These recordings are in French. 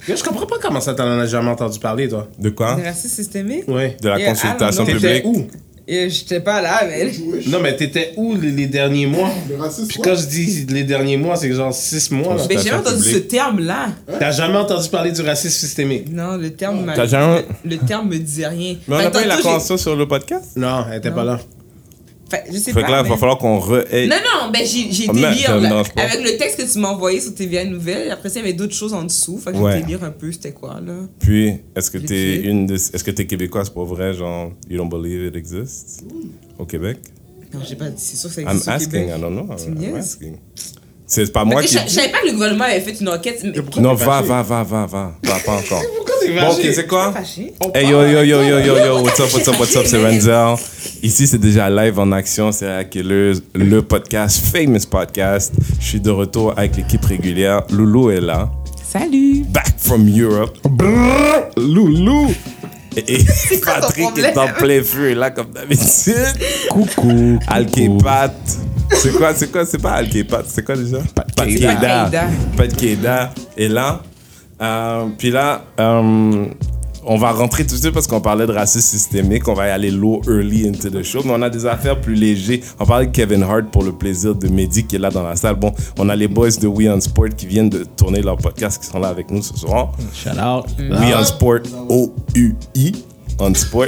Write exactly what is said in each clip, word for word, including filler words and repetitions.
Je comprends pas comment ça t'en as jamais entendu parler, toi. De quoi? De racisme systémique? Oui. De la Et consultation alors, publique. T'étais où? Et j'étais pas là, mais... Non, mais t'étais où les, les derniers mois? Le racisme, Puis quoi? quand je dis les derniers mois, c'est genre six mois. Là. Mais j'ai jamais entendu publique. ce terme-là. T'as jamais entendu parler du racisme systémique? Non, le terme... m'a- T'as jamais- Le, le terme me disait rien. Mais on Fait n'a que pas eu la tantôt, j'ai- conversation sur le podcast? Non, elle était Non. pas là. Fait, je sais Fait pas. que là, il mais- va falloir qu'on re... hey, Non, non, ben j'ai j'ai Oh, été mais lire ça me là, dérange pas. avec le texte que tu m'as envoyé sur T V A Nouvelles. Après ça, il y avait d'autres choses en dessous. Fait que Ouais. j'ai été lire un peu c'était quoi, là. Puis, est-ce que Les t'es filles. une de... Est-ce que t'es québécoise pour vrai, genre, you don't believe it exists? Au Québec? Non, j'ai pas dit. C'est sûr que ça I'm existe au asking, Québec. I don't know. Tu me I'm niaises? asking. C'est pas moi Fait que qui... Je je savais pas que le gouvernement avait fait une enquête. Mais... pourquoi Non, t'es va, fâché? va, va, va, va. Va, pas encore. Pourquoi t'es Bon, ok, fâché? c'est quoi? Fâché. Hey yo yo yo yo yo yo, what's up, what's up, what's up, c'est Renzel. Ici, c'est déjà live en action, c'est Serial Killers, le podcast, famous podcast. Je suis de retour avec l'équipe régulière. Loulou est là, Salut. back from Europe. Brrr, Loulou. Et, et quoi ton Patrick problème? est en plein feu, là, comme d'habitude. Coucou. Alképat. C'est quoi, c'est quoi, c'est pas Alképat, c'est quoi déjà? Pat Keïda. Pat Keïda est là. Euh, puis là, euh, on va rentrer tout de suite parce qu'on parlait de racisme systémique. On va y aller low early into the show. Mais on a des affaires plus légères. On parlait de Kevin Hart pour le plaisir de Mehdi qui est là dans la salle. Bon, on a les boys de We On Sport qui viennent de tourner leur podcast qui sont là avec nous ce soir. Shout out. We On Sport, O U I, On Sport.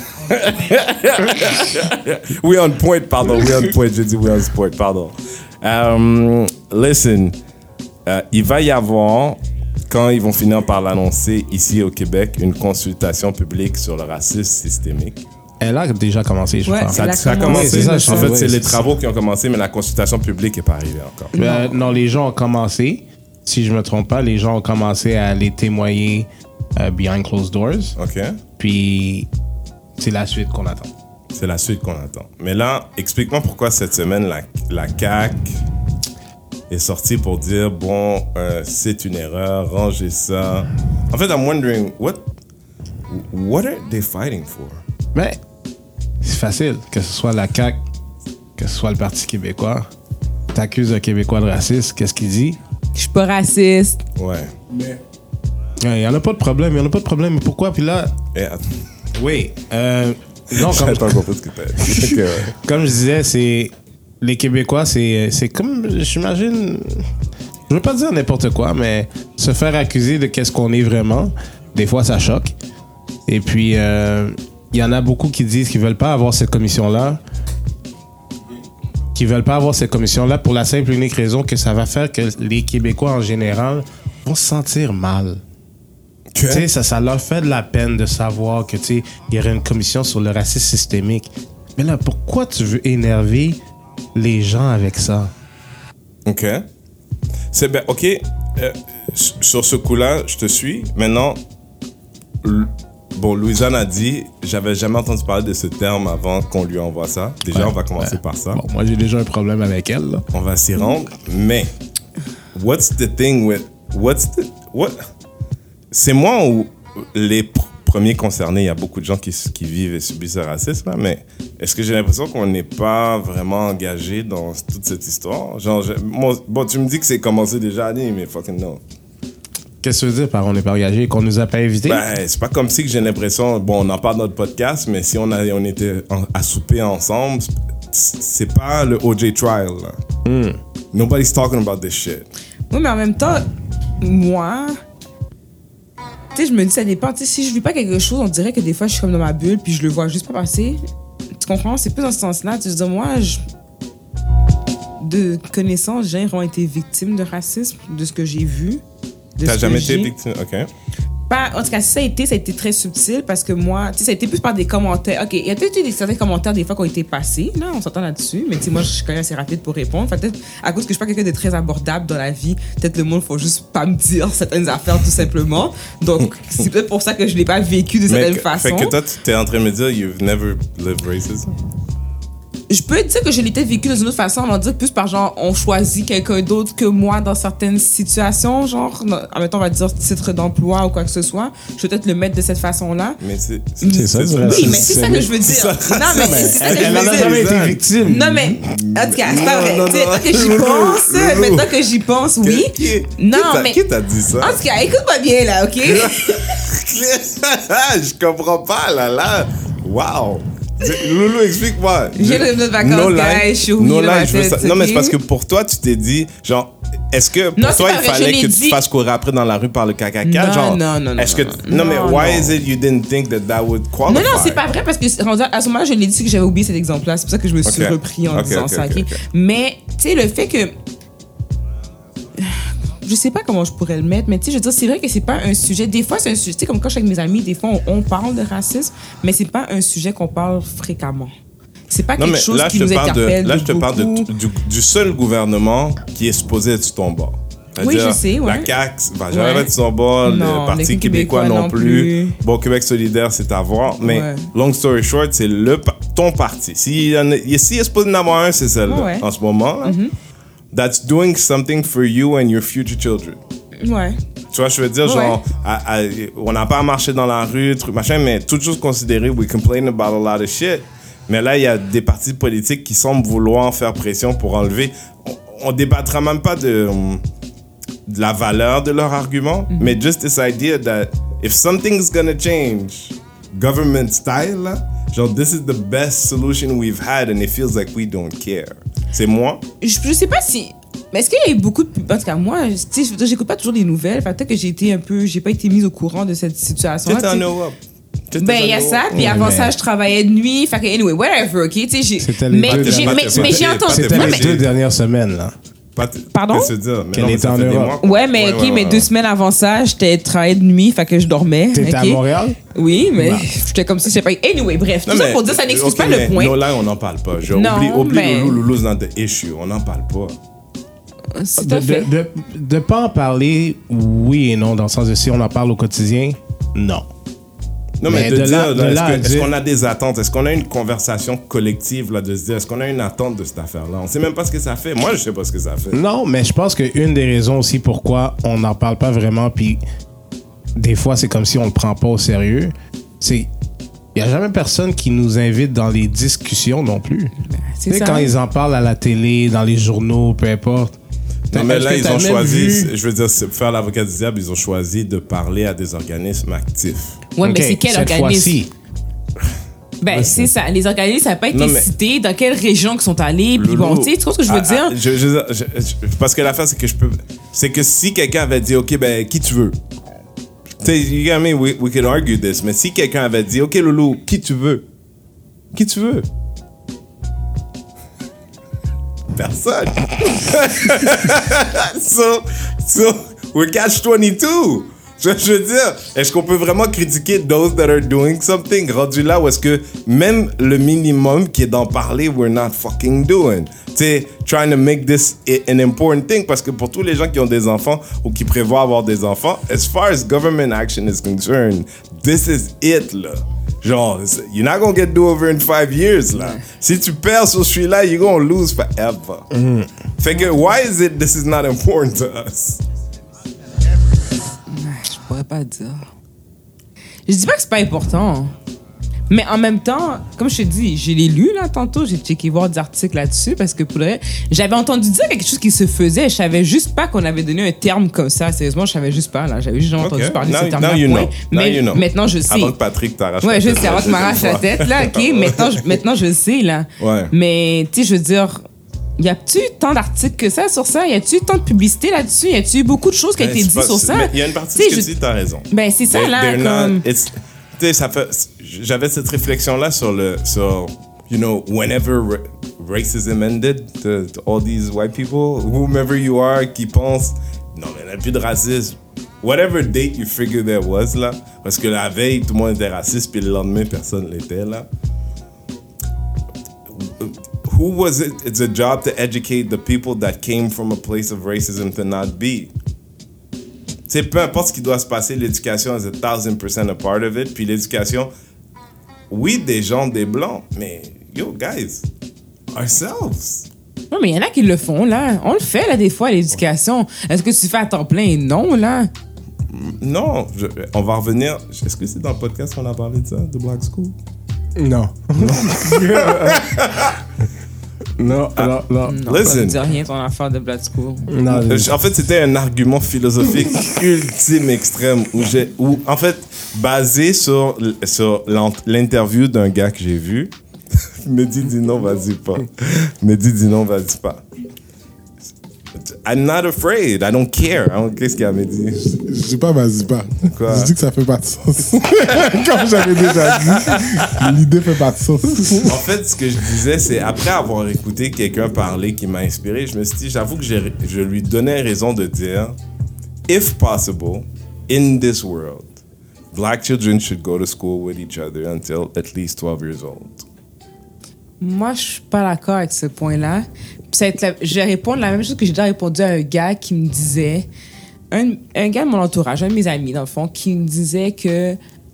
We On Point, pardon. We On Point, j'ai dit We On Sport, pardon. Um, listen, euh, il va y avoir, quand ils vont finir par l'annoncer ici au Québec, une consultation publique sur le racisme systémique. Elle a déjà commencé, je Ouais, crois. elle Ça, a ça a commencé, commencé. c'est ça, en je fait, sais, c'est ouais, les c'est travaux qui ont commencé, mais la consultation publique n'est pas arrivée encore. Euh, non, les gens ont commencé. Si je me trompe pas, les gens ont commencé à aller témoigner euh, behind closed doors. OK? Puis c'est la suite qu'on attend. C'est la suite qu'on attend. Mais là, explique-moi pourquoi cette semaine, la, la C A Q est sortie pour dire, bon, euh, c'est une erreur, rangez ça. En fait, I'm wondering, what, what are they fighting for? Mais c'est facile, que ce soit la C A Q, que ce soit le Parti québécois. T'accuses un Québécois de raciste, qu'est-ce qu'il dit? Je suis pas raciste. Ouais. Mais Il n'y en a pas de problème, il n'y en a pas de problème. Mais pourquoi? Puis là, Et attends, oui. Euh, non, j'ai comme, pas compris ce que t'as dit. Ok, ouais. comme je disais, c'est les Québécois, c'est c'est comme, j'imagine, je veux pas dire n'importe quoi, mais se faire accuser de qu'est-ce qu'on est vraiment, des fois ça choque. Et puis, euh, il y en a beaucoup qui disent qu'ils veulent pas avoir cette commission-là, qui veulent pas avoir cette commission-là pour la simple et unique raison que ça va faire que les Québécois en général vont se sentir mal. Tu sais, ça, ça leur fait de la peine de savoir que, tu sais, il y aurait une commission sur le racisme systémique. Mais là, pourquoi tu veux énerver les gens avec ça? OK. C'est bien. OK. Euh, sur ce coup-là, je te suis. Maintenant, l- bon, Louisanne a dit, j'avais jamais entendu parler de ce terme avant qu'on lui envoie ça. Déjà, Ouais, on va commencer ouais. par ça. Bon, moi, j'ai déjà un problème avec elle, là. On va s'y rendre. Mais, what's the thing with... What's the... What... C'est moi ou les pr- premiers concernés, il y a beaucoup de gens qui, qui vivent et subissent ce racisme, là, mais est-ce que j'ai l'impression qu'on n'est pas vraiment engagé dans toute cette histoire? Genre, je- moi, bon, tu me dis que c'est commencé déjà à dire, mais fucking no. Qu'est-ce que tu veux dire par on n'est pas engagé, qu'on nous a pas invités? Ben, c'est pas comme si que j'ai l'impression, bon, on en parle dans notre podcast, mais si on, a, on était en- à souper ensemble, c'est c'est pas le O J trial, là. Hmm. Nobody's talking about this shit. Oui, mais en même temps, moi, tu sais, je me dis, ça dépend. Tu sais, si je vis pas quelque chose, on dirait que des fois, je suis comme dans ma bulle, puis je le vois juste pas passer. Tu comprends? C'est plus dans ce sens-là. Tu dis, moi, je... de connaissance, j'ai vraiment été victime de racisme, de ce que j'ai vu. de T'as ce jamais que été j'ai. victime? OK. Pas, en tout cas, si ça a été, ça a été très subtil parce que moi, tu sais, ça a été plus par des commentaires. OK, il y a peut-être eu des, certains commentaires des fois qui ont été passés, là, on s'entend là-dessus, mais tu sais, moi, je suis quand même assez rapide pour répondre. Fait peut-être, à cause que je suis pas quelqu'un de très abordable dans la vie, peut-être le monde, faut juste pas me dire certaines affaires, tout simplement. Donc, c'est peut-être pour ça que je l'ai pas vécu de Mais certaine que- façon. Fait que toi, tu t'es en train de me dire, you've never lived racism? je peux dire que je l'ai peut-être vécu d'une autre façon, on va dire plus par genre, on choisit quelqu'un d'autre que moi dans certaines situations, genre, en même temps, on va dire titre d'emploi ou quoi que ce soit. Je vais peut-être le mettre de cette façon-là. Mais c'est, c'est, c'est ça, oui, c'est, mais c'est, c'est ça que je veux dire. ça, non, mais c'est, c'est ça que je elle veux n'a dire. jamais été victime. Non, mais, en tout cas, c'est pas vrai. Non, non, Tu sais, non. Maintenant que j'y Loulou, pense, Loulou. maintenant que j'y pense, oui. Qui, qui, Non, qui t'a, mais- qui t'a dit ça? En tout cas, écoute-moi bien, là, OK? Je comprends pas, là, là. Wow. Loulou, explique-moi. J'ai Je- le de vacances, no guys, lie, je suis oubliée no dans ma lie, je veux tête, ça- Non, mais ok? c'est parce que pour toi, tu t'es dit, genre, est-ce que pour Non, c'est toi, pas il vrai, je fallait l'ai que dit. tu te fasses courir après dans la rue par le caca Non, genre? non, non, non, Est-ce que non, non, non, mais non, why non. is it you didn't think that that would qualify? Non, non, c'est pas vrai parce que rendu à ce moment-là, je l'ai dit que j'avais oublié cet exemple-là. C'est pour ça que je me suis Ok. repris en Ok, disant ok, ça. ok, ok? ok. Mais, tu sais, le fait que. Je sais pas comment je pourrais le mettre, mais tu sais, je veux dire, c'est vrai que c'est pas un sujet. Des fois, c'est un sujet. Tu sais, comme quand je suis avec mes amis, des fois, on, on parle de racisme, mais c'est pas un sujet qu'on parle fréquemment. C'est pas Non, quelque mais chose là, qui je te nous parle de, interpelle. là, je te beaucoup. parle de, du, du seul gouvernement qui est supposé être sur ton bord. Oui, C'est-à-dire, je sais, ouais. La C A Q va jamais Ouais. être sur ton bord, Non, le Parti les québécois, Québécois non non plus. plus. Bon, Québec solidaire, c'est à voir. Mais, Ouais. long story short, c'est le, pa- ton parti. S'il y en a- s'il est supposé en avoir un, c'est celle-là, Ouais. en ce moment. Là. That's doing something for you and your future children. Ouais. Tu vois, je veux dire, Ouais. genre, à- à- on n'a pas à marcher dans la rue, truc, machin, mais toutes choses considérées, we complain about a lot of shit. Mais là, il y a des partis politiques qui semblent vouloir faire pression pour enlever. On, on débattra même pas de, de la valeur de leur argument, Mm-hmm. mais just this idea that if something's gonna change, government style, là, genre, this is the best solution we've had and it feels like we don't care. C'est moi. Je, je sais pas si. Mais est-ce qu'il y a eu beaucoup de. En tout cas, moi, tu sais, je veux dire, j'écoute pas toujours les nouvelles. Fait que peut-être que j'ai été un peu. J'ai pas été mise au courant de cette situation. J'étais en Europe. J'étais Ben, en il y a Europe. ça, puis Ouais, avant mais- ça, je travaillais de nuit. Fait que, anyway, whatever, ok? Tu sais, j'ai. C'était les Mais deux j'ai dernières- mais- pas mais tes- j'ai pas entendu. tes- C'était non, les mais- deux dernières semaines, là. Pas t- Pardon? Qu'est-ce que tu veux dire? Mais Qu'elle non, mais était ça en fait des Europe. mois qu'on- Ouais, mais ok, ouais, mais ouais, deux ouais. semaines avant ça, j'étais travaillé de nuit, fait que je dormais. T'étais à ok? Montréal? Oui, mais Bah. j'étais comme si j'étais pas. Anyway, bref, tout Non, ça mais- pour dire, ça n'excuse ok, pas mais le point. Non, là, on n'en parle pas. Je, Non, oublie oublie mais- Loulou, Loulou, not the issue. On n'en parle pas. C'est De, à fait. de, de, de pas en parler, oui et non, dans le sens de si on en parle au quotidien, non. Non, mais, Mais de, de dire, là- de est-ce là que- à est-ce dire- qu'on a des attentes? Est-ce qu'on a une conversation collective là, de se dire, est-ce qu'on a une attente de cette affaire-là? On sait même pas ce que ça fait. Moi, je sais pas ce que ça fait. Non, mais je pense qu'une des raisons aussi pourquoi on n'en parle pas vraiment, puis des fois c'est comme si on le prend pas au sérieux, c'est il y a jamais personne qui nous invite dans les discussions non plus. C'est Tu sais, ça. quand ils en parlent à la télé, dans les journaux, peu importe. Non, mais Est-ce là, que ils t'as ont même choisi, vu- je veux dire, c'est- faire l'avocat du diable, ils ont choisi de parler à des organismes actifs. Ouais, mais Ok, c'est quel cette organisme? fois-ci. Ben, c'est ça. Les organismes, ça n'a pas été Non, mais- cité, dans quelle région qu'ils sont allés, puis bon, Loulou. tu sais, tu vois ce que je veux Ah, dire? ah, je- je- je- je- parce que l'affaire, c'est que je peux. C'est que si quelqu'un avait dit, OK, ben, qui tu veux? Tu sais, you get me, we, we could argue this, mais si quelqu'un avait dit, OK, Loulou, qui tu veux? Qui tu veux? Personne. so, so, we're catch twenty-two. Je, je veux dire, est-ce qu'on peut vraiment critiquer those that are doing something? Rendu là où est-ce que même le minimum qui est d'en parler, we're not fucking doing. Tu sais, trying to make this i- an important thing, parce que pour tous les gens qui ont des enfants ou qui prévoient avoir des enfants, as far as government action is concerned, this is it, là. Genre, c'est- you're not gonna get do-over in five years, là. Si tu perds sur celui-là, you're gonna lose forever. Fait que, why is it this is not important to us? Je pourrais pas dire. Je dis pas que c'est pas important. Mais en même temps, comme je te dis, je l'ai lu là tantôt, j'ai checké voir des articles là-dessus parce que pour le vrai, j'avais entendu dire quelque chose qui se faisait, je savais juste pas qu'on avait donné un terme comme ça. Sérieusement, je savais juste pas là, j'avais juste jamais entendu Ok. parler de Now- ce terme-là. now you point. know. Now Mais you know. maintenant je sais. Avant que Patrick t'arrache Ouais, la je tête, sais, avant là, que je m'arrache la sais tête là, ok. Maintenant, je, maintenant je sais là. Ouais. Mais tu sais, je veux dire. Y a-tu tant d'articles que ça sur ça? Y a-tu tant de publicité là-dessus? Y a-tu beaucoup de choses qui ont Ben, été c'est dites pas- sur ça? mais il y a une partie de Tu ce sais, que tu je- dis, t'as raison. Ben, c'est ça, They- là, they're not- comme- it's- tu sais, ça fait. J'avais cette réflexion-là sur le. Sur, you know, whenever ra- racism ended, to, to all these white people, whomever you are, qui pensent, non, mais il n'y a plus de racisme. Whatever date you figure there was, là. Parce que la veille, tout le monde était raciste, puis le lendemain, personne l'était, là. Who was it? It's a job to educate the people that came from a place of racism to not be. C'est peu importe ce qui doit se passer, l'éducation is a thousand percent a part of it. Puis l'éducation, oui, des gens, des blancs, mais yo, guys, ourselves. Non, mais il y en a qui le font, là. On le fait, là, des fois, l'éducation. Est-ce que tu fais à temps plein? Non, là. Non, je, on va revenir. Est-ce que c'est dans le podcast qu'on a parlé de ça, de Black School? Non. non, Ah. non, non. Non, Listen. ça ne dit rien, ton affaire de Black School. Non, Euh, En fait, c'était un argument philosophique ultime extrême où j'ai, où, en fait, basé sur, sur l'ent- l'interview d'un gars que j'ai vu. Mehdi dit non, vas-y pas. Mehdi dit non, vas-y pas. I'm not afraid. I don't care. I don't- Qu'est-ce qu'il y a, Mehdi? Je dis pas, vas-y pas. Quoi? Je dis que ça fait pas de sens. Comme j'avais déjà dit, l'idée fait pas de sens. En fait, ce que je disais, c'est après avoir écouté quelqu'un parler qui m'a inspiré, je me suis dit, j'avoue que j'ai- je lui donnais raison de dire, if possible, in this world, black children should go to school with each other until at least twelve years old. Moi, je suis pas d'accord avec ce point-là. Puis ça va être la- Je vais répondre la même chose que j'ai déjà répondu à un gars qui me disait... Un, un gars de mon entourage, un de mes amis, dans le fond, qui me disait que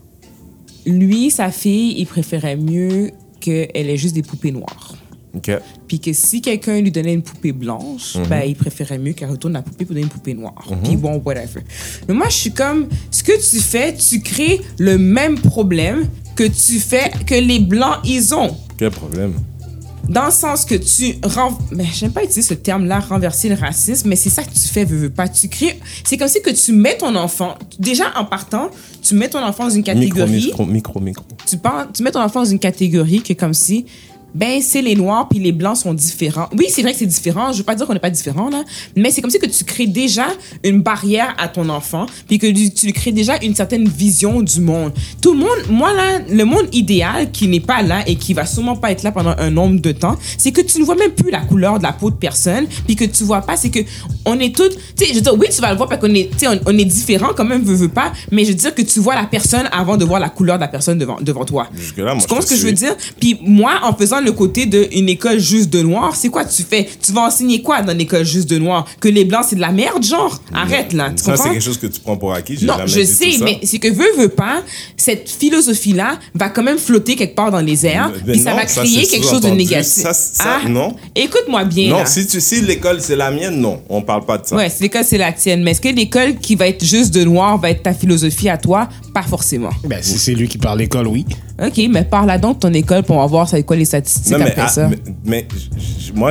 lui, sa fille, il préférait mieux qu'elle ait juste des poupées noires. OK? Puis que si quelqu'un lui donnait une poupée blanche, ben, il préférait mieux qu'elle retourne la poupée pour donner une poupée noire. Puis bon, whatever. Mais moi, je suis comme, ce que tu fais, tu crées le même problème que tu fais, que les Blancs, ils ont. Quel problème? Dans le sens que tu... Ren... Mais j'aime pas utiliser ce terme-là, renverser le racisme, mais c'est ça que tu fais, veux, veux pas. Tu crées... C'est comme si que tu mets ton enfant... Déjà, en partant, tu mets ton enfant dans une Micro, catégorie... micro, micro, micro. tu, parles, tu mets ton enfant dans une catégorie que comme si, ben, c'est les noirs puis les blancs sont différents. Oui, c'est vrai que c'est différent. Je veux pas dire qu'on n'est pas différent, là. Mais c'est comme si que tu crées déjà une barrière à ton enfant puis que tu, tu lui crées déjà une certaine vision du monde. Tout le monde, moi, là, le monde idéal qui n'est pas là et qui va sûrement pas être là pendant un nombre de temps, c'est que tu ne vois même plus la couleur de la peau de personne puis que tu vois pas, c'est que on est toutes, tu sais, je veux dire, oui, tu vas le voir parce qu'on est, tu sais, on, on est différents quand même, veux, veux pas, mais je veux dire que tu vois la personne avant de voir la couleur de la personne devant, devant toi. Jusque-là, moi, Tu comprends je ce que te je veux suis. dire? Puis moi, en faisant le côté d'une école juste de noirs, c'est quoi tu fais? Tu vas enseigner quoi dans l'école juste de noirs? Que les blancs, c'est de la merde, genre? Arrête, là. Tu Ça, c'est comprends? quelque chose que tu prends pour acquis. J'ai Non, jamais je dit sais, tout ça. mais c'est que veut, veut pas, cette philosophie-là va quand même flotter quelque part dans les airs, Mais puis ça non, va ça, créer c'est quelque chose de sous-entendu. négatif. Ça, ça, non. Écoute-moi bien, Non, là. si, tu, si l'école, c'est la mienne, non. On parle pas de ça. Ouais, c'est l'école, c'est la tienne. Mais est-ce que l'école qui va être juste de noir va être ta philosophie à toi? Pas forcément. Ben, si c'est lui qui parle l'école, oui. OK, mais parle là donc de ton école pour on va voir c'est quoi les statistiques Non, mais, après ah, ça. mais, mais j- j- moi,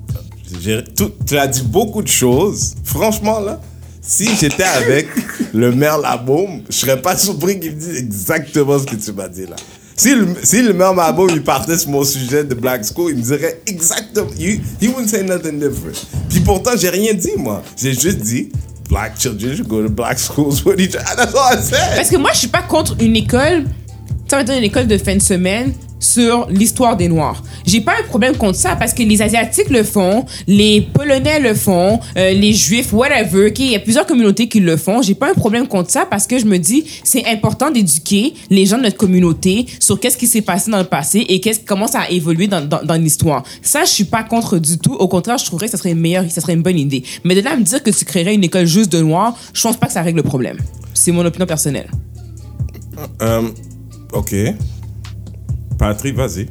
j'ai- tout- tu as dit beaucoup de choses. Franchement, là, si j'étais avec le maire Labaume, je serais pas surpris qu'il me dise exactement ce que tu m'as dit là. Si le, si le maire Labaume, il partait sur mon sujet de Black School, il me dirait exactement. He, he wouldn't say nothing different. Puis pourtant, j'ai rien dit, moi. J'ai juste dit. Black children should go to black schools with each other. That's all I said. Parce que moi, je suis pas contre une école, ça va être une école de fin de semaine sur l'histoire des Noirs. J'ai pas un problème contre ça parce que les Asiatiques le font, les Polonais le font, euh, les Juifs, whatever. Okay? Il y a plusieurs communautés qui le font. J'ai pas un problème contre ça parce que je me dis c'est important d'éduquer les gens de notre communauté sur qu'est-ce qui s'est passé dans le passé et qu'est-ce comment ça a évolué dans, dans, dans l'histoire. Ça, je suis pas contre du tout. Au contraire, je trouverais que ça serait une meilleure, ça serait une bonne idée. Mais de là à me dire que tu créerais une école juste de Noirs, je pense pas que ça règle le problème. C'est mon opinion personnelle. Euh, ok. Patrick, vas-y.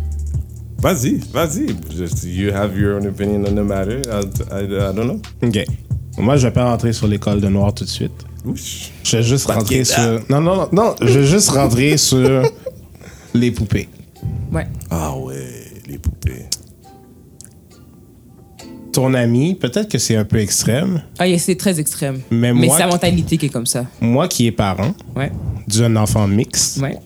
Vas-y, vas-y. Just, you have your own opinion on the matter. I, I, I don't know. OK. Moi, je vais pas rentrer sur l'école de noir tout de suite. Ouch. Je vais juste Pas de rentrer guetta. sur... Non, non, non, non. Je vais juste rentrer sur les poupées. Ouais. Ah ouais, les poupées. Ton ami, peut-être que c'est un peu extrême. Ah, yeah, c'est très extrême. Mais Mais moi c'est la qui- mentalité qui est comme ça. Moi qui est parent Ouais. d'un enfant mixte, Ouais.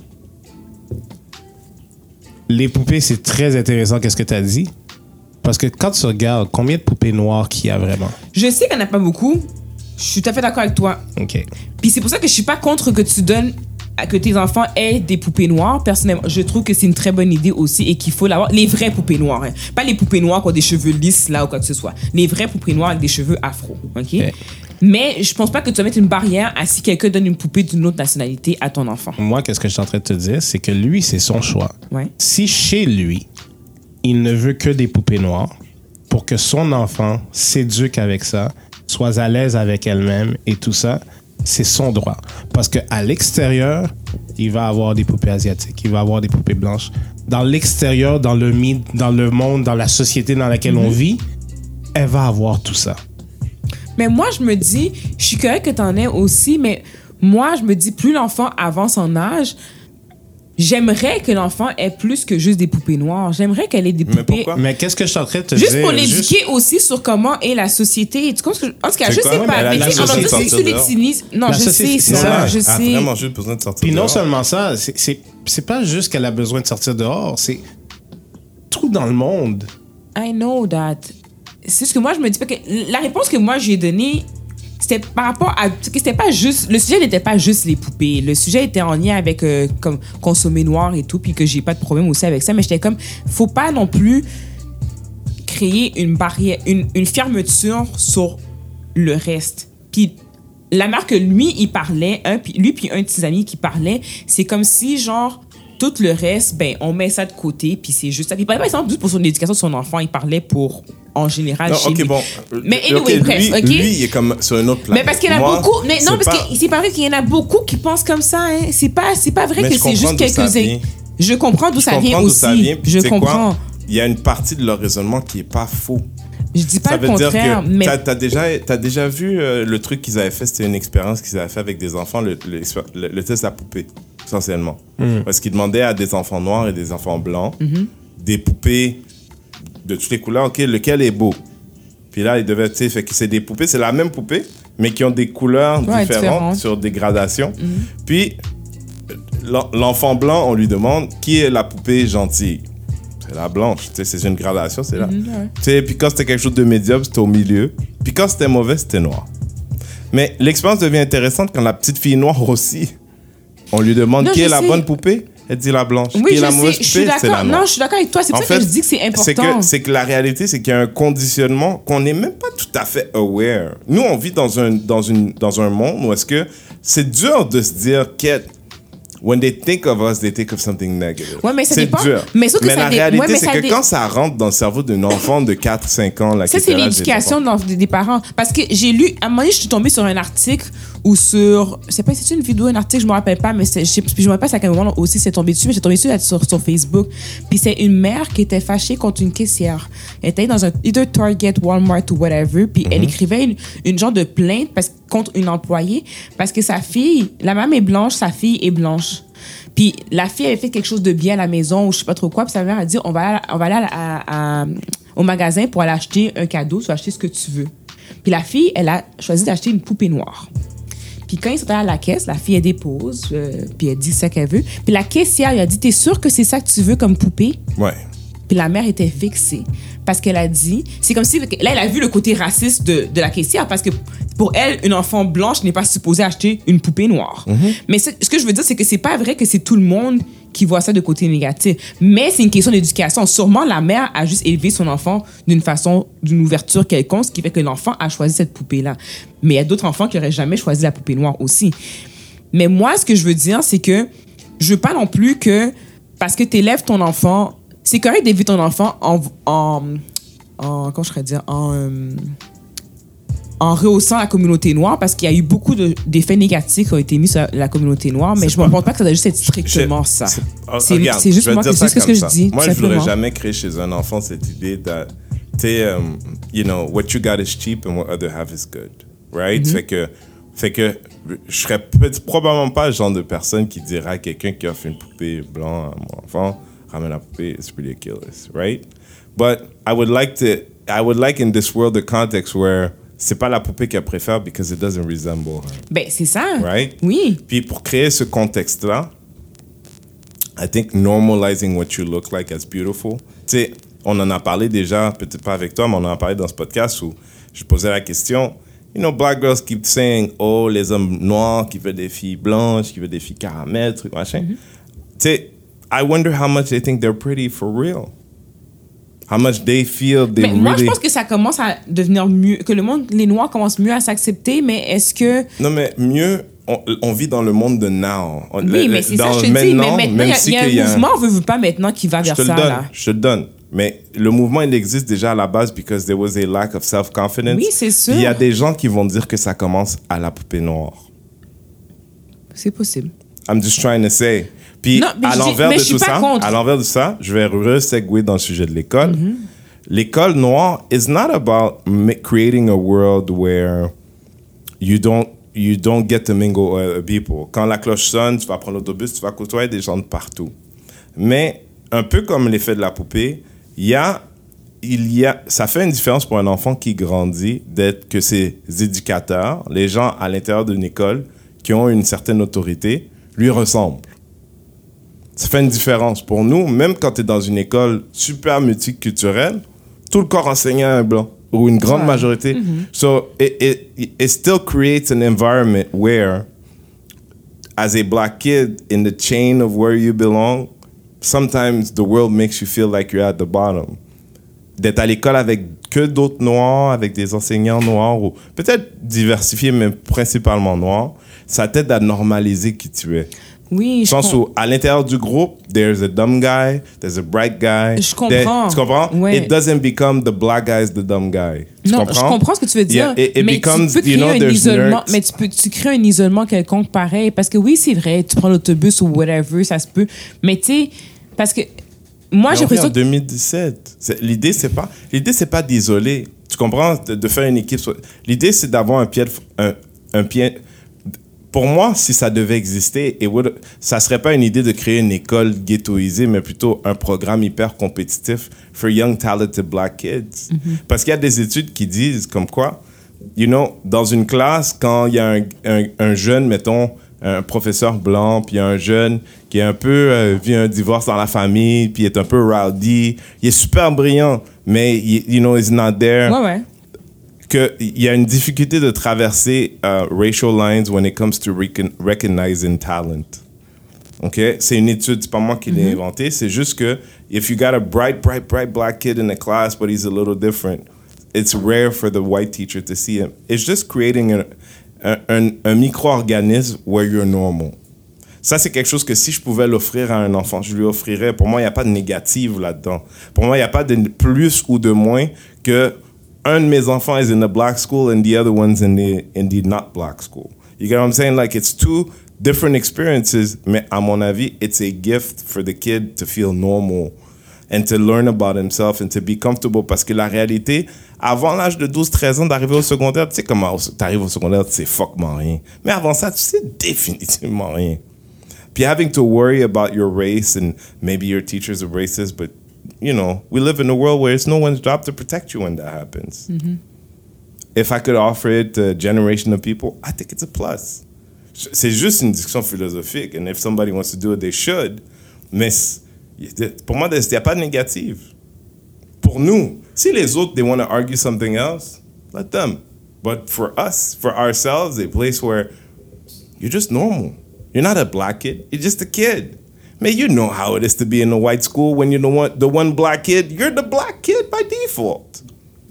les poupées, c'est très intéressant qu'est-ce que tu as dit. Parce que quand tu regardes combien de poupées noires qu'il y a vraiment. Je sais qu'il n'y en a pas beaucoup. Je suis tout à fait d'accord avec toi. OK. Puis c'est pour ça que je suis pas contre que tu donnes à que tes enfants aient des poupées noires. Personnellement, je trouve que c'est une très bonne idée aussi et qu'il faut l'avoir. Les vraies poupées noires, hein. Pas les poupées noires qui ont des cheveux lisses là ou quoi que ce soit. Les vraies poupées noires avec des cheveux afro, ok? Okay. Mais je pense pas que tu vas mettre une barrière à si quelqu'un donne une poupée d'une autre nationalité à ton enfant. Moi, qu'est-ce que je suis en train de te dire, c'est que lui, c'est son choix. Ouais. Si chez lui, il ne veut que des poupées noires pour que son enfant s'éduque avec ça, soit à l'aise avec elle-même et tout ça, c'est son droit. Parce qu'à l'extérieur, il va avoir des poupées asiatiques, il va avoir des poupées blanches. dans l'extérieur, dans le, mi- dans le monde, dans la société dans laquelle mm-hmm. on vit, elle va avoir tout ça. Mais moi, je me dis, je suis correcte que t'en aies aussi, mais moi, je me dis, plus l'enfant avance en âge, j'aimerais que l'enfant ait plus que juste des poupées noires. J'aimerais qu'elle ait des poupées... Mais pourquoi? Mais qu'est-ce que je suis en train de te juste dire? pour l'éduquer juste... aussi sur comment est la société. Tu comprends ce que je... En tout cas, C'est je quoi? sais Ouais, pas. mais Mais la tu sais, on société dit sortir sous les dehors. cynismes. Non, La je société, sais c'est ça, ça. je a sais. vraiment juste besoin de sortir Puis non dehors. seulement ça, c'est, c'est, c'est pas juste qu'elle a besoin de sortir dehors, c'est tout dans le monde. I know that. C'est ce que moi, je me dis. Parce que la réponse que moi, j'ai donnée, c'était par rapport à... que c'était pas juste... Le sujet n'était pas juste les poupées. Le sujet était en lien avec euh, comme consommer noir et tout, puis que j'ai pas de problème aussi avec ça. Mais j'étais comme... Faut pas non plus créer une barrière, une, une fermeture sur le reste. Puis la marque que lui, il parlait, un, puis lui puis un de ses amis qui parlait, c'est comme si, genre... Tout le reste, ben, on met ça de côté, puis c'est juste ça. Puis, par exemple, juste pour son éducation de son enfant, il parlait pour, en général, Non, chez ok, lui. bon. Mais Ok, anyway, bref, lui, ok? lui, il est comme sur une autre planète. Mais parce qu'il y en a Moi, beaucoup. Mais non, c'est parce pas- que c'est pas vrai qu'il y en a beaucoup qui pensent comme ça. Hein. C'est pas, c'est pas vrai Mais que je c'est juste comprends d'où ça quelques. vient. Je comprends d'où Je ça vient comprends d'où aussi. ça vient, puis Je tu sais quoi? comprends. Il y a une partie de leur raisonnement qui est pas faux. Je dis pas Ça le veut dire contraire, que mais t'as, t'as déjà, t'as déjà vu euh, le truc qu'ils avaient fait, c'était une expérience qu'ils avaient fait avec des enfants, le, le, le, le test à poupée, essentiellement. Mm. Parce qu'ils demandaient à des enfants noirs et des enfants blancs mm-hmm. des poupées de toutes les couleurs, ok, lequel est beau. Puis là, ils devaient, tu sais, fait que c'est des poupées, c'est la même poupée, mais qui ont des couleurs Ouais, différentes différentes. sur des gradations. Mm-hmm. Puis l'en- l'enfant blanc, on lui demande qui est la poupée gentille. C'est la blanche, tu sais, c'est une gradation, c'est là. Mm-hmm, ouais. Tu sais, puis quand c'était quelque chose de médium, c'était au milieu. Puis quand c'était mauvais, c'était noir. Mais l'expérience devient intéressante quand la petite fille noire aussi, on lui demande Non, qui je est la sais. bonne poupée, elle dit la blanche. oui, qui est je la mauvaise sais. Je suis poupée, c'est la d'accord. noire. Non, je suis d'accord avec toi. C'est pour En ça fait, que je dis que c'est c'est que, important. c'est que la réalité, c'est qu'il y a un conditionnement qu'on n'est même pas tout à fait aware. Nous, on vit dans un, dans une, dans un monde où est-ce que c'est dur de se dire qu'elle... When they think of us, they think of something negative. Ouais, mais ça c'est dépend. dur. Mais sauf que mais ça la dé- réalité, ouais, mais c'est ça que dé- quand ça rentre dans le cerveau d'un enfant de quatre cinq ans... Là, Ça, qui c'est était là, l'éducation des enfants- de l'enf- des parents. Parce que j'ai lu, à un moment donné, je suis tombée sur un article ou sur, je sais pas si c'est une vidéo, un article, je me rappelle pas, mais c'est, je sais, puis je me rappelle pas c'est à quel moment aussi c'est tombé dessus, mais j'ai tombé dessus là, sur, sur Facebook. Puis c'est une mère qui était fâchée contre une caissière. Elle était dans un, either Target, Walmart ou whatever, puis elle écrivait une, une genre de plainte parce, contre une employée parce que sa fille, la maman est blanche, sa fille est blanche. Puis la fille avait fait quelque chose de bien à la maison ou je sais pas trop quoi. Puis sa mère a dit, on va, on va aller à, à- à- au magasin pour aller acheter un cadeau, tu vas acheter ce que tu veux. Puis la fille, elle a choisi d'acheter une poupée noire. Puis quand ils sont allés à la caisse, la fille, elle dépose, euh, puis elle dit ça qu'elle veut. Puis la caissière lui a dit, t'es sûre que c'est ça que tu veux comme poupée? Ouais. Puis la mère était vexée parce qu'elle a dit, c'est comme si, là, elle a vu le côté raciste de, de la caissière parce que pour elle, une enfant blanche n'est pas supposée acheter une poupée noire. Mm-hmm. Mais ce ce que je veux dire, c'est que c'est pas vrai que c'est tout le monde qui voit ça de côté négatif. Mais c'est une question d'éducation. Sûrement, la mère a juste élevé son enfant d'une façon, d'une ouverture quelconque, ce qui fait que l'enfant a choisi cette poupée-là. Mais il y a d'autres enfants qui n'auraient jamais choisi la poupée noire aussi. Mais moi, ce que je veux dire, c'est que je veux pas non plus que, parce que tu élèves ton enfant, c'est correct d'élever ton enfant en, en, en comment je pourrais dire, en, euh, en rehaussant la communauté noire, parce qu'il y a eu beaucoup de, d'effets négatifs qui ont été mis sur la communauté noire, mais C'est je ne me pas- pense pas que ça doit juste être strictement Je- ça. c'est- oh, C'est, regarde, c'est juste je vais moi te que, dire c'est ça juste ce que comme je ça. dis. Moi, tout je voudrais simplement. jamais créer chez un enfant cette idée de, tu sais, um, you know, what you got is cheap and what other have is good, right? Mm-hmm. Fait que, fait que je serais peut- probablement pas le genre de personne qui dirait à quelqu'un qui offre une poupée blanche à mon enfant, ramène la poupée, it's ridiculous, right? But I would like to, I would like in this world a context where c'est pas la poupée qu'elle préfère because it doesn't resemble her. Ben, c'est ça. Right? Oui. Puis pour créer ce contexte-là, I think normalizing what you look like as beautiful. Tu sais, on en a parlé déjà, peut-être pas avec toi, mais on en a parlé dans ce podcast où je posais la question. You know, black girls keep saying, oh, les hommes noirs qui veulent des filles blanches, qui veulent des filles caramel, truc machin. Mm-hmm. Tu sais, I wonder how much they think they're pretty for real. How much they feel they Mais really... moi, je pense que ça commence à devenir mieux, que le monde, les Noirs commencent mieux à s'accepter, mais est-ce que... Non, mais mieux, on, on vit dans le monde de now. On- Oui, le- mais c'est dans ça, je te dis. Mais maintenant, maintenant, même il y a, si il y a qu'il y un a un- mouvement, veut, veut pas maintenant, qui va Je vers te le ça, donne, là. je te le donne. Mais le mouvement, il existe déjà à la base because there was a lack of self-confidence. Oui, c'est sûr. Puis il y a des gens qui vont dire que ça commence à la poupée noire. C'est possible. I'm just trying to say. Puis Non, mais à je dis- l'envers mais de je suis tout pas ça, contre. à l'envers de ça, je vais re-segouer dans le sujet de l'école. Mm-hmm. L'école noire is not about ma- creating a world where you don't you don't get to mingle with other people. Quand la cloche sonne, tu vas prendre l'autobus, tu vas côtoyer des gens de partout. Mais un peu comme l'effet de la poupée, il y a il y a ça fait une différence pour un enfant qui grandit d'être que ses éducateurs, les gens à l'intérieur d'une école qui ont une certaine autorité, lui ressemblent. Ça fait une différence pour nous, même quand tu es dans une école super multiculturelle, tout le corps enseignant est un blanc, ou une grande Ouais. majorité. Mm-hmm. So it, it, it still creates an environment where, as a black kid, in the chain of where you belong, sometimes the world makes you feel like you're at the bottom. D'être à l'école avec que d'autres noirs, avec des enseignants noirs, ou peut-être diversifiés, mais principalement noirs, ça t'aide à normaliser qui tu es. Oui, je Sens com- où, à l'intérieur du groupe, there's a dumb guy, there's a bright guy. Je comprends. There- tu comprends? Ouais. It doesn't become the black guy is the dumb guy. Tu Non, comprends? je comprends ce que tu veux dire, Yeah, it, it mais becomes, tu peux créer you know, un there's isolement, nerds. mais tu peux tu crées un isolement quelconque pareil, parce que oui, c'est vrai, tu prends l'autobus ou whatever, ça se peut, mais tu sais, parce que moi, Mais j'ai on est en l'impression que deux mille dix-sept. C'est- L'idée, c'est pas, l'idée, c'est pas d'isoler. Tu comprends? De, de faire une équipe. sur- L'idée, c'est d'avoir un pied, de- un, un pied. Pour moi, si ça devait exister, it would, ça serait pas une idée de créer une école ghettoisée, mais plutôt un programme hyper compétitif for young talented black kids. Parce qu'il y a des études qui disent comme quoi, you know, dans une classe, quand il y a un, un, un jeune, mettons, un professeur blanc, puis il y a un jeune qui est un peu, euh, vit un divorce dans la famille, puis est un peu rowdy, il est super brillant, mais, il- you know, he's not there. ouais, ouais. Qu'il y a une difficulté de traverser uh, racial lines when it comes to recon- recognizing talent. OK? C'est une étude, c'est pas moi qui l'ai inventé, c'est juste que if you got a bright, bright, bright black kid in the class, but he's a little different, it's rare for the white teacher to see him. It's just creating a, un, un, un micro-organisme where you're normal. Ça, c'est quelque chose que si je pouvais l'offrir à un enfant, je lui offrirais. Pour moi, il n'y a pas de négative là-dedans. Pour moi, il n'y a pas de plus ou de moins que un de mes enfants is in the black school and the other one's in the, in the not black school. You get what I'm saying? Like, it's two different experiences, mais à mon avis, it's a gift for the kid to feel normal and to learn about himself and to be comfortable. Parce que la réalité, avant l'âge de douze treize ans, d'arriver au secondaire, tu sais comment tu arrives au secondaire, tu sais fucking rien. Mais avant ça, tu sais définitivement rien. Puis having to worry about your race and maybe your teachers are racist, but you know, we live in a world where it's no one's job to protect you when that happens. Mm-hmm. If I could offer it to a generation of people, I think it's a plus. C'est juste une discussion philosophique, and if somebody wants to do it, they should. Mais pour moi, il n'y a pas de négative. Pour nous, si les autres, they want to argue something else, let them. But for us, for ourselves, a place where you're just normal. You're not a black kid. You're just a kid. Man, you know how it is to be in a white school when you're the one, the one black kid. You're the black kid by default.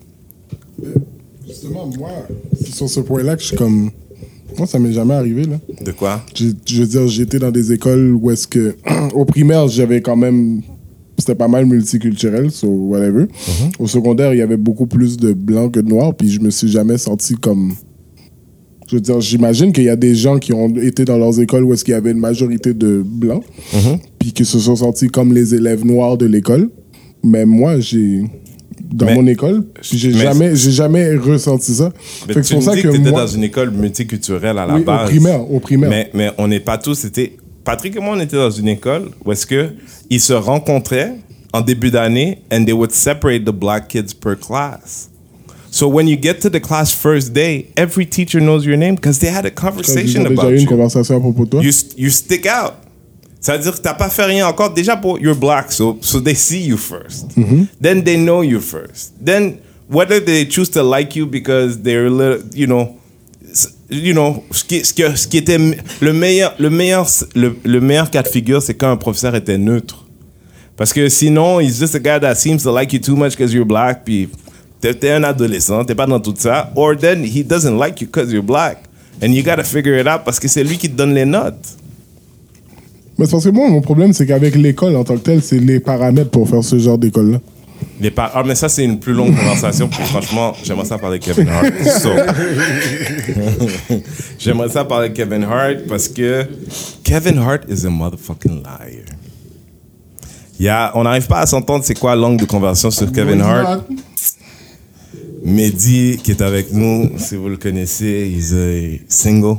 Justement, moi, c'est sur ce point-là que je suis comme... Moi, ça m'est jamais arrivé, là. De quoi? Je, je veux dire, j'étais dans des écoles où est-ce que... Au primaire, j'avais quand même... C'était pas mal multiculturel, so whatever. Mm-hmm. Au secondaire, il y avait beaucoup plus de blancs que de noirs, puis je me suis jamais senti comme... Je veux dire, j'imagine qu'il y a des gens qui ont été dans leurs écoles où est-ce qu'il y avait une majorité de blancs, Mm-hmm. puis qui se sont sentis comme les élèves noirs de l'école. Mais moi, j'ai... Dans Mais- mon école, puis j'ai mais- jamais, j'ai jamais ressenti ça. Mais Fait que tu c'est pour me ça dis que que tu étais moi... dans une école multiculturelle à la Oui, au base. primaire, au primaire. Mais, mais on n'est pas tous... C'était, Patrick et moi, on était dans une école où est-ce que ils se rencontraient en début d'année and they would separate the black kids per class. So when you get to the class first day, every teacher knows your name because they had a Ils conversation ont déjà about eu une you. conversation à propos de toi. You, you stick out. Ça veut dire que t'as pas fait rien encore. Déjà, pour, you're black, so, so they see you first. Then they know you first. Then, whether they choose to like you because they're, a little, you know, s- you know, ce qui, ce qui, ce qui était le meilleur, le meilleur, le, le meilleur cas de figure, c'est quand un professeur était neutre. Parce que sinon, he's just a guy that seems to like you too much because you're black, puis t'es, t'es un adolescent, t'es pas dans tout ça. Or then, he doesn't like you because you're black. And you gotta figure it out parce que c'est lui qui te donne les notes. Mais c'est parce que moi, mon problème, c'est qu'avec l'école en tant que telle, c'est les paramètres pour faire ce genre d'école-là. Les par- ah, mais ça, c'est une plus longue conversation. Puis franchement, j'aimerais ça parler de Kevin Hart. So. J'aimerais ça parler de Kevin Hart parce que Kevin Hart is a motherfucking liar. Il y a, on n'arrive pas à s'entendre c'est quoi la langue de conversion sur Kevin Hart. Mehdi, qui est avec nous, si vous le connaissez, he's a single.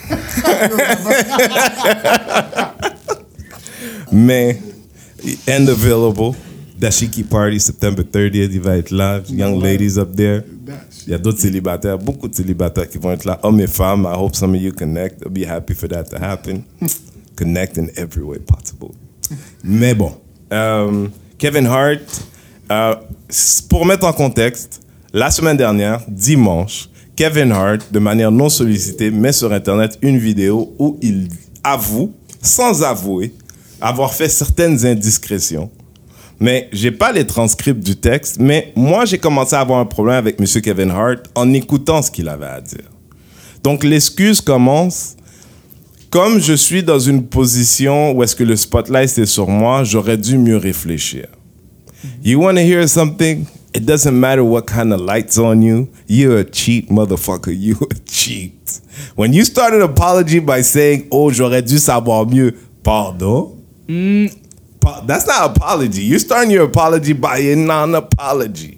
Mais, and available. Dashiki Party, September thirtieth, il va être là. Young ladies up there. Il y a d'autres célibataires, beaucoup de célibataires qui vont être là. Hommes et femmes, I hope some of you connect. I'll be happy for that to happen. Connect in every way possible. Mais bon, euh, Kevin Hart, euh, pour mettre en contexte, la semaine dernière, dimanche, Kevin Hart, de manière non sollicitée, met sur Internet une vidéo où il avoue, sans avouer, avoir fait certaines indiscrétions. Mais j'ai pas les transcripts du texte, mais moi, j'ai commencé à avoir un problème avec M. Kevin Hart en écoutant ce qu'il avait à dire. Donc, l'excuse commence. Comme je suis dans une position où est-ce que le spotlight est sur moi, j'aurais dû mieux réfléchir. You want to hear something? It doesn't matter what kind of light's on you. You're a cheat, motherfucker. You're a cheat. When you start an apology by saying, oh, j'aurais dû savoir mieux, pardon? Mm. That's not an apology. You're starting your apology by a non-apology.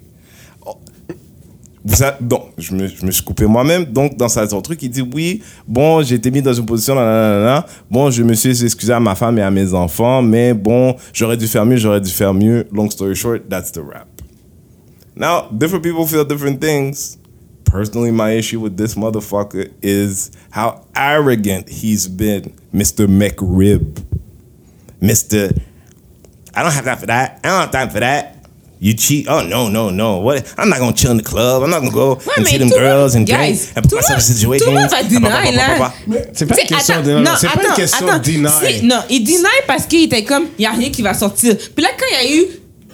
Vous savez, donc, je me, je me suis coupé moi-même. Donc, dans son truc, il dit oui, bon, j'ai été mis dans une position, nanana, bon, je me suis excusé à ma femme et à mes enfants, mais bon, j'aurais dû faire mieux, j'aurais dû faire mieux. Long story short, that's the rap. Now, different people feel different things. Personally, my issue with this motherfucker is how arrogant he's been, Mister McRib. Mister I don't have time for that. I don't have time for that. You cheat? Oh, no, no, no. What? I'm not going to chill in the club. I'm not going to go ouais, and see them girls and drink guys, and put myself in situations. Tout le monde va deny, là. C'est pas une question de deny. C'est pas une question de deny. Non, il deny parce qu'il était comme, il n'y a rien qui va sortir. Puis là, quand il y a eu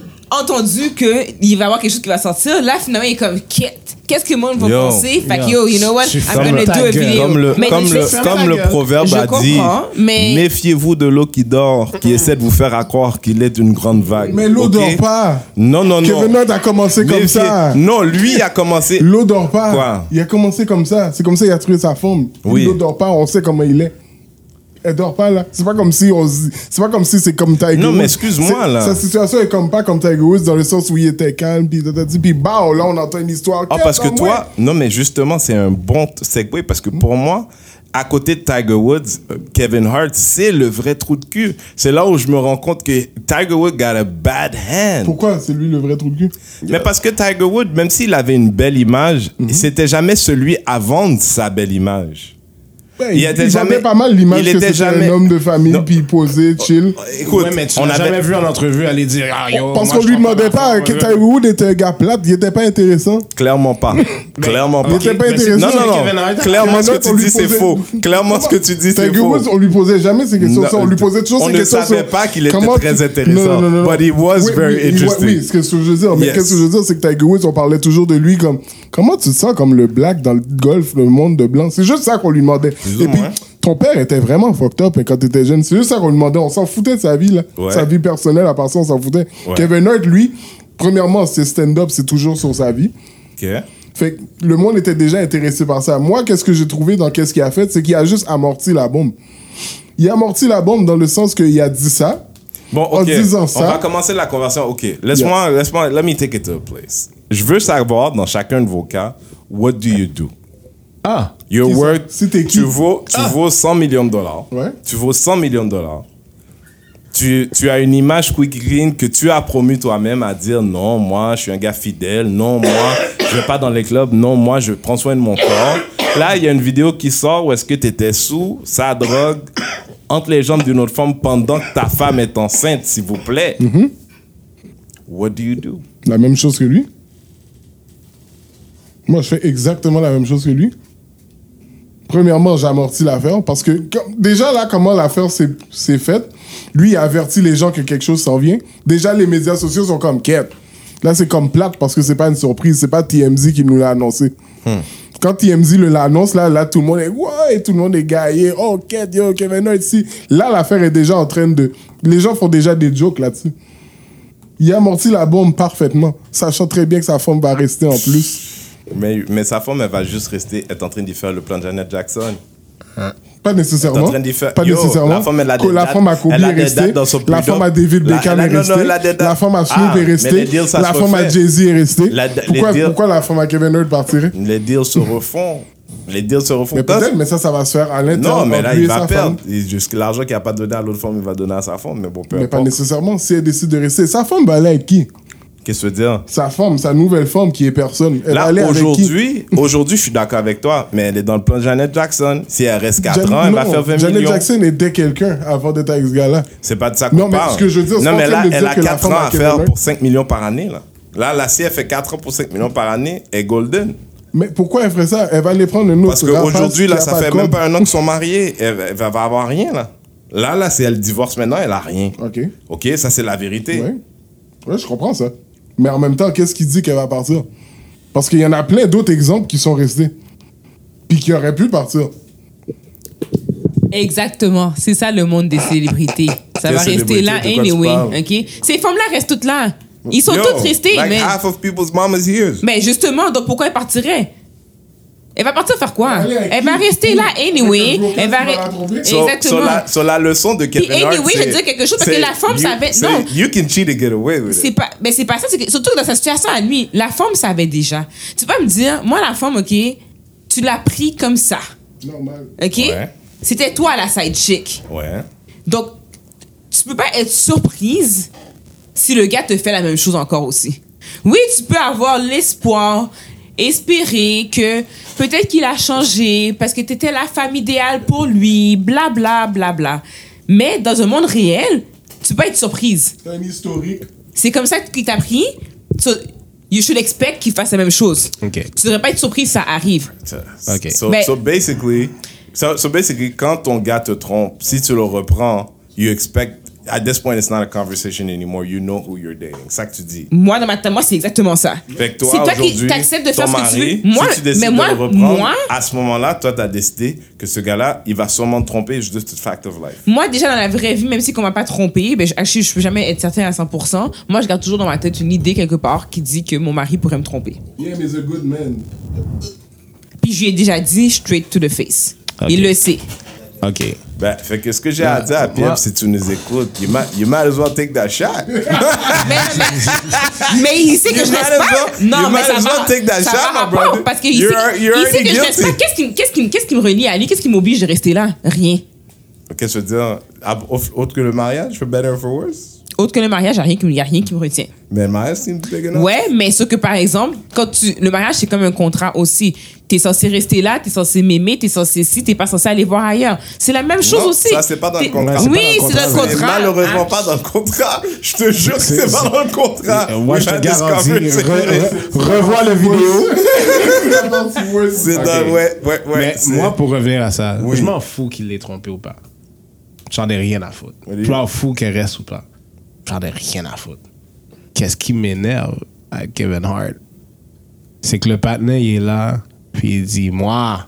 entendu qu'il va y avoir quelque chose qui va sortir, là, finalement, il est comme, quête. Qu'est-ce que le monde va Yo, penser? Fait que yo, you know what? I'm gonna do a video. Comme le, mais comme le, comme le proverbe je a dit, mais... méfiez-vous de l'eau qui dort, qui essaie de vous faire croire qu'il est une grande vague. Mais l'eau okay? dort pas. Non, non, non. Kevin Hart a commencé Méfiez... comme ça. Non, lui a commencé. L'eau dort pas. Quoi? Il a commencé comme ça. C'est comme ça qu'il a trouvé sa forme. Oui. L'eau dort pas, on sait comment il est. Elle dort pas là. C'est pas comme si on c'est pas comme si c'est comme Tiger Woods. Non mais excuse-moi là. Sa situation est comme pas comme Tiger Woods dans le sens où il était calme puis tata puis bah là on entend une histoire. Ah parce que toi non mais justement c'est un bon segue parce que pour moi à côté de Tiger Woods, Kevin Hart c'est le vrai trou de cul. C'est là où je me rends compte que Tiger Woods got a bad hand. Pourquoi c'est lui le vrai trou de cul? Mais parce que Tiger Woods même s'il avait une belle image, mm-hmm. c'était jamais celui à vendre sa belle image. Ouais, il il, était il jamais vendait pas mal l'image il que était c'était jamais un homme de famille non. puis posé chill. Écoute, ouais, mais tu on l'as avait jamais vu en entrevue aller dire ah, yo, parce moi, qu'on lui demandait pas que Tiger Woods était un gars plate, il était pas intéressant. Clairement pas. Clairement pas. Il était pas intéressant. Non non non. Clairement ce que tu dis c'est faux. Clairement ce que tu dis c'est faux. Tiger Woods on lui posait jamais ces questions ça, on lui posait toujours ces questions. On ne savait pas qu'il était très intéressant. But he was very interesting. Oui, ce que je veux dire, mais qu'est-ce que je veux dire c'est que Tiger Woods on parlait toujours de lui comme comment tu te sens comme le black dans le golf, le monde de blanc. C'est juste ça qu'on lui demandait. Et puis ton père était vraiment fucked up quand t'étais jeune. C'est juste ça qu'on lui demandait. On s'en foutait de sa vie, là. Ouais. Sa vie personnelle, à part ça, on s'en foutait. Ouais. Kevin Hart, lui, premièrement, c'est stand-up, c'est toujours sur sa vie. OK. Fait que le monde était déjà intéressé par ça. Moi, qu'est-ce que j'ai trouvé dans qu'est-ce qu'il a fait, c'est qu'il a juste amorti la bombe. Il a amorti la bombe dans le sens qu'il a dit ça. Bon, OK. En disant ça. On va commencer la conversation. OK. Laisse-moi, yeah. laisse-moi, let me take it to a place. Je veux savoir, dans chacun de vos cas, what do you do? Ah. Your worth, C'était qui? tu vaux, tu ah. vaux cent millions de dollars. Ouais. Tu vaux cent millions de dollars. Tu, tu as une image quick green que tu as promu toi-même à dire non, moi, je suis un gars fidèle. Non, moi, je vais pas dans les clubs. Non, moi, je prends soin de mon corps. Là, il y a une vidéo qui sort où est-ce que tu étais sous, ça drogue, entre les jambes d'une autre femme pendant que ta femme est enceinte, s'il vous plaît. Mm-hmm. What do you do? La même chose que lui. Moi, je fais exactement la même chose que lui. Premièrement, j'amortis l'affaire parce que comme, déjà là, comment l'affaire s'est, s'est faite, lui il a averti les gens que quelque chose s'en vient. Déjà, les médias sociaux sont comme quête. Là, c'est comme plate parce que c'est pas une surprise, c'est pas T M Z qui nous l'a annoncé. Hmm. Quand T M Z le l'annonce, là, là, tout le monde est ouais, tout le monde est gaillé. Oh, quête, yo, Kevin Hart ici. Là, l'affaire est déjà en train de. Les gens font déjà des jokes là-dessus. Il a amorti la bombe parfaitement, sachant très bien que sa femme va rester en plus. Mais, mais sa femme, elle va juste rester, être en train d'y faire le plan de Janet Jackson. Hein? Pas nécessairement. En train d'y faire... Pas Yo, nécessairement. La femme, elle a des la dates, femme à Kobe elle a est des restée. dates dans son La femme à David La- Beckham elle a- est non, non, restée. elle a des dates. La femme à Snoop Ah, est mais les restée. deals, ça La se femme à refait. Jay-Z est restée. La- les Pourquoi, deals- pourquoi la femme à Kevin Hart partirait? Les deals se refont. Les deals se refont. Mais peut-être, mais ça, ça va se faire à l'intérieur. Non, mais là, entre lui il et va sa perdre. femme. Et jusqu'à l'argent qu'il n'a pas donné à l'autre femme, il va donner à sa femme. Mais bon, peu Mais pas importe. nécessairement. Si elle décide de rester, sa femme va aller avec qui? Qu'est-ce que tu veux dire? Sa femme, sa nouvelle femme qui est personne. Elle va Là, aller avec qui? aujourd'hui, aujourd'hui, je suis d'accord avec toi, mais elle est dans le plan de Janet Jackson. Si elle reste quatre Jan- ans, elle va non, faire vingt Janet millions. Jackson était quelqu'un avant d'être avec ce gars-là. C'est pas de ça qu'on Non, mais parle. ce que je veux dire, c'est non, pas mais en train là, de elle dire a que la quatre femme ans a à Kevin faire Hart. pour cinq millions par année. Là, là, là si elle fait quatre ans pour cinq millions par année, elle est golden. Mais pourquoi elle ferait ça? Elle va aller prendre une autre Parce qu'aujourd'hui, là, rapace qui ça a fait de même code. pas un an qu'ils sont mariés. Elle, elle va avoir rien, là. Là, là, si elle divorce maintenant, elle a rien. OK. OK, ça, c'est la vérité. Ouais. Ouais, je comprends ça. Mais en même temps, qu'est-ce qui dit qu'elle va partir? Parce qu'il y en a plein d'autres exemples qui sont restés. Puis qui auraient pu partir. Exactement. C'est ça le monde des célébrités. Ça Quelle va rester célébrité? là De quoi tu anyway. parles? OK? Ces femmes-là restent toutes là. Ils sont Yo, toutes restées. like mais... half of people's mamas here. mais justement, donc pourquoi elle partirait? Elle va partir faire quoi? Elle va aller avec Elle va qui? rester là anyway. Avec un broker Elle va qui va la re- tromper? So, Exactement. so la, so la leçon de Kevin Puis Hart, anyway, je c'est- vais dire quelque chose parce que c'est- la femme you- savait- c'est- non. You can cheat and get away with C'est it. pas, mais c'est pas ça, c'est que, surtout dans sa situation à lui, la femme savait déjà. Tu peux pas me dire, moi la femme, ok, tu l'as pris comme ça, Normal. ok? Ouais. C'était toi la side chick. Ouais. Donc, tu peux pas être surprise si le gars te fait la même chose encore aussi. Oui, tu peux avoir l'espoir, espérer que peut-être qu'il a changé parce que tu étais la femme idéale pour lui, bla bla bla bla. Mais dans un monde réel, tu peux être surprise. C'est un historique. C'est comme ça qu'il t'a pris. So, you should expect qu'il fasse la même chose. OK. Tu devrais pas être surpris si ça arrive. OK. So, Ben- so basically, so, so basically, quand ton gars te trompe, si tu le reprends, you expect. At this point, it's not a conversation anymore. You know who you're dating. C'est ça que tu dis. Moi, dans ma tête, moi, c'est exactement ça. Fait que toi, c'est toi qui aujourd'hui, t'acceptes de ton faire ce que tu mari, veux. Moi, si tu décides mais moi, de le reprendre, moi, à ce moment-là, toi, tu as décidé que ce gars-là, il va sûrement te tromper, just a fact of life. moi, déjà, dans la vraie vie, même si on m'a pas trompé, ben, je, actually, je peux jamais être certain à cent pour cent. Moi, je garde toujours dans ma tête une idée quelque part qui dit que mon mari pourrait me tromper. Liam is a good man. Puis, je lui ai déjà dit straight to the face. Ok. Il le sait. OK. Ben, fait que ce que j'ai à dire à Pierre, moi- si tu nous écoutes, you might, you might as well take that shot. mais, mais, mais il sait que You je might laisse as pas. well- Non, you mais might ça as va. well take that ça shot, va my rapport, brother. parce qu'il You're- sait, you're il sait already que je laisse guilty. pas. Qu'est-ce qui, qu'est-ce, qui, qu'est-ce qui me relie à lui? Qu'est-ce qui m'oblige de rester là? Rien. Qu'est-ce que je veux dire? Ab- Autre que le mariage, for better or for worse? Autre que le mariage, il n'y a rien qui me retient. Mais le mariage, c'est big enough. Ouais, mais ce que par exemple, quand tu le mariage c'est comme un contrat aussi. T'es censé rester là, t'es censé m'aimer, t'es censé si, t'es pas censé aller voir ailleurs. C'est la même chose Non, aussi. ça, c'est pas dans le T'es- contrat. Oui, C'est pas dans le c'est dans le contrat. C'est contrat. malheureusement Ah, pas dans le contrat. Je te jure que c'est pas dans le contrat. Euh, Moi, We je te had this garantis, conversation. re- re- revois la vidéo. C'est Ok. dans, ouais, ouais, ouais. Mais c'est- moi, pour revenir à ça, Oui. je m'en fous qu'il l'ait trompé ou pas. J'en ai rien à foutre. Oui. Je m'en fous qu'elle reste ou pas. J'en ai rien à foutre. Qu'est-ce qui m'énerve avec Kevin Hart, c'est que le partenaire, il est là, puis il dit, moi,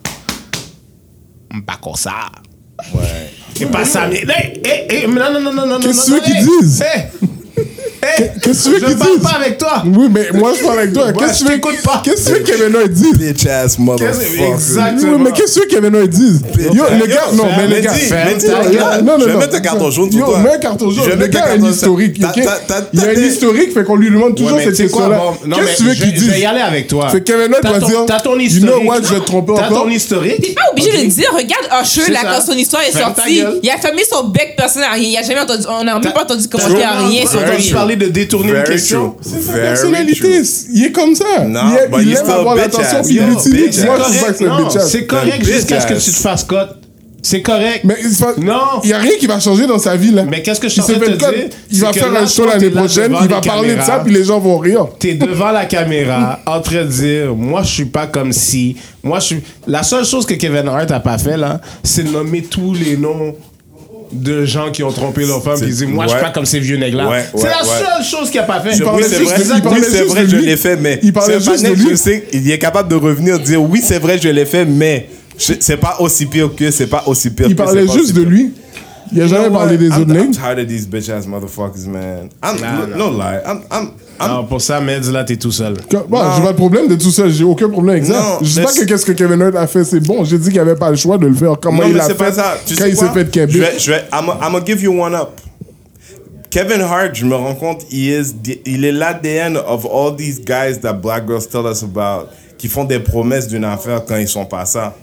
pas comme ça. Ouais. C'est pas ça, mais... Hey, hey, hey, non, non, non, non, non, Qu'est-ce non, que tu veux hey, qu'ils disent? hey, hey, Qu'est-ce que tu veux je qu'ils parle disent? pas avec toi. Oui, mais moi, je parle avec toi. Moi, Qu'est-ce je que tu veux t'écoute pas. Qu'est-ce que tu veux que Kevin Hart dise? Bitch ass motherfucker. Exactement. Oui, mais qu'est-ce que tu veux que Kevin Hart dise? Yo, le gars, non, mais Mais les gars. dis, ferme mais dis, ta regarde, gueule. Non, non, je vais non. mettre un carton jaune sur Yo, toi. mets un carton Je jaune. vais Le mettre gars a un un carton historique, jaune. ok? T'as- t'as- Il y a t'as un des- historique, fait qu'on lui demande toujours Ouais, mais cette tu sais quoi, question-là. bon, non, Qu'est-ce mais que tu veux je- qu'il Je vais y dise? aller avec toi. Fait que Kevin Hart T'as va ton- dire, T'as ton you historique. know what, je vais te tromper T'as encore. ton historique. T'es pas obligé Ok. de le dire. Regarde Usher, C'est là, ça. quand son histoire est Ferme ta sortie. gueule. Il a fermé son bec, personne n'a rien. Il a jamais entendu, on n'a même T'as- pas entendu T'as commenter à rien T'as sur Very entendu lui. true. parler de détourner une Very question? true. C'est sa Very personnalité. true. Il est comme ça. Non, il, est- but il he's aime still avoir bitch l'attention ass. puis il Yo, l'utilise. bitch Moi, ass. je trouve pas que c'est un Non, bitch ass. c'est correct bitch jusqu'à ce que ass. tu te fasses cote. C'est correct. Mais il se passe- Non. il y a rien qui va changer dans sa vie, là. Mais qu'est-ce que je suis Il en s'est train de fait te cote. dire? Il va C'est que faire là, un show toi, l'année t'es là prochaine, devant il va les parler de ça, caméras. puis les gens vont rire. T'es devant la caméra en train de dire moi je suis pas comme si moi je suis la seule chose que Kevin Hart a pas fait là c'est de nommer tous les noms de gens qui ont trompé leur femme C'est- qui disent moi je suis ouais. pas comme ces vieux nègres là Ouais, c'est ouais, la ouais. seule chose qu'il a pas fait Il Oui, parlait c'est juste vrai, de- il oui, parlait c'est juste vrai, de je lui. l'ai fait, mais Il parlait c'est un juste de panel, lui. je sais, il est capable de revenir dire oui, c'est vrai, je l'ai fait, mais je- c'est pas aussi pire que, c'est pas aussi pire Il que. parlait c'est pas juste aussi de pire. lui. Il a jamais know parlé what? des I'm, autres I'm niggas. tired of these bitch ass motherfuckers, man. I'm, Nah, no, nah. no lie. I'm, I'm, I'm Non, pour ça, Meds, là, t'es tout seul. Quand- bon, j'ai pas de problème de tout ça, j'ai aucun problème avec ça. Non, Je dis mais pas que c'est- qu'est-ce que Kevin Hart a fait, c'est bon. J'ai dit qu'il avait pas le choix de le faire. Comment non, il mais l'a c'est fait pas ça. Tu quand sais il quoi? s'est fait Je Québec. vais, je vais, I'm, I'm gonna give you one up. Kevin Hart, je me rends compte, il est, il est l'A D N of all these guys that black girls tell us about, qui font des promesses d'une affaire quand ils sont pas ça.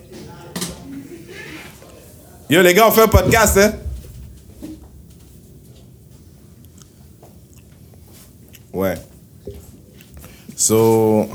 Yo, les gars, on fait un podcast, hein? Ouais. So,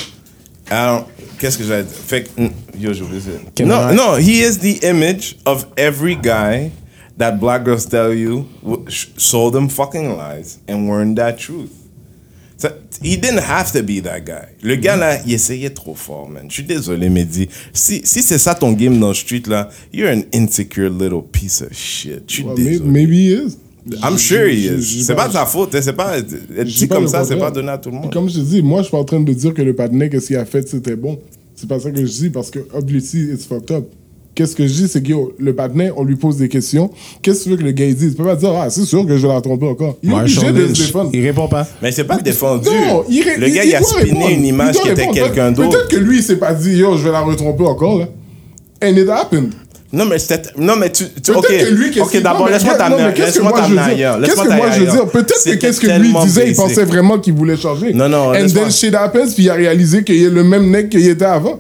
alors, qu'est-ce que j'allais dire? Fait que, yo, j'ai oublié ça. Kevin No, Hart. no, he is the image of every guy that black girls tell you w- sh- sold them fucking lies and weren't that truth. Ça- He didn't have to be that guy. Le gars là, il essayait trop fort, man. Je suis désolé, Mehdi. Si, si c'est ça ton game dans le street là, you're an insecure little piece of shit. Je suis Well, may- désolé. maybe he is. I'm sure he Je- je- is. je- C'est pas de sa faute, hein, c'est pas être je dit dis pas comme le ça, c'est contraire. pas donné à tout le monde. Comme je te dis, moi, je suis pas en train de dire que le patinet, qu'est-ce qu'il a fait, c'était bon. C'est pas ça que je dis, parce que, obviously, it's fucked up. Qu'est-ce que je dis, c'est que yo, le patinet, on lui pose des questions. Qu'est-ce que tu veux que le gars il dise? Il peut pas dire, ah, c'est sûr que je vais la tromper encore. Il est obligé Marshall de se Lynch, défendre. il répond pas. Mais c'est pas défendu. Non, il ré- le gars, il, a doit spiné répondre. une Il image doit qui était répondre. quelqu'un Peut- d'autre. Peut-être que lui, il s'est pas dit, yo, je vais la retromper encore, là. And it happened. Non, mais c'était. Non, mais tu. tu Peut-être ok, que lui, qu'est-ce ok, qu'il- d'abord, non, mais laisse-moi qu'est- non, t'amener mais qu'est-ce que laisse-moi moi je t'amener veux dire? ailleurs. Qu'est-ce Laisse-moi que moi je veux t'amener dire? Peut-être que C'était qu'est-ce que lui tellement disait, il basic. pensait vraiment qu'il voulait changer. Non, non, And laisse-moi- then shit happens, puis il a réalisé qu'il est le même mec qu'il était avant.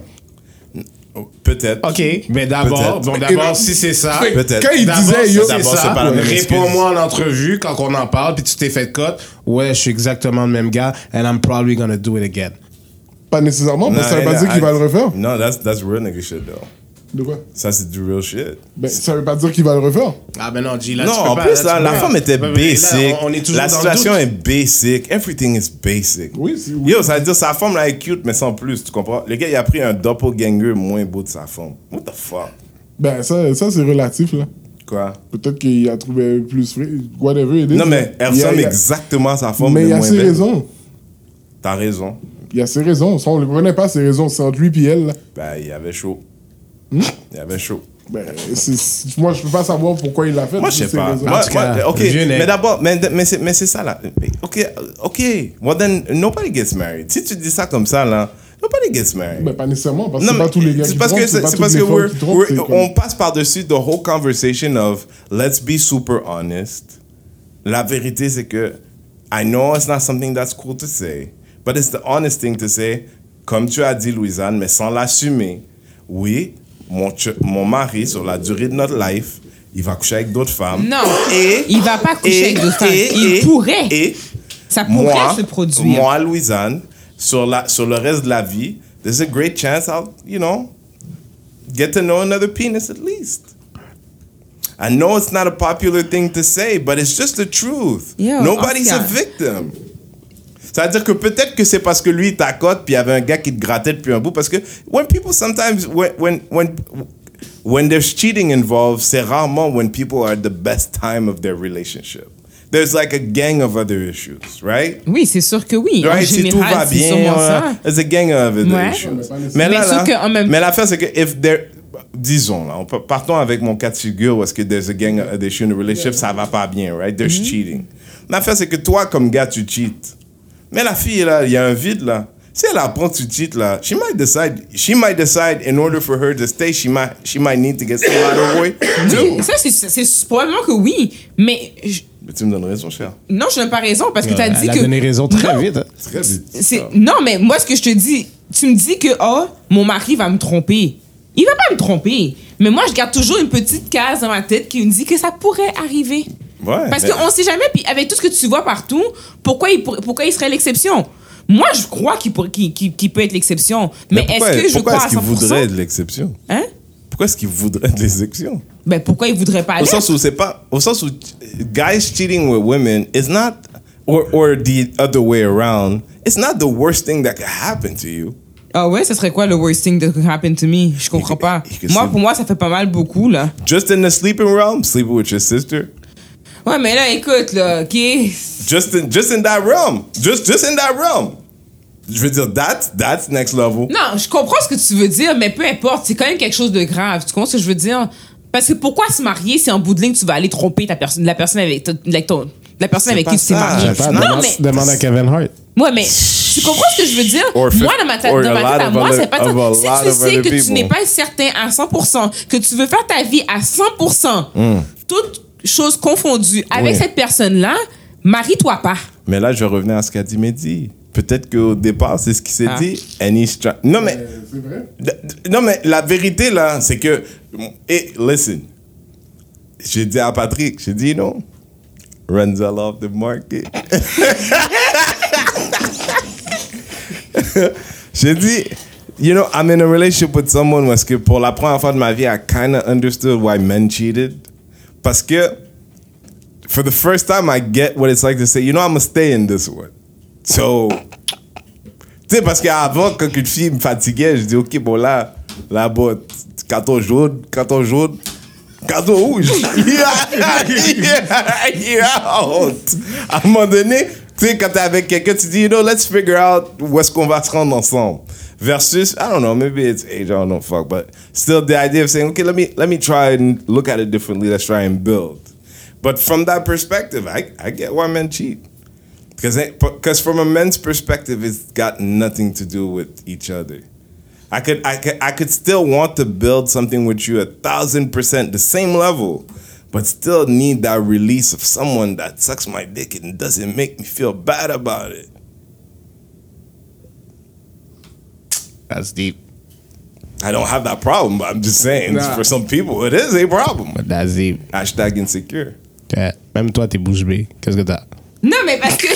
Peut-être. OK, mais d'abord, Peut-être. bon, Et- d'abord, si c'est ça, Fait que Peut-être. Quand il d'abord, disait, si yo, c'est d'abord, ça, c'est pas la même réponds-moi en entrevue quand on en parle, puis tu t'es fait de cote. Ouais, je suis exactement le même gars, and I'm probably gonna do it again. pas nécessairement, parce que ça veut Non, pas dire qu'il I- va le refaire. Non, that's, that's real nigga shit, though. De quoi? Ça, c'est du real shit. Ben, ça veut pas dire qu'il va le refaire. Ah ben non, G, là, Non, tu peux en pas, plus, là, tu la peux femme pas. était Ouais, mais basic. là, on- on est toujours La dans le situation doute. est basic. Everything is basic. Oui, c'est- oui. Yo, ça veut dire sa femme, là, est cute, mais sans plus, tu comprends? Le gars, il a pris un doppelganger moins beau de sa femme. What the fuck? Ben, ça, ça c'est relatif, là. Quoi? Peut-être qu'il a trouvé plus frais, whatever it is. Non, mais elle Il y a- ressemble il y a- exactement à sa femme, Mais il y a moins ses belle. raisons. T'as raison. Il y a ses raisons. Ça, on ne connaît pas ses raisons. C'est entre lui et elle, là. Ben, il avait chaud. Hmm? Il avait chaud. Ben, c'est- c'est- moi, je peux pas savoir pourquoi il l'a fait. Moi, je sais ses pas. raisons. Moi, En tout cas, moi, ok, le vieux nez. mais d'abord, mais, mais c'est mais c'est ça là. Ok, ok. Well then, nobody gets married. Si tu dis ça comme ça là, nobody gets married. Ben, pas nécessairement, parce que Non, c'est mais pas tous les gars c'est qui parce trompent, que c'est pas c'est toutes parce les que femmes we're- qui trompent, we're- c'est comme- on passe par-dessus the whole conversation of let's be super honest. La vérité c'est que I know it's not something that's cool to say, but it's the honest thing to say, comme tu as dit Louisanne, mais sans l'assumer. Oui, mon ch- mon mari sur la durée de notre life, il va coucher avec d'autres femmes. Non, Et il va pas coucher et- avec d'autres femmes. et- Il et- pourrait. Et Ça pourrait moi, se produire. Moi, Louisanne, sur, la, sur le reste de la vie, there's a great chance I'll, you know, get to know another penis at least. I know it's not a popular thing to say, but it's just the truth. Yo, Nobody's a Oscar. victim. Ça veut dire que peut-être que c'est parce que lui, il t'accote, puis il y avait un gars qui te grattait depuis un bout. Parce que when people sometimes, when, when, when, when there's cheating involved, c'est rarement when people are at the best time of their relationship. There's like a gang of other issues, right? Oui, c'est sûr que oui. Right, En si tout général, va c'est bien, sûrement ouais, ça. there's a gang of other Ouais. issues. Mais Mais là, sauf là, que en même- mais l'affaire, c'est que if there, disons, là, on peut- partons avec mon cas de figure où est-ce que there's a gang of other issues in a relationship, ça va pas bien, right? There's Mm-hmm. cheating. L'affaire, c'est que toi, comme gars, tu cheats. Mais la fille, là, il y a un vide, là. Si elle apprend que tu cheats, là, she might decide, she might decide in order for her to stay, she might, she might need to get some out of her way. Oui, ça, c'est- c'est c'est probablement que oui. Mais je- Mais tu me donnes raison, cher. non, je n'ai pas raison parce que tu as dit Elle a que. donné raison très Non, vite. hein. Très vite. c'est- Non, mais moi, ce que je te dis, tu me dis que, oh, mon mari va me tromper. Il va pas me tromper. Mais moi, je garde toujours une petite case dans ma tête qui me dit que ça pourrait arriver. Ouais. Parce mais- qu'on sait jamais, puis avec tout ce que tu vois partout, pourquoi il, pourrait- pourquoi il serait l'exception? Moi, je crois qu'il, pourrait- qu'il, qu'il- qu'il peut être l'exception. Mais, pourquoi- est-ce que je pourquoi crois est-ce à qu'il cent pour cent? voudrait de l'exception? Hein? Pourquoi est-ce qu'il voudrait de l'exception? Ben, pourquoi il voudrait pas Au aller? sens où c'est pas, au sens où guys cheating with women is not, or or the other way around. It's not the worst thing that could happen to you. Ah ouais, ça serait quoi le worst thing that could happen to me? Je comprends Il- pas. il- il- Moi, pour moi, ça fait pas mal beaucoup, là. Just in the sleeping realm, sleeping with your sister. Ouais, mais là, écoute, là, OK? Just in just in that realm. Just just in that realm. Je veux dire, that's that's next level. Non, je comprends ce que tu veux dire, mais peu importe, c'est quand même quelque chose de grave. Tu comprends ce que je veux dire? Parce que pourquoi se marier si en bout de ligne, tu vas aller tromper ta personne, la personne avec, avec, ton, la personne C'est avec pas qui tu t'es ça. marié? Je sais pas, Non, demande, mais... demande à Kevin Hart. Ouais, mais tu comprends ce que je veux dire? Or fi- Moi, dans ma tête, or dans a ma lot tête à of moi, other- c'est pas of a ça. Si lot tu of sais other que tu people. n'es pas certain à cent pour cent, que tu veux faire ta vie à cent pour cent, toutes choses confondues, avec Oui. cette personne-là, marie-toi pas. Mais là, je vais revenir à ce qu'a dit Mehdi. Peut-être qu'au départ, c'est ce qui s'est Ah. dit. And he's try- Non, mais... C'est vrai? D- d- Non, mais la vérité, là, c'est que... Et, listen. J'ai dit à Patrick, j'ai dit, non. Renzel off the market. J'ai dit, you know, I'm in a relationship with someone parce que pour la première fois de ma vie, I kind of understood why men cheated. Parce que, for the first time, I get what it's like to say, you know, I'm gonna stay in this one. So, tu sais, parce qu'avant, quand une fille me fatiguait, je dis, OK, bon, là, là, bon, carton jaune, carton jaune, carton rouge. Yeah, yeah, yeah. À un moment donné, tu sais, quand t'es avec quelqu'un, tu dis, you know, let's figure out où est-ce qu'on va se rendre ensemble. Versus, I don't know, maybe it's age, I don't know, fuck, but still the idea of saying, okay, let me let me try and look at it differently. Let's try and build. But from that perspective, I I get why men cheat. Because because from a man's perspective, it's got nothing to do with each other. I could I could I could still want to build something with you a thousand percent the same level, but still need that release of someone that sucks my dick and doesn't make me feel bad about it. That's deep. I don't have that problem, but I'm just saying, Nah. for some people, it is a problem. But that's deep. Hashtag insecure. Ouais. Même toi, t'es bouche bée. Qu'est-ce que t'as? Non, mais parce que...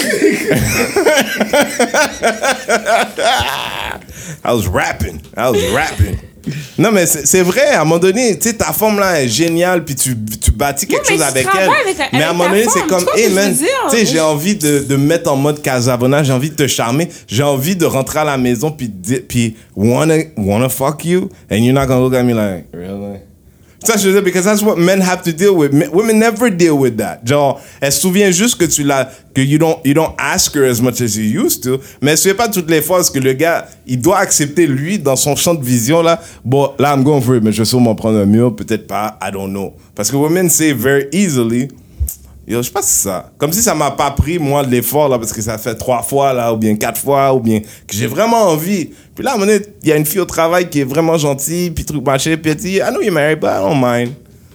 I was rapping. I was rapping. Non, mais c'est c'est vrai, à un moment donné, tu sais, ta femme là est géniale, puis tu, tu bâtis quelque Non, mais chose tu avec travailles elle. avec ta- mais à un avec moment ta donné, femme, c'est comme, tu vois hey ce que je man, veux dire? tu sais, j'ai envie de, de me mettre en mode Casabona, j'ai envie de te charmer, j'ai envie de rentrer à la maison, puis, di- puis wanna, wanna fuck you, and you're not gonna look at me like, really? Ça, je veux dire, because that's what men have to deal with. Men- Women never deal with that. Genre, elle se souvient juste que tu l'as, que you don't, you don't ask her as much as you used to, mais elle se fait pas toutes les fois parce que le gars, il doit accepter, lui, dans son champ de vision, là, bon, là, I'm going for it, mais je vais sûrement prendre un mur, peut-être pas, I don't know. Parce que women say very easily, yo, je sais pas si c'est ça. Comme si ça m'a pas pris, moi, de l'effort, là, parce que ça fait trois fois, là, ou bien quatre fois, ou bien que j'ai vraiment envie. Puis là, à un moment donné, il y a une fille au travail qui est vraiment gentille, puis truc machin, puis elle dit, I know you're married, but I don't mind.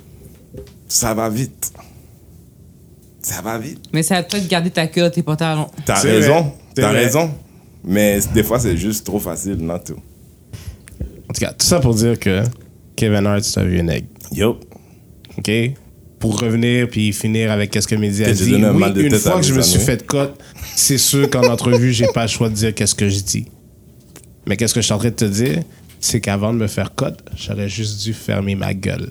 Ça va vite. Ça va vite. Mais c'est à toi de garder ta queue, tes pantalons. T'as C'est raison. vrai. C'est T'as vrai. raison. Mais des fois, c'est juste trop facile, non, tout. En tout cas, tout ça pour dire que Kevin Hart, c'est un vieux nègre. Yo. OK? Pour revenir puis finir avec qu'est-ce que Mehdi a Que j'ai dit. donné un Oui, mal de une tête fois à que je mes me suis amis. fait cote, c'est sûr qu'en entrevue, j'ai pas le choix de dire qu'est-ce que je dis. Mais qu'est-ce que je suis en train de te dire, c'est qu'avant de me faire cote, j'aurais juste dû fermer ma gueule.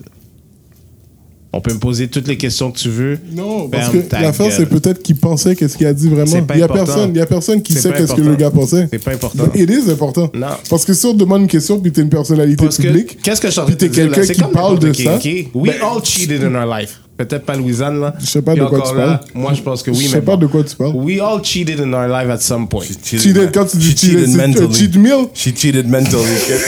On peut me poser toutes les questions que tu veux. Non, parce Ferme que ta l'affaire, gueule. c'est peut-être qu'il pensait qu'est-ce qu'il a dit vraiment. C'est pas Il y a important. personne, il y a personne qui C'est sait pas qu'est-ce que important. le gars pensait. C'est pas important. It is important. Non. Parce que si on te demande une question puis t'es une personnalité Parce que, publique, qu'est-ce que je suis en train puis de t'es te dire, là? quelqu'un C'est qui comme parle de n'importe ça. qui, ok? We all cheated in our life. Peut-être pas Louisanne, là. Je sais pas Puis de quoi encore tu là, parles. Moi, je pense que oui, Je mais sais pas bon. de quoi tu parles. We all cheated in our life at some point. She Cheated, quand tu dis she cheated, cheated c'est un mentally. cheat meal? She cheated mentally.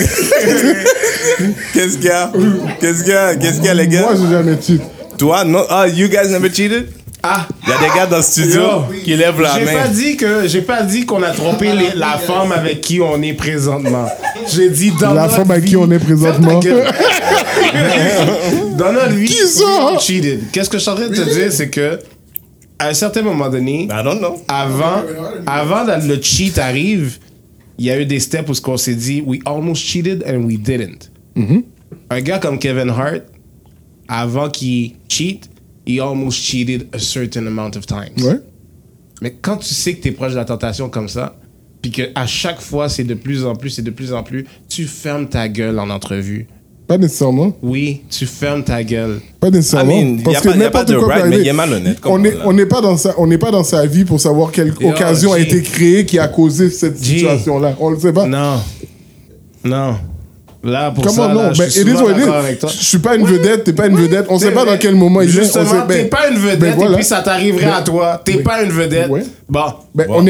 Qu'est-ce qu'il y a? Qu'est-ce qu'il y a? Qu'est-ce qu'il y a, les gars? Moi, j'ai jamais cheat. Toi, non? Ah, you guys never cheated? Ah! Il y a des gars dans le studio Yo, qui lèvent la J'ai main. pas dit que j'ai pas dit qu'on a trompé les- la femme avec qui on est présentement. J'ai dit dans La notre femme avec vie- qui on est présentement. Ferme ta gueule. Dans notre vie, Qui ça? we cheated. Qu'est-ce que je suis en train de te dire, c'est que à un certain moment donné, I don't know. avant, avant que le cheat arrive, il y a eu des steps où ce qu'on s'est dit, we almost cheated and we didn't. Un gars comme Kevin Hart, avant qu'il cheat, he almost cheated a certain amount of times. Ouais. Mais quand tu sais que tu es proche de la tentation comme ça, puis qu'à chaque fois, c'est de plus en plus, c'est de plus en plus, tu fermes ta gueule en entrevue. Pas nécessairement. Oui, tu fermes ta gueule. Pas nécessairement. I mean, y a parce pas- que y a pas n'importe de quoi peut right, mais arriver. il est malhonnête, comme On n'est là. on n'est pas dans sa, on n'est pas dans sa vie pour savoir quelle Yo, occasion a G. été créée qui a causé cette G. situation-là. On le sait pas. Non. Non. Là, pour Comment ça, non? là, Ben, je suis it is souvent what it is. d'accord avec toi. Je suis pas une vedette, t'es pas une vedette. On C'est sait pas vrai. dans quel moment il est. On Justement, sait, ben, t'es pas une vedette ben voilà. et puis ça t'arriverait Ben, à toi. T'es ben, pas une vedette. ouais. Bon. Ben, Bon. on n'est pas,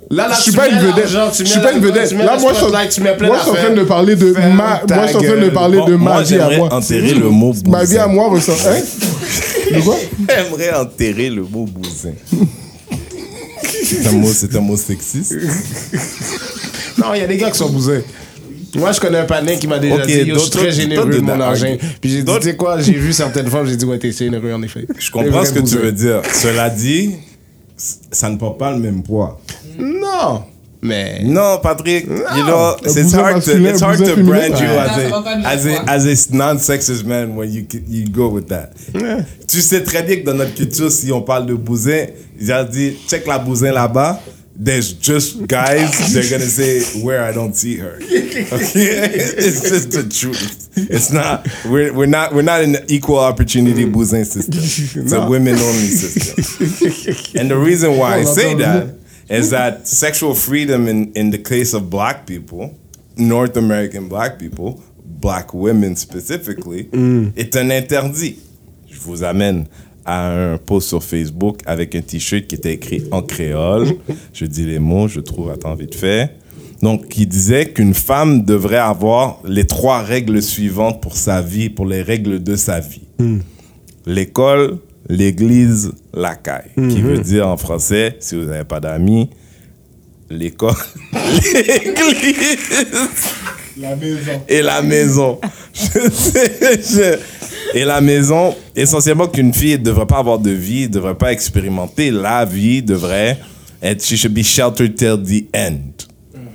Là, là, je suis tu pas mets une vedette. l'argent, tu Je mets suis pas une l'alcool, vedette. tu mets Là, le moi, je suis spotlight, tu mets plein moi, je suis en train de d'affaires. parler de Ferme ma, ta moi, je suis en train de gueule. parler Bon, de moi, ma vie à j'aimerais moi. enterrer le mot bousin. Ma vie à moi ressort. Hein? De quoi? J'aimerais enterrer le mot bousin. C'est un mot, c'est un mot sexiste. Non, il y a des gars qui sont bousins. Moi, je connais un panin qui m'a déjà Ok, dit, yo, je suis d'autres- très généreux de d'autres mon de- argent. Puis j'ai dit, d'autres- tu sais quoi, j'ai vu certaines femmes, j'ai dit, ouais, t'es généreux, en effet. Je comprends ce que tu veux dire. Cela dit, ça ne porte pas le même poids. Non, mais... No, Patrick, you know, Un it's bousin hard to masculin, it's un hard bousin to féminin. brand you Ouais. as Ça va pas a le as même a as a non-sexist man when you you go with that. Tu sais très bien que dans notre culture, si on parle de bousin, ils ont dit check la bousin là-bas. There's just guys. They're gonna say where I don't see her. Okay, it's just the truth. It's not. We're we're not we're not in the equal opportunity bousin system. It's a women only system. And the reason why I say that is that sexual freedom in, in the case of black people, North American black people, black women specifically, est un interdit. Je vous amène à un post sur Facebook avec un t-shirt qui était écrit en créole. Je dis les mots, je trouve, attends vite fait. Donc, qui disait qu'une femme devrait avoir les trois règles suivantes pour sa vie, pour les règles de sa vie. L'école, l'église, la caille. Qui veut dire en français, si vous n'avez pas d'amis, l'école, l'église La maison. et la maison. Je sais, je- Et la maison, essentiellement qu'une fille ne devrait pas avoir de vie, ne devrait pas expérimenter la vie, devrait être, she should be sheltered till the end.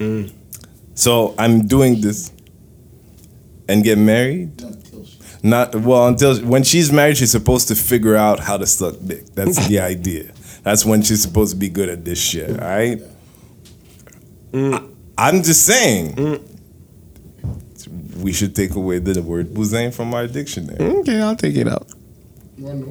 So I'm doing this and get married. Not well until when she's married, she's supposed to figure out how to suck dick. That's the idea. That's when she's supposed to be good at this shit. All right. I, I'm just saying. We should take away the word bousin from our dictionary. OK, I'll take it out. Moi, non.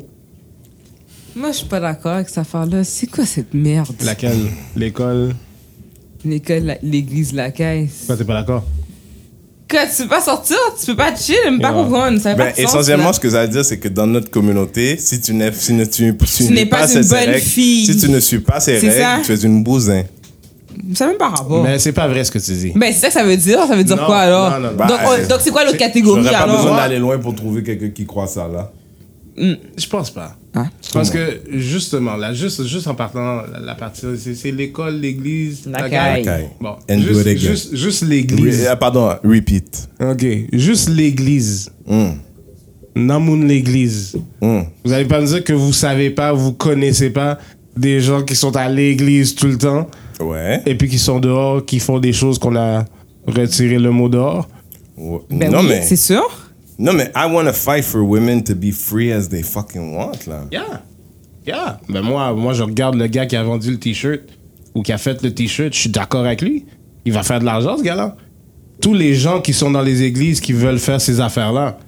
Moi, je suis pas d'accord avec cette affaire-là. C'est quoi cette merde? Laquelle? L'école? L'école, la- l'église, la caisse. Toi, t'es pas d'accord? Quand tu peux pas sortir, tu peux pas chill, même pas Ouais. comprendre. Ça fait Ben, pas de sens, essentiellement, là. ce que ça veut dire, c'est que dans notre communauté, si tu n'es, si ne- tu, tu n'es n'es pas ces une bonne règles, fille. si tu ne suis pas ces C'est règles, ça. tu es une bousin. Ça n'a même pas rapport. Mais c'est pas vrai ce que tu dis. Ben, c'est ça que ça veut dire. Ça veut dire Non, quoi, alors? non, non, non. Donc, Bah, on- euh, donc c'est quoi l'autre catégorie, J'aurais pas alors? besoin d'aller loin pour trouver quelqu'un qui croit ça, là. Je pense pas. Hein? Parce que, justement, là, juste, juste en partant, la, la partie, c'est, c'est l'école, l'église, La caille. Okay. Bon, And do juste, it again. juste, juste l'église. Re- ah, pardon, repeat. OK. Juste l'église. Mm. Namoun l'église. Mm. Vous allez pas me dire que vous savez pas, vous connaissez pas des gens qui sont à l'église tout le temps Ouais. et puis qui sont dehors, qui font des choses qu'on a retiré le mot dehors. Ouais. Ben non, oui, mais, c'est sûr. non, mais I want to fight for women to be free as they fucking want, là. Yeah. Yeah. Ben moi, moi, je regarde le gars qui a vendu le t-shirt ou qui a fait le t-shirt, je suis d'accord avec lui. Il va faire de l'argent, ce gars-là. Tous les gens qui sont dans les églises qui veulent faire ces affaires-là.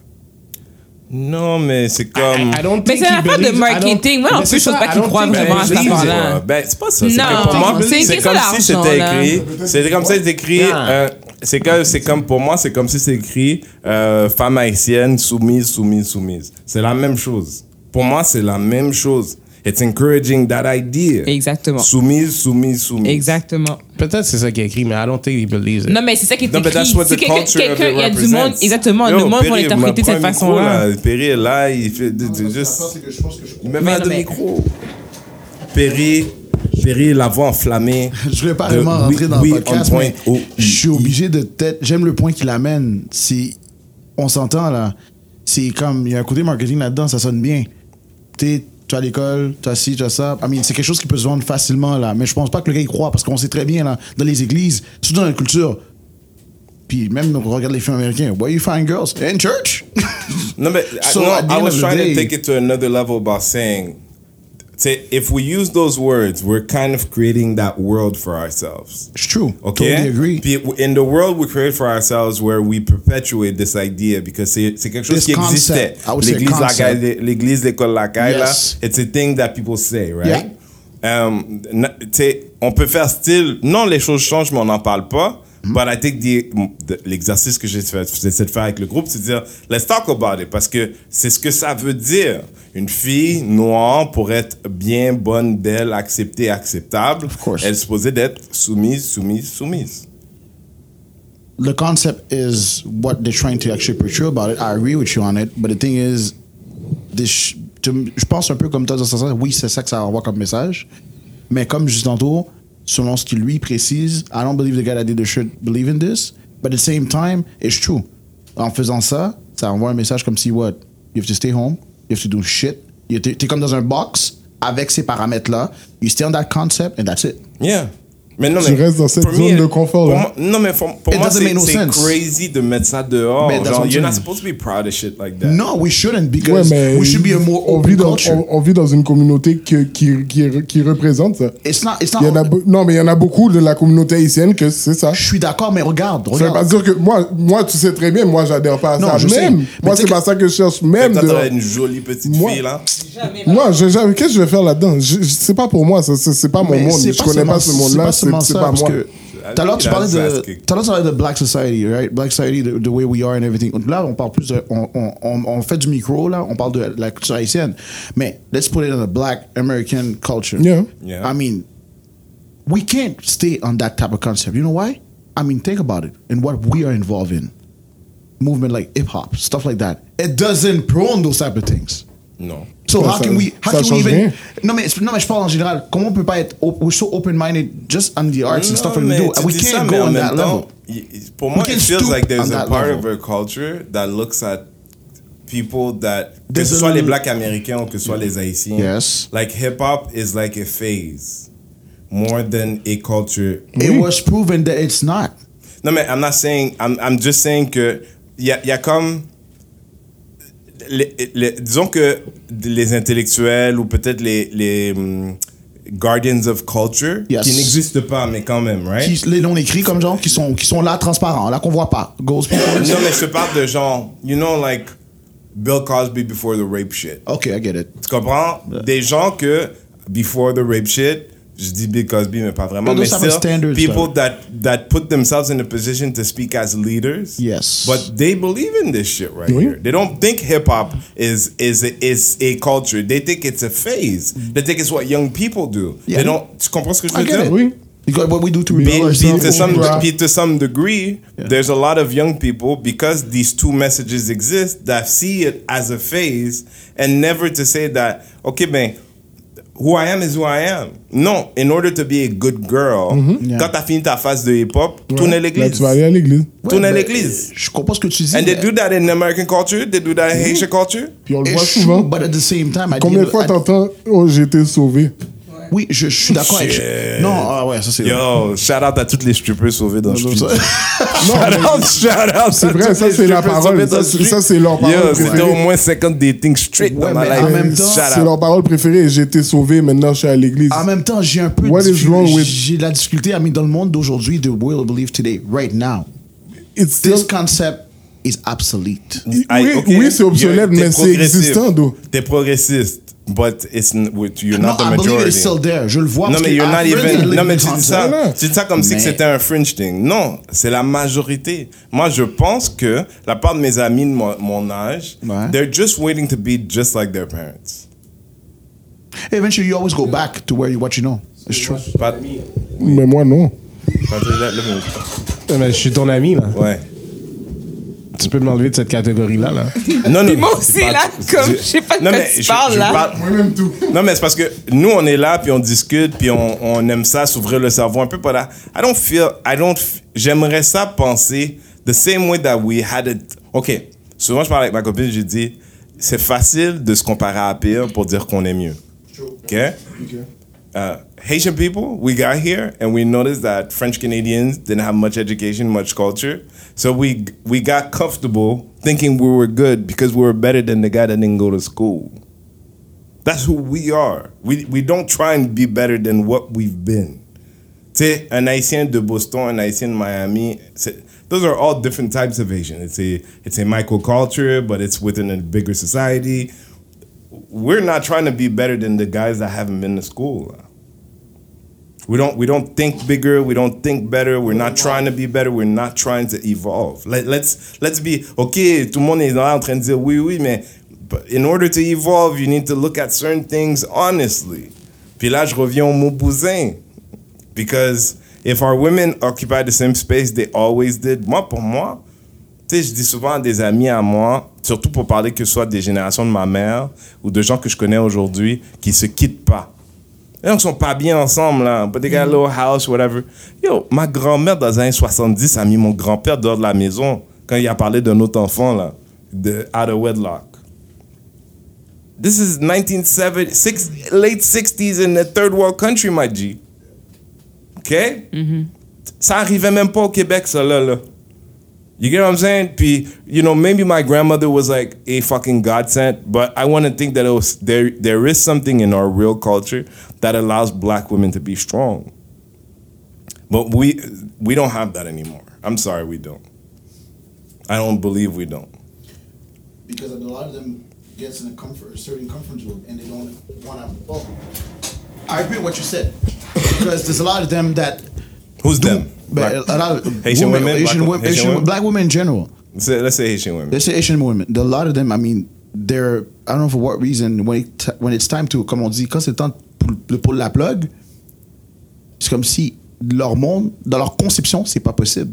Non, mais c'est comme... I- I don't Mais think c'est he l'affaire de believes- I marketing. don't- Moi, non Mais plus, c'est je pense ça, pas I qu'il don't croit think vraiment à he cette believes it. affaire-là. Euh, Ben, c'est pas ça. C'est Non, que pour moi, c'est une c'est question comme si d'argent, c'était là. écrit. C'est comme ça, c'est écrit. Ah. euh, c'est comme, c'est comme pour moi, c'est comme si c'est écrit euh, femme haïtienne soumise, soumise, soumise. C'est la même chose. Pour moi, c'est la même chose. It's encouraging that idea. Exactement. Soumise, soumise, soumise. Exactement. Peut-être c'est ça qui est écrit, mais I don't think he believes it. Non, mais c'est ça qui est Non, but écrit. that's what Si the quelqu'un, culture of quelqu'un- it il y a du monde, represents. exactement, Yo, le monde va Perry, l'interpréter de prends cette un micro, façon-là. là. Perry est là, il fait de- de- juste. Il me Mais met non, de mais- micro. Perry, Perry, la voix enflammée. Je voulais pas de vraiment rentrer we- dans we le podcast, on point. mais Oh, je suis il- obligé de peut-être. J'aime le point qu'il amène. C'est, on s'entend là. C'est comme il y a un côté marketing là-dedans, ça sonne bien. T'es, tu as l'école, tu as ci, tu as ça. I mean, c'est quelque chose qui peut se vendre facilement là. Mais je pense pas que le gars y croit parce qu'on sait très bien là, dans les églises, surtout dans la culture. Puis même on regarde les films américains. Where you find girls in church? No, but So, I, no, at the I end was of the trying day- to take it to another level by saying, say, if we use those words, we're kind of creating that world for ourselves. It's true. Okay. Totally agree. Puis, in the world we create for ourselves, where we perpetuate this idea, because c'est c'est quelque chose This qui existait. concept, I would say L'église, la concept. caille, l'église, l'école, la caille, là, Yes. it's a thing that people say, right? Um, na- tu sais, on peut faire style, non, les choses changent, mais on n'en parle pas. But I think the, the- l'exercice que j'essaie j'essaie de faire avec le groupe, c'est de dire, let's talk about it. Parce que c'est ce que ça veut dire. Une fille noire, pour être bien, bonne, belle, acceptée, acceptable, course. elle est supposée d'être soumise, soumise, soumise. The concept is what they're trying to actually portray about it. I agree with you on it, but the thing is, this, tu- je pense un peu comme toi dans ce sens. Oui, c'est ça que ça envoie comme message, mais comme juste tantôt, selon ce qu'il lui précise, I don't believe the guy that did the shit believe in this, but at the same time, it's true. En faisant ça, ça envoie un message comme si what, you have to stay home, you have to do shit. You- T'es t'es comme dans un box avec ces paramètres-là. You stay on that concept and that's it. Yeah. Mais non, Tu mais restes dans cette pour zone me, de confort, pour là. moi- non, mais pour, pour It moi, doesn't c'est make no c'est sense. crazy de mettre ça dehors. Mais that's Genre, what I'm you're not saying. supposed to be proud of shit like that. No, we shouldn't Ouais, because mais we should be a more on open vit, dans, culture. on, on vit dans une communauté que- qui, qui, qui représente ça. It's not, it's not. Il y en a, be- non, mais il y en a beaucoup de la communauté haïtienne que c'est ça. Je suis d'accord, mais regarde, Ça veut regarde. pas dire que moi, moi, tu sais très bien, moi, j'adhère pas à Non, ça. je sais. Même, Mais moi, tu sais c'est que- pas ça que je cherche. Fait Même que toi, de. t'aurais une jolie petite Moi- fille, là. Moi, je, je- qu'est-ce que je vais faire là-dedans? Je, je- c'est pas pour moi, ça, c'est, c'est pas mon Mais monde. c'est Je connais pas seulement- ce monde-là, c'est c'est, pas c'est seulement pas ça, moi. parce que tout à l'heure, tu parlais de, Asking. tout à l'heure, tu parlais de Black Society, right? Black Society, the, the way we are and everything. Là, on parle plus de, on, on, on, on fait du micro, là, on parle de la culture haïtienne. Mais, let's put it in a Black American culture. Yeah. Yeah. I mean, we can't stay on that type of concept. You know why? I mean, think about it and what we are involved in. Movement like hip hop, stuff like that. It doesn't prone those type of things. Non. So Ça, how ça- can we how ça can we change even rien. non mais non mais je parle en général, comment on peut pas être op- we're so open minded just on the arts and stuff like we mais do tu and we dis ça, can't mais go en on même that temps, level. y- y- Pour moi, can it feels stoop like there's on a that part level. of our culture that looks at people that, que There's ce a- soit les Blacks américains ou que ce soit les Haïtiens. Yes. Like hip-hop is like a phase more than a culture. It was proven that it's not. Non, mais I'm not saying, I'm, I'm just saying que il y a, y a comme. Les, les- disons que les intellectuels ou peut-être les, les hum, guardians of culture Yes. qui n'existent pas, mais quand même, right? Qui, les noms écrits comme genre qui sont qui sont là transparents, là qu'on voit pas. Ghost people. Non, mais je te parle de genre, you know, like Bill Cosby before the rape shit. Okay, I get it. Tu comprends? Des gens que, before the rape shit, je dis Bill Cosby, mais pas vraiment, Yeah, mais those type of still, standards, people though. that, that put themselves in a position to speak as leaders. Yes. But they believe in this shit right Oui. here. They don't think hip-hop is, is, is a culture. They think it's a phase. They think it's what young people do. Yeah. They don't, tu comprends ce que je veux I get dire? it. Oui. Because what we do to Puis, rebel puis ourselves. to some, Oprah. puis to some degree, there's a lot of young people, because these two messages exist, that see it as a phase and never to say that, okay, ben, who I am is who I am. Non, in order to be a good girl, Yeah. quand t'as fini ta phase de hip-hop, tourne à Là, l'église. tu vas aller à l'église. Tourne à ben, l'église. Je comprends ce que tu dis. And they mais do that in American culture, they do that in Haitian culture. Puis on le it's voit true, souvent. but at the same time, I Combien de deal- fois I- t'entends « Oh, j'ai été sauvé Oui, je, je suis d'accord avec. Shit. Non, ah ouais, ça c'est. Yo, shout out à toutes les strippers sauvés dans le Non, street. ça- » Non, mais Shout out, shout out. c'est vrai, ça, c'est la parole. Ça, c'est- ça, c'est leur parole Yo, c'était préférée. au moins cinquante dating straight Ouais, dans ma mais life. en même temps, Shout c'est out. leur parole préférée. J'ai été sauvé, maintenant je suis à l'église. En même temps, j'ai un peu What de is difficulté- wrong with- j'ai de la difficulté à mettre dans le monde d'aujourd'hui, the world believe today, right now. It's still- This concept is obsolete. Aïe, oui, ok, oui, c'est obsolète, you're- t'es mais c'est progressif. existant, d'où. T'es progressiste, but it's n- with- you're No, not the I believe majority. it's still there. Je le vois. Non, parce mais que you're not I've read even. the Non, mais tu concept. dis ça, Voilà. tu dis ça comme si que Mais- c'était un fringe thing. Non, c'est la majorité. Moi, je pense que la part de mes amis de mon, mon âge, Ouais. they're just waiting to be just like their parents. Eventually, you always go back to where you what you know. It's true. Pas, Mais moi, non. pas- là, là, mais- Eh ben, je suis ton ami, là. ouais. Tu peux m'enlever de cette catégorie-là, là. Non, non. Puis moi aussi, pas- là, comme, je sais pas de Non, quoi mais tu je- parles, je là. parle- Moi-même tout. Non, mais c'est parce que nous, on est là, puis on discute, puis on, on aime ça, s'ouvrir le cerveau un peu. Pas là. I don't feel, I don't, f- j'aimerais ça penser the same way that we had it. OK. Souvent, je parle avec ma copine, j'ai dit, c'est facile de se comparer à pire pour dire qu'on est mieux. OK? Uh, Haitian people, we got here and we noticed that French Canadians didn't have much education, much culture. So we we got comfortable thinking we were good because we were better than the guy that didn't go to school. That's who we are. We we don't try and be better than what we've been. Tu sais, un Haïtien de Boston, un Haïtien de Miami, c'est- those are all different types of Haitian. It's a it's a microculture, but it's within a bigger society. We're not trying to be better than the guys that haven't been to school. We don't we don't think bigger. We don't think better. We're not trying to be better. We're not trying to evolve. Let, let's let's be okay. Tout le monde est là en train de dire oui oui, mais in order to evolve, you need to look at certain things honestly. Puis là, je reviens au mot bousin, because if our women occupy the same space they always did, moi pour moi, tu sais, je dis souvent à des amis à moi, surtout pour parler que ce soit des générations de ma mère ou de gens que je connais aujourd'hui, qui se quittent pas. Ils ne sont pas bien ensemble, là. But they got a little house, whatever. Yo, ma grand-mère, dans les années soixante-dix, a mis mon grand-père dehors de la maison quand il a parlé d'un autre enfant, là, de out of wedlock. This is nineteen seventy, six, late sixties in a third world country, my G. OK? Mm-hmm. Ça arrivait même pas au Québec, ça, là, là. You get what I'm saying? Puis, you know, maybe my grandmother was like a fucking godsend, but I want to think that it was, there, there is something in our real culture that allows black women to be strong. But we, we don't have that anymore. I'm sorry, we don't. I don't believe we don't. Because a lot of them gets in a comfort, a certain comfort zone, and they don't want to. Oh, I agree with what you said, because there's a lot of them that. Who's do, them? But a lot of Haitian women, Asian, black, women, Haitian Asian women? black women in general. Let's say, let's say Haitian women. Let's say Asian women. A lot of them, I mean, they're, I don't know for what reason, when, it, when it's time to, comme on dit, quand c'est le temps pour, pour la plug, c'est comme si leur monde, dans leur conception, c'est pas possible.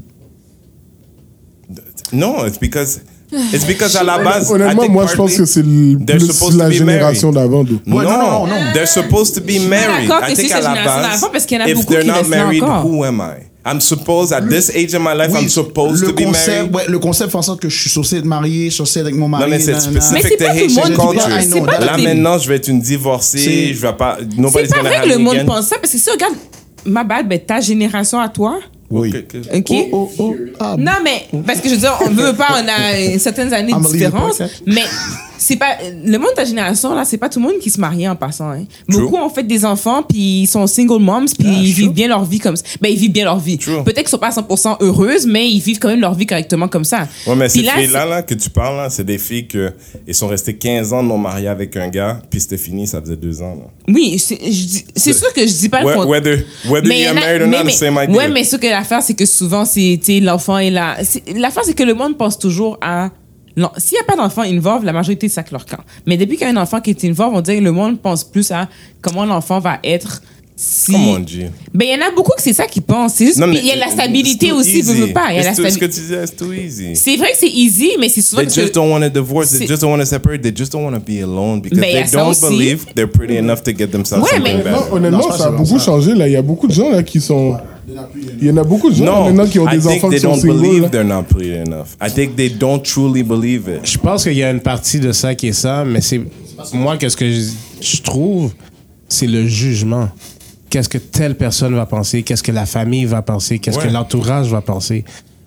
No, it's because it's because à la base. Honnêtement, moi, je pense que c'est le- they're plus supposed la to be génération married. d'avant. d'où. No, Ouais, non, non, non. they're supposed to be married. d'accord que I c'est think cette à la génération base, d'avant, parce qu'il y en a if beaucoup they're qui not restent là married, encore. who am I? I'm supposed at this age in my life, Oui, I'm supposed le to be concept, married. ouais, le concept fait en sorte que je suis censé être marié, censé être avec mon mari. Non, mais c'est nanana. Mais spécifique c'est to pas tout le Haitian monde qui culture. pense- c'est pas Là toutes les- maintenant, je vais être une divorcée, C'est- je vais pas. C'est Nobody's pas gonna vrai have que le me monde again. pense ça, parce que si on regarde, ma bad, ben, ta génération à toi, Oui. Ok, ok. OK? Oh, oh, oh. Ah, Non, mais, parce que je veux dire, on veut pas, on a certaines années I'm de a leader différence, podcast. mais c'est pas, le monde de ta génération, là, c'est pas tout le monde qui se marie en passant, hein. Beaucoup ont fait des enfants, puis ils sont single moms, puis ils vivent bien leur vie comme ça. Ben, ils vivent bien leur vie. True. Peut-être qu'ils sont pas à cent pour cent heureuses, mais ils vivent quand même leur vie correctement comme ça. Ouais, mais Puis ces là, filles-là là, que tu parles, là, c'est des filles qui sont restées quinze ans non mariées avec un gars, puis c'était fini, ça faisait deux ans. Là. Oui, c'est je dis- c'est sûr que je dis pas le Whe- contraire. Whether, whether Mais you're y en a- married or mais- not, mais- the same idea. Ouais, mais ce que l'affaire, c'est que souvent, c'est tu sais, l'enfant est là. C'est- L'affaire, c'est que le monde pense toujours à. l'en- S'il n'y a pas d'enfant involve, la majorité sac leur camp. Mais depuis qu'il y a un enfant qui est involve, on dirait que le monde pense plus à comment l'enfant va être. Si... Come on, G. Ben, il y en a beaucoup que c'est ça qu'ils pensent. C'est juste, Non, mais il y a la it's stabilité too aussi, easy. veux, veux pas. Il y a la It's too- Ce que stabi- tu disais, c'est too easy. C'est vrai que c'est easy, mais c'est souvent They parce just que- don't want to divorce. They c'est- just don't want to separate. They just don't want to be alone because Mais il y a they ça don't aussi. believe they're pretty enough to get themselves Ouais, something mais- better. Non, honnêtement, Non, c'est pas ça a ça, beaucoup ça. changé. Là. Il y a beaucoup de gens là, qui sont. Il y en a beaucoup de gens No, maintenant qui ont I des think enfants they qui sont don't singles. believe là. they're not pretty enough. I think they don't truly believe it. Je pense qu'il y a une partie de ça qui est ça, mais c'est moi qu'est-ce que je, je trouve, c'est le jugement. Qu'est-ce que telle personne va penser, qu'est-ce que la famille va penser, qu'est-ce Ouais. que l'entourage va penser.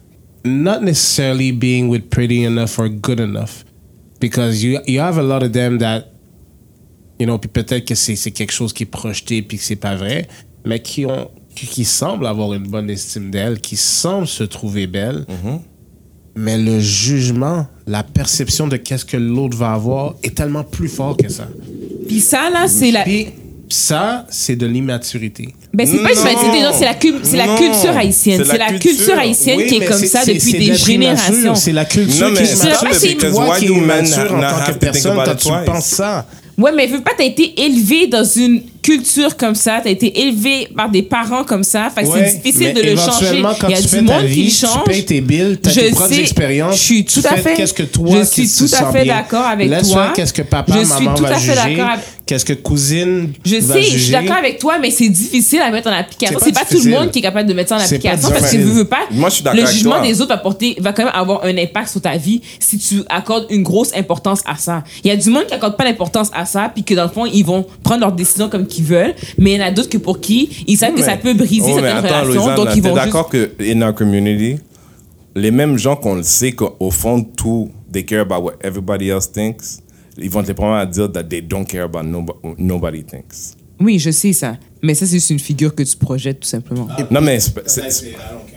Not necessarily being with pretty enough or good enough, because you you have a lot of them that, you know, puis peut-être que c'est c'est quelque chose qui est projeté puis que c'est pas vrai, mais qui ont qui, qui semblent avoir une bonne estime d'elle, qui semblent se trouver belle. Mais le jugement, la perception de qu'est-ce que l'autre va avoir est tellement plus fort que ça. Puis ça, là, c'est la. Puis ça, c'est de l'immaturité. Ben, c'est pas une Non. maturité, non, c'est la, cul- c'est la Non. culture haïtienne. C'est la C'est la culture. culture haïtienne Oui, qui est mais comme c'est- ça c'est- depuis c'est des d'être immature. générations. C'est la culture Non, qui mais est c'est immature. pas C'est because toi why qui es do men immature not en tant have que to think personne about quand it tu twice? penses ça. Ouais, mais veux pas, t'as été élevé dans une culture comme ça, t'as été élevé par des parents comme ça, fait que Ouais, c'est difficile mais de le changer. éventuellement, quand Il y a tu du fais ta monde qui vie, le tu change. payes tes billes, t'as Je tes propres sais, expériences, je suis tu tout à fais fait- qu'est-ce que toi je qui suis te tout à sens fait bien. d'accord avec Laisse toi. faire qu'est-ce que papa, Je suis maman tout va à fait juger, d'accord avec- qu'est-ce que cousine Je va sais, je suis juger. d'accord avec toi, mais c'est difficile à mettre en application. C'est pas C'est pas tout difficile. le monde qui est capable de mettre ça en C'est pas application parce que difficile. veux, veux pas. Moi, je suis d'accord Le avec jugement toi. des autres va porter, va quand même avoir un impact sur ta vie si tu accordes une grosse importance à ça. Il y a du monde qui accorde pas l'importance à ça, puis que dans le fond ils vont prendre leurs décisions comme qu'ils veulent, mais il y en a d'autres que pour qui ils savent que ça peut briser Oh, mais certaines attends, relations, Louisanne, donc là, ils t'es vont juste. d'accord que in our community, les mêmes gens qu'on le sait qu'au fond de tout, they care about what everybody else thinks, ils vont être les premiers à dire that they don't care about no, nobody thinks. Oui, je sais ça, mais ça c'est juste une figure que tu projettes tout simplement. Non, mais c'est- c'est- c'est-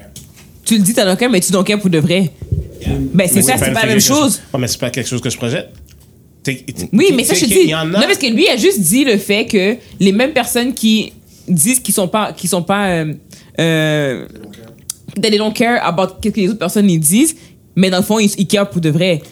Tu le dis t'as donc mais tu donc pour de vrai. Ben c'est Mais ça, pas c'est une pas la figure même que je- chose. Ouais, mais c'est pas quelque chose que je projette. T'es- Oui, t'es- mais ça, je t'es- te qu'il dis. y en Non, a- parce que lui a juste dit le fait que les mêmes personnes qui disent qu'ils sont pas, qu'ils sont pas, euh, euh, that they don't care about ce que les autres personnes ils disent, mais dans le fond, ils, ils care pour de vrai.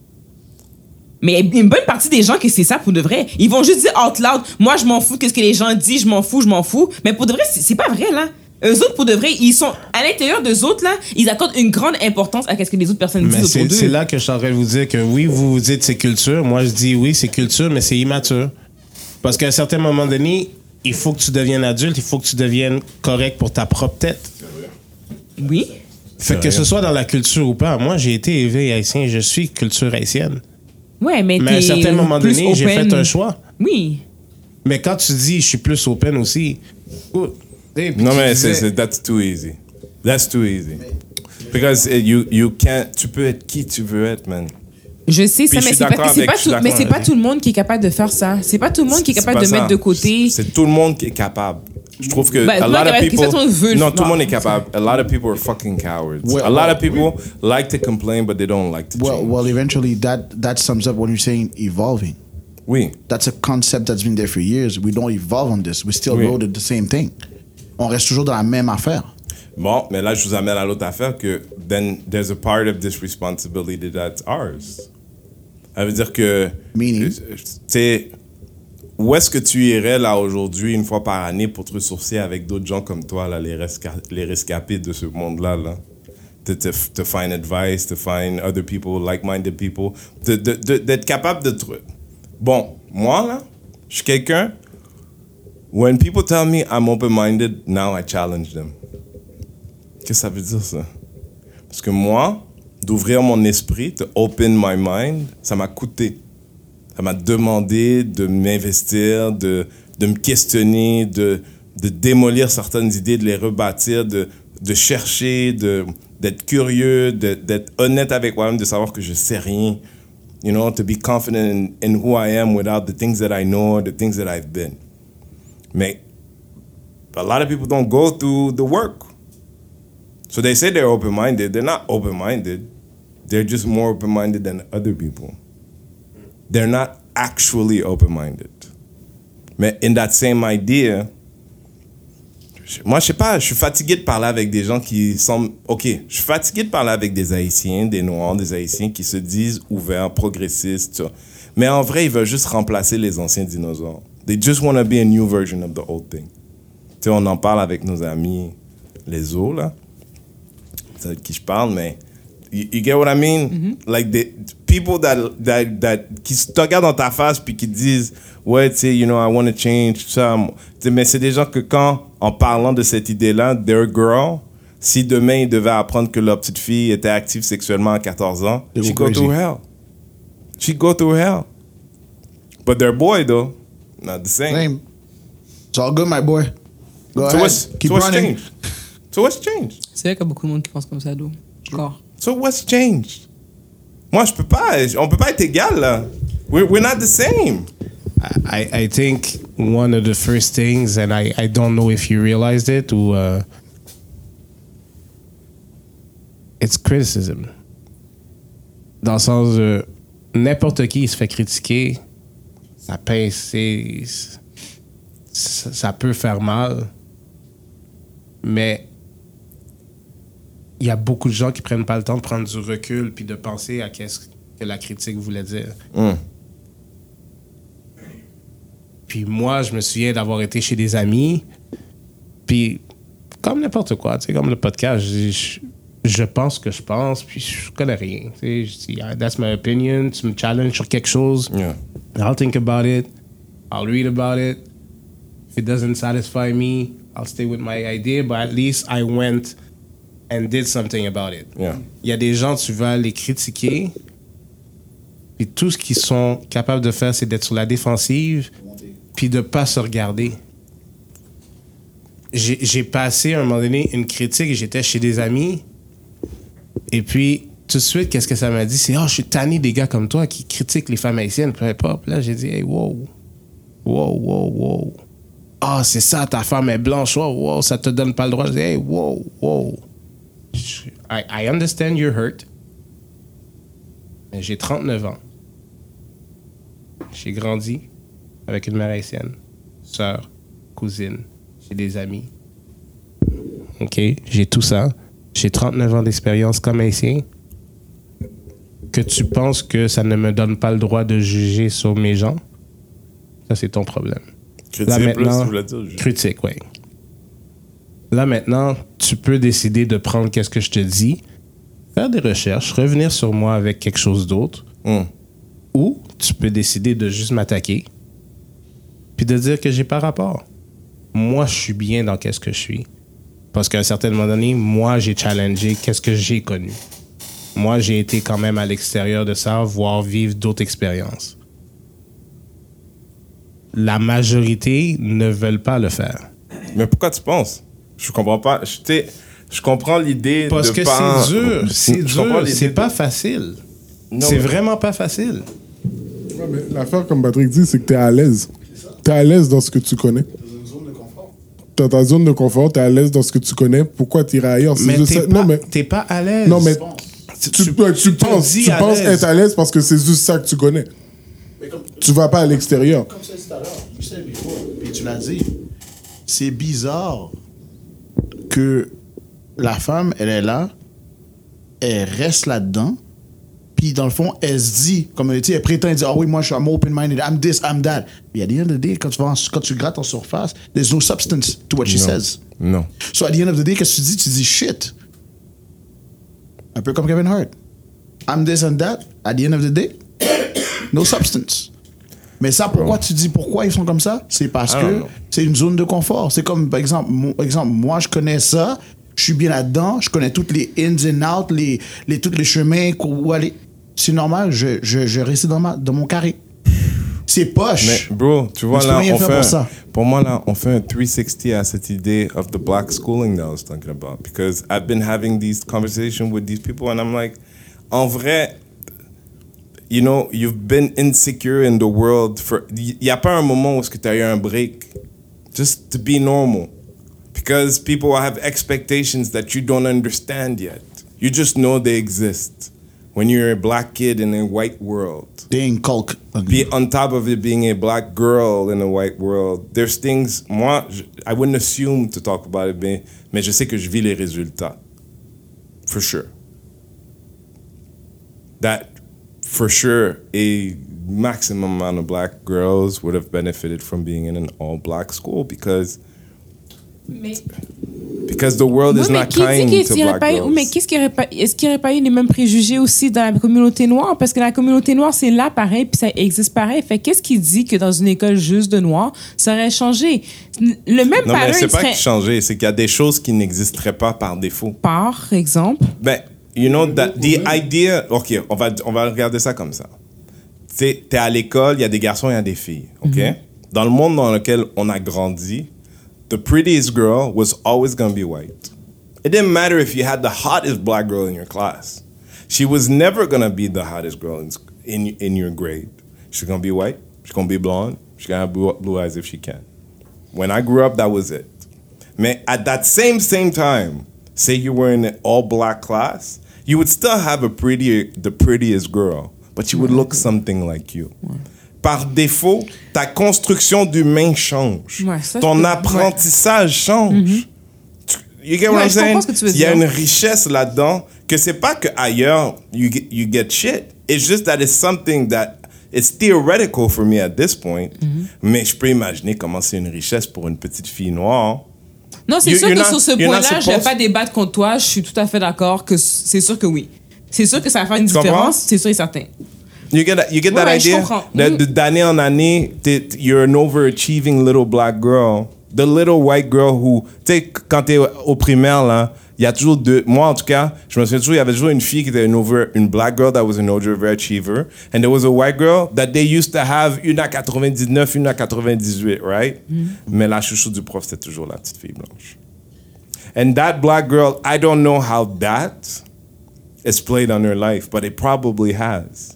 Mais il y a une bonne partie des gens que c'est ça pour de vrai. Ils vont juste dire out loud, moi je m'en fous, qu'est-ce que les gens disent, je m'en fous, je m'en fous. Mais pour de vrai, c'est, c'est pas vrai, là. Eux autres, pour de vrai, ils sont à l'intérieur d'eux autres, là, ils accordent une grande importance à ce que les autres personnes Mais disent c'est, autour d'eux. c'est là que je suis en train de vous dire que oui, vous vous dites c'est culture. Moi, je dis oui, c'est culture, mais c'est immature. Parce qu'à un certain moment donné, il faut que tu deviennes adulte, il faut que tu deviennes correct pour ta propre tête. Oui. Fait que ce soit dans la culture ou pas, moi, j'ai été élevé haïtien, je suis culture haïtienne. Ouais, mais, Mais à un t'es certain moment plus donné, j'ai open. fait un choix. Oui. Mais quand tu dis je suis plus open aussi. oh, hey, puis Non, tu mais disais- c'est, c'est, that's too easy. That's too easy. Because uh, you, you can't, tu peux être qui tu veux être, man. Je sais Puis ça, je mais suis c'est pas, d'accord c'est avec- pas je suis tout, mais d'accord c'est pas avec- tout le monde qui est capable de faire ça. C'est pas tout le monde qui est C'est capable pas de ça. mettre de côté. C'est tout le monde qui est capable. Je trouve que Ben, a tout le lot monde of est capable, people. que tout le monde veut le Non, tout le monde est faire. capable. A lot of people are fucking cowards. Well, a lot well- of people like to complain, but they don't like to Well, change. well, eventually that that sums up when you're saying evolving. Oui. That's a concept that's been there for years. We don't evolve on this. We still Oui. go to the same thing. On reste toujours dans la même affaire. Bon, mais là, je vous amène à l'autre affaire que then there's a part of this responsibility that's ours. Ça veut dire que. Meaning? Tu sais, où est-ce que tu irais là aujourd'hui, une fois par année, pour te ressourcer avec d'autres gens comme toi, là, les, resca- les rescapés de ce monde-là, là? To, to, to find advice, to find other people, like-minded people, de, de, de, d'être capable de. Tr- bon, moi, là, je suis quelqu'un. When people tell me I'm open-minded, now I challenge them. Qu'est-ce que ça veut dire, ça? Parce que moi, d'ouvrir mon esprit, to open my mind, ça m'a coûté. Ça m'a demandé de m'investir, de, de me questionner, de, de démolir certaines idées, de les rebâtir, de, de chercher, de, d'être curieux, de, d'être honnête avec moi-même, de savoir que je sais rien. You know, to be confident in, in who I am without the things that I know, the things that I've been. Mais a lot of people don't go through the work. So they say they're open-minded. They're not open-minded. They're just more open-minded than other people. They're not actually open-minded. Mais in that same idea, je- moi, je sais pas, je suis fatigué de parler avec des gens qui semblent... OK, je suis fatigué de parler avec des Haïtiens, des Noirs, des Haïtiens qui se disent ouverts, progressistes, tu vois. Mais en vrai, ils veulent juste remplacer les anciens dinosaures. They just want to be a new version of the old thing. Tu sais, on en parle avec nos amis, les os, là. C'est de qui je parle, mais... You, you get what I mean? Mm-hmm. Like, the people that, that, that... qui te regardent dans ta face puis qui te disent... Ouais, tu sais, you know, I want to change, tout ça. Tu sais, mais c'est des gens que quand, en parlant de cette idée-là, their girl, si demain ils devaient apprendre que leur petite fille était active sexuellement à quatorze ans, They she go go crazy. through hell. She go through hell. But their boy, though, not the same. Same. It's all good, my boy. Go So ahead. what's, Keep so what's running. changed? So what's changed? C'est vrai qu'il y a beaucoup de monde qui pense comme ça, d'eau. Encore. So what's changed? Moi, je peux pas. On peut pas être égal, là. We're, we're not the same. I, I think one of the first things, and I, I don't know if you realized it, or uh, it's criticism. Dans le sens de n'importe qui se fait critiquer, ça pince, c'est- ça, ça peut faire mal, mais il y a beaucoup de gens qui prennent pas le temps de prendre du recul puis de penser à qu'est-ce que la critique voulait dire. Mm. Puis moi, je me souviens d'avoir été chez des amis. Puis, comme n'importe quoi, tu sais, comme le podcast, je, je, je pense que je pense, puis je connais rien. Tu sais, je dis, ah, that's my opinion. Tu me challenges sur quelque chose. Yeah. I'll think about it. I'll read about it. If it doesn't satisfy me, I'll stay with my idea. But at least I went and did something about it. Yeah. Il y a des gens, tu vas les critiquer. Puis tout ce qu'ils sont capables de faire, c'est d'être sur la défensive. Puis de pas se regarder. J'ai, j'ai passé à un moment donné une critique, j'étais chez des amis, et puis tout de suite, qu'est-ce que ça m'a dit? C'est « Oh, je suis tanné des gars comme toi qui critiquent les femmes haïtiennes, peu importe. » Là, j'ai dit « Hey, wow, wow, wow, wow. Ah, c'est ça, ta femme est blanche, wow, wow, ça te donne pas le droit. » J'ai dit « Hey, wow, wow. I, I understand you're hurt. Mais j'ai trente-neuf ans. J'ai grandi avec une mère haïtienne, sœur, cousine, j'ai des amis. OK? J'ai tout ça. J'ai trente-neuf ans d'expérience comme haïtien. Que tu penses que ça ne me donne pas le droit de juger sur mes gens, ça, c'est ton problème. Critique Là, plus, maintenant, tu voulais dire. je- critique, oui. Là, maintenant, tu peux décider de prendre qu'est-ce que je te dis, faire des recherches, revenir sur moi avec quelque chose d'autre, Hmm. ou tu peux décider de juste m'attaquer, puis de dire que j'ai pas rapport. Moi, je suis bien dans qu'est-ce que je suis. Parce qu'à un certain moment donné, moi, j'ai challengé qu'est-ce que j'ai connu. Moi, j'ai été quand même à l'extérieur de ça, voire vivre d'autres expériences. La majorité ne veulent pas le faire. Mais pourquoi tu penses? Je comprends pas. Je, t'sais, je comprends l'idée Parce de que pas... c'est dur, c'est Je comprends dur, l'idée c'est de- pas facile. Non, C'est mais- vraiment pas facile. Ouais, mais l'affaire, comme Patrick dit, c'est que t'es à l'aise. T'es à l'aise dans ce que tu connais. T'as ta zone de confort, t'es à l'aise dans ce que tu connais. Pourquoi t'irais ailleurs? C'est Mais juste t'es ça. pas, Non, mais, t'es pas à l'aise. non, mais tu, tu, tu, tu te penses, dis tu à penses l'aise. être à l'aise parce que c'est juste ça que tu connais. Tu vas pas à l'extérieur. Comme ça, tout à l'heure, you said before, puis tu l'as dit, c'est bizarre que la femme, elle est là, elle reste là-dedans, puis dans le fond, elle se dit, comme elle dit, elle prétend dire, ah oui, moi, je suis I'm open-minded, I'm this, I'm that. Mais at the end of the day, quand tu, vas en- quand tu grattes en surface, there's no substance to what she Non. says. Non. So at the end of the day, qu'est-ce que tu dis? Tu dis shit. Un peu comme Kevin Hart. I'm this and that. At the end of the day, no substance. Mais ça, pourquoi tu dis pourquoi ils sont comme ça? C'est parce I don't que know. c'est une zone de confort. C'est comme, par exemple, mon- par exemple, moi, je connais ça, je suis bien là-dedans, je connais toutes les ins and outs, les, les, tous les chemins, où aller. C'est normal, je, je, je reste dans, ma, dans mon carré. C'est poche. Mais bro, tu vois Mais tu peux là, rien on faire fait, pour un- ça. pour moi là, on fait un three sixty à cette idée of the black schooling that I was talking about. Because I've been having these conversations with these people and I'm like, en vrai, you know, you've been insecure in the world for, il n'y a pas un moment où est-ce que tu as eu un break. Just to be normal. Because people have expectations that you don't understand yet. You just know they exist. When you're a black kid in a white world. They inculque. Be on top of it being a black girl in a white world, there's things, moi, je, I wouldn't assume to talk about it, mais, mais je sais que je vis les résultats. For sure. That, for sure, a maximum amount of black girls would have benefited from being in an all-black school because Mais, because the world oui, is mais not qui dit kind qu'il to y aurait black pas eu, girls. mais qu'est-ce qu'il y aurait pas, est-ce qu'il n'y aurait pas eu les mêmes préjugés aussi dans la communauté noire? Parce que la communauté noire, c'est là pareil, puis ça existe pareil. Fait qu'est-ce qui dit que dans une école juste de noirs, ça aurait changé? Le même Non, mais pattern c'est pas serait, que changer, c'est qu'il y a des choses qui n'existeraient pas par défaut. par exemple, Ben, you know, that the idea... OK, on va, on va regarder ça comme ça. Tu sais, t'es à l'école, il y a des garçons, il y a des filles, OK? Dans le monde dans lequel on a grandi, the prettiest girl was always going to be white. It didn't matter if you had the hottest black girl in your class. She was never going to be the hottest girl in, in, in your grade. She's going to be white. She's going to be blonde. She's going to have blue, blue eyes if she can. When I grew up, that was it. Mais at that same, same time, say you were in an all-black class, you would still have a pretty, the prettiest girl, but she would look something like you. Par défaut, ta construction d'humain change. Ouais, ça, Ton je peux- apprentissage change. Tu- You get what Ouais, I'm je comprends saying? ce que tu veux Il y a dire. une richesse là-dedans que c'est pas que ailleurs you get, you get shit. It's just that it's something that it's theoretical for me at this point. Mm-hmm. Mais je peux imaginer comment c'est une richesse pour une petite fille noire. non, c'est You- sûr you're que not- sur ce you're not point-là, je vais supposed- pas débattre contre toi. Je suis tout à fait d'accord que c'est sûr que oui. C'est sûr que ça va faire une Tu comprends? différence, c'est sûr et certain. You get that, you get Ouais, that ouais, je idea? comprends. That Mm. de- d'année en année, t'es- you're an overachieving little black girl. The little white girl who, tu sais, quand t'es au primaire, là, il y a toujours deux, moi en tout cas, je me souviens toujours, il y avait toujours une fille qui était une over, une black girl that was an overachiever, and there was a white girl that they used to have une à quatre-vingt-dix-neuf, une à quatre-vingt-dix-huit, right? Mais la chouchou du prof, c'était toujours la petite fille blanche. And that black girl, I don't know how that is played on her life, but it probably has.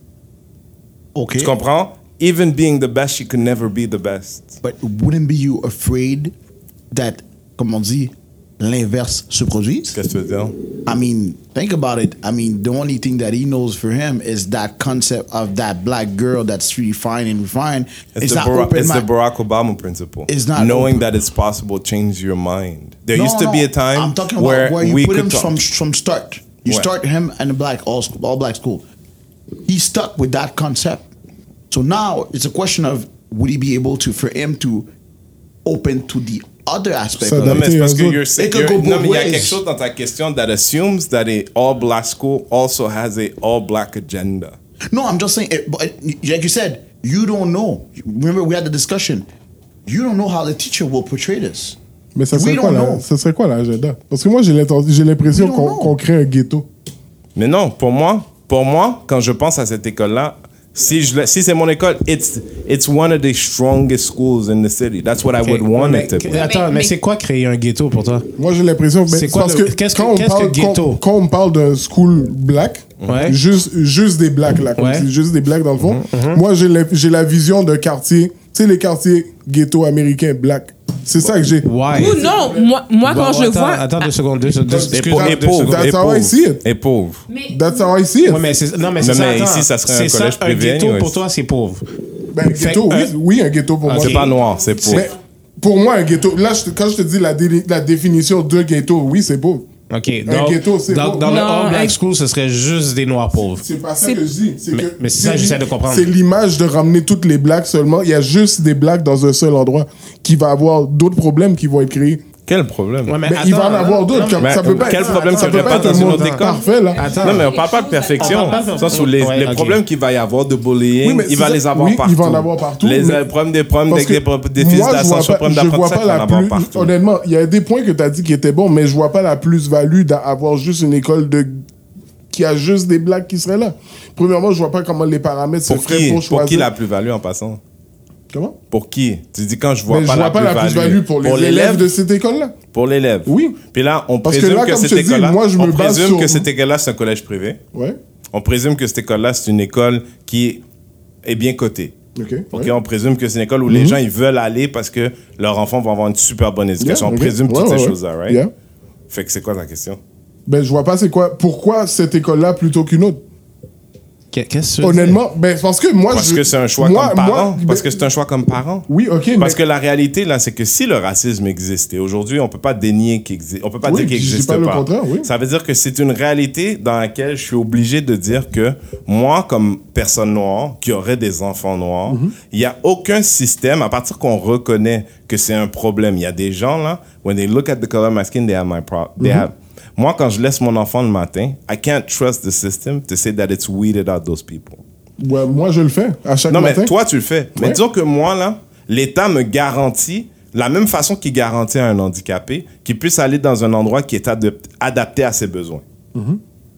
OK. Tu comprends? Even being the best, she could never be the best. But wouldn't be you afraid that, comme on dit, l'inverse se produise. Qu'est-ce que tu veux dire? I mean, think about it. I mean, the only thing that he knows for him is that concept of that black girl that's really fine and refined. It's, It's the, not Barack, open it's the mind. Barack Obama principle. It's not knowing open. that it's possible to change your mind. There No, used to no, be a time I'm talking about where, where you we put could him talk. from from start. You Ouais. start him in a black all all black school. He's stuck with that concept. So now it's a question of would he be able to for him to open to the other aspect Ça of Non, it. mais c'est parce que It you're, could you're- go non, both mais il y a ways. quelque chose dans ta question that assumes that a all black school also has a all black agenda. No, I'm just saying. It, but it- like you said, you don't know. Remember, we had the discussion. You don't know how the teacher will portray this. Mais ça We serait, quoi, don't la, know. ça serait quoi l'agenda? Parce que moi, j'ai l'inten- j'ai l'impression We don't qu'on know. qu'on crée un ghetto. Mais non, pour moi, pour moi, quand je pense à cette école-là, si, je, le- si c'est mon école, it's, it's one of the strongest schools in the city. That's what I would Ok. want mais, it to be. Attends, mais, Mais- c'est quoi créer un ghetto pour toi? Moi, j'ai l'impression que. C'est quoi parce le- que qu'est-ce que- quand on qu'est-ce que parle- ghetto? Quand, quand on parle d'un school black, Ouais. juste, juste des blacks, là, comme Ouais. c'est juste des blacks dans le fond, moi, j'ai la, j'ai la vision d'un quartier, tu sais, les quartiers ghetto américains black. C'est ça que j'ai. Why? Ou non, moi, moi Bon, quand je le attends, vois. Attends deux secondes, deux, deux, Et, excuse-moi, pauvre, et deux pauvre, secondes. That's et how I pauvre, see it. et pauvre. Mais- That's how I see it. Ouais, mais c'est, non, mais c'est Non, ça. mais attends. ici, ça serait un C'est collège ça, privé, Un ghetto, anyways. pour toi, c'est pauvre. Ben, Fait ghetto, que, oui, euh, oui, un ghetto pour moi. C'est pas noir, c'est pauvre. Mais pour moi, un ghetto, là, je te- quand je te dis la, dé- la définition de ghetto, oui, c'est beau. OK. Un Donc, ghetto, c'est dans, pauvre. dans le Non, All Black un- School, ce serait juste des noirs pauvres. C'est pas ça C'est- que je dis. C'est Mais- que mais c'est ça que j'essaie de comprendre. C'est l'image de ramener toutes les blacks seulement. Il y a juste des blacks dans un seul endroit qui va avoir d'autres problèmes qui vont être créés. Quel problème? Ouais, mais Mais il va en attends, avoir non, d'autres. non, comme mais ça peut pas quel être, problème ça qu'il peut y aurait pas pas être dans un une monde autre école? parfait, là. Attends. Non, mais on parle pas de perfection. On parle pas de- Dans le sens où les, Ouais, les ok. problèmes qu'il va y avoir de bullying, Oui, mais il c'est va ça. les avoir Oui, il partout. va en avoir partout, Les mais- euh, problèmes des problèmes Parce des, que des, des fils moi, je vois d'ascension, pas, problèmes je vois d'apprentissage, pas il va en la avoir plus. partout. Honnêtement, il y a des points que tu as dit qui étaient bons, mais je vois pas la plus-value d'avoir juste une école de qui a juste des blacks qui seraient là. Premièrement, je vois pas comment les paramètres se Pour feraient qui, pour pour choisir. qui la plus-value en passant? Comment? Pour qui? Tu dis quand je vois Mais pas je la vois pas la plus-value. plus-value pour les élèves de cette école-là. Pour l'élève. Oui. Puis là, on Parce que présume là, que, comme cette je te dis, école-là, moi, je on me base présume sur- que cette école-là, c'est un collège privé. Ouais. On présume que cette école-là, c'est une école qui est bien cotée. OK. Ok, ouais. on présume que c'est une école où les gens ils veulent aller parce que leurs enfants vont avoir une super bonne éducation. Yeah, on ok. présume Ouais, toutes ouais, ces ouais. choses-là, right? Yeah. Fait que c'est quoi ta question? Ben, je vois pas c'est quoi. Pourquoi cette école-là plutôt qu'une autre? Qu'est- Qu'est-ce que tu veux Honnêtement, ben, parce que moi, Parce je- que c'est un choix moi- comme parent. moi, parce ben, que c'est un choix comme parent. Oui, ok, Parce mais. que la réalité, là, c'est que si le racisme existe, et aujourd'hui, on peut pas dénier qu'il existe, on peut pas Oui, dire qu'il je dis n'existe pas pas. le contraire, oui. Ça veut dire que c'est une réalité dans laquelle je suis obligé de dire que moi, comme personne noire, qui aurait des enfants noirs, Mhm. il y a aucun système, à partir qu'on reconnaît que c'est un problème. Il y a des gens, là, when they look at the color of my skin, they have my pro- they Mhm. have- Moi, quand je laisse mon enfant le matin, I can't trust the system to say that it's weeded out those people. Ouais, moi, je le fais à chaque Non, matin. mais toi, tu le fais. Mais Ouais. disons que moi, là, l'État me garantit, la même façon qu'il garantit à un handicapé, qu'il puisse aller dans un endroit qui est adap- adapté à ses besoins. Mm-hmm.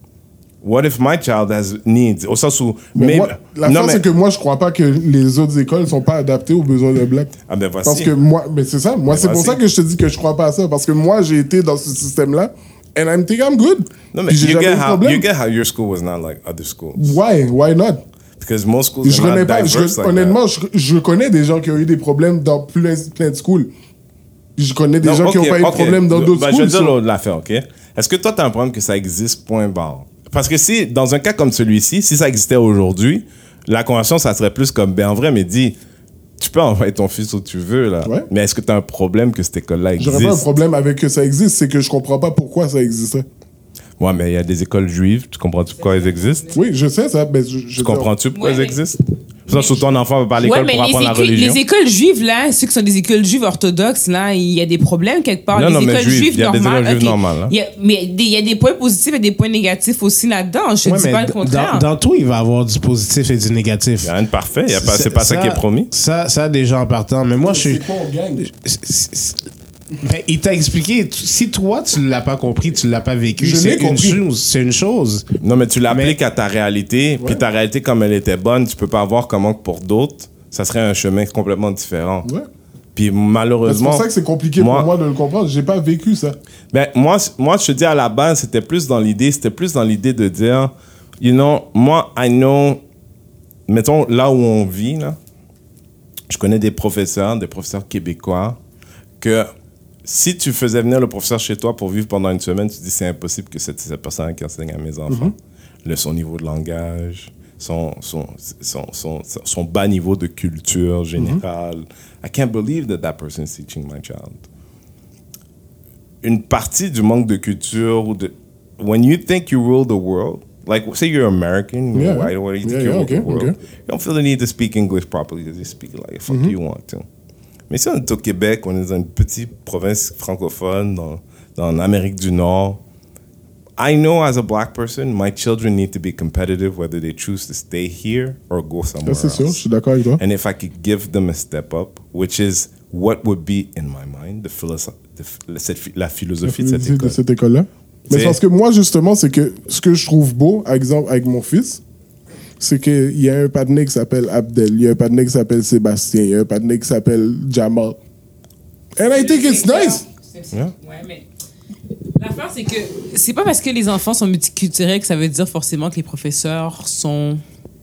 What if my child has needs? Au sens où... Mais mais- moi, la non, fin, mais- c'est que moi, je crois pas que les autres écoles sont pas adaptées aux besoins de Black. Ah ben voici. Parce que moi, mais c'est ça. Moi, c'est pour voici. ça que je te dis que je crois pas à ça. Parce que moi, j'ai été dans ce système-là. And I think I'm good. Non, mais Puis j'ai you jamais get, eu de how, problème. you get how your school was not like other schools. Why? Why not? Because most schools Je are connais not pas. je- diverse like honnêtement, je, je connais des gens qui ont eu des problèmes dans plein, plein de schools. Puis je connais des that. gens Non, qui n'ont ok, pas eu de ok. problème dans d'autres Ben, Je schools. vais dire so- l'autre l'affaire, OK? Est-ce que toi, tu as un problème que ça existe, point barre? Parce que si, dans un cas comme celui-ci, si ça existait aujourd'hui, la conversation, ça serait plus comme, ben en vrai, mais dis, tu peux envoyer ton fils où tu veux, là. Ouais. Mais est-ce que tu as un problème que cette école-là existe? J'aurais pas un problème avec que ça existe, c'est que je comprends pas pourquoi ça existait. Ouais, mais il y a des écoles juives, tu comprends-tu pourquoi elles existent? Oui, je sais ça. Mais je, je Tu comprends-tu pourquoi Ouais, elles mais- existent? Ça, sur ton enfant va pas à Ouais, l'école mais pour les apprendre la écoles, religion. les écoles juives, là, ceux qui sont des écoles juives orthodoxes, là, il y a des problèmes quelque part. Non, les non, mais écoles juives, juives il y a des normales. écoles juives ok. normales, hein. Il y a- mais des- il y a des points positifs et des points négatifs aussi là-dedans. Je te Ouais, dis mais pas le d- contraire. dans, dans tout, il va y avoir du positif et du négatif. Il y a rien de parfait, il y a pas- c'est pas ça qui est promis. Ça, ça déjà en partant. Mais moi, je suis. C'est quoi, on gagne? c'est- c'est- Ben, il t'a expliqué. Tu- Si toi, tu l'as pas compris, tu l'as pas vécu, Je c'est l'ai une compris. chose. C'est une chose. Non, mais tu l'appliques à ta réalité, puis ta réalité, comme elle était bonne, tu peux pas voir comment que pour d'autres, ça serait un chemin complètement différent. Ouais. Puis C'est malheureusement... pour ça que c'est compliqué moi- pour moi de le comprendre. J'ai pas vécu ça. Ben, moi, c- moi, je te dis à la base, c'était plus dans l'idée, c'était plus dans l'idée de dire, you know, moi, I know, mettons, là où on vit, là, je connais des professeurs, des professeurs québécois, que si tu faisais venir le professeur chez toi pour vivre pendant une semaine, tu te dis c'est impossible que cette, cette personne qui enseigne à mes enfants, mm-hmm. le, son niveau de langage, son, son, son, son, son, son bas niveau de culture générale. Mm-hmm. I can't believe that that person is teaching my child. Une partie du manque de culture, ou de, when you think you rule the world, like say you're American, you're yeah. white, or whatever, you think yeah, you yeah, rule okay, the world, okay. you don't feel the need to speak English properly because you speak it like the fuck mm-hmm. you want to. Mais si on est au Québec, on est dans une petite province francophone, dans, dans l'Amérique du Nord, I know as a black person, my children need to be competitive whether they choose to stay here or go somewhere c'est else. sûr, je suis d'accord avec toi. And if I could give them a step up, which is what would be in my mind, the philosoph- the, cette, la philosophie la de cette école. De cette école-là. Mais c'est parce que moi, justement, c'est que ce que je trouve beau, par exemple, avec mon fils, c'est qu'il y a un patinet qui s'appelle Abdel, il y a un patinet qui s'appelle Sébastien, il y a un patinet qui s'appelle Jamal. And I think it's nice. Yeah. Ouais, mais l'affaire, c'est que c'est pas parce que les enfants sont multiculturels que ça veut dire forcément que les professeurs sont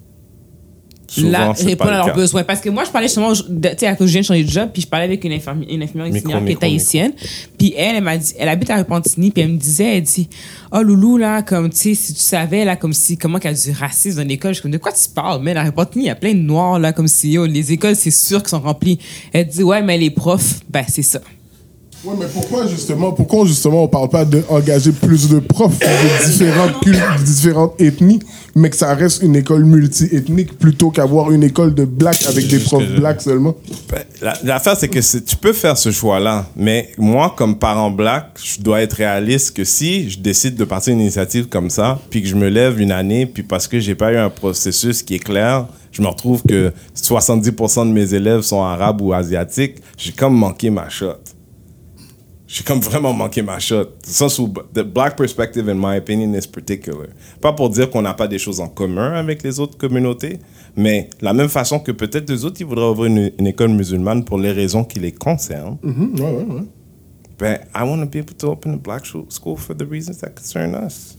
Souvent, là, c'est répondre pas à le leurs cas. besoins. Parce que moi, je parlais justement, tu sais, à cause je viens de changer de job, puis je parlais avec une infirmière, une infirmière Micro, senior qui micro, est haïtienne. Puis elle, elle m'a dit, elle habite à Repentigny, puis elle me disait, elle dit, oh Loulou, là, comme, tu sais, si tu savais, là, comme si, comment qu'il y a du racisme dans l'école, je suis comme, de quoi tu parles? Mais à Repentigny, il y a plein de noirs, là, comme si, oh, les écoles, c'est sûr qu'elles sont remplies. Elle dit, ouais, mais les profs, ben, c'est ça. Ouais, mais pourquoi justement, pourquoi justement on parle pas d'engager plus de profs de différentes cultes, de différentes ethnies, mais que ça reste une école multi-ethnique plutôt qu'avoir une école de blacks avec des profs je... blacks seulement? Ben, la, l'affaire, c'est que c'est, tu peux faire ce choix-là, mais moi, comme parent black, je dois être réaliste que si je décide de partir une initiative comme ça, puis que je me lève une année, puis parce que j'ai pas eu un processus qui est clair, je me retrouve que soixante-dix pour cent de mes élèves sont arabes ou asiatiques, j'ai comme manqué ma shot. J'ai comme vraiment manqué ma shot. Dans le sens où the black perspective, in my opinion, is particular. Pas pour dire qu'on n'a pas des choses en commun avec les autres communautés, mais la même façon que peut-être les autres, ils voudraient ouvrir une, une école musulmane pour les raisons qui les concernent. Mm-hmm. Ouais, ouais, ouais. Ben, I want to be able to open a black school for the reasons that concern us.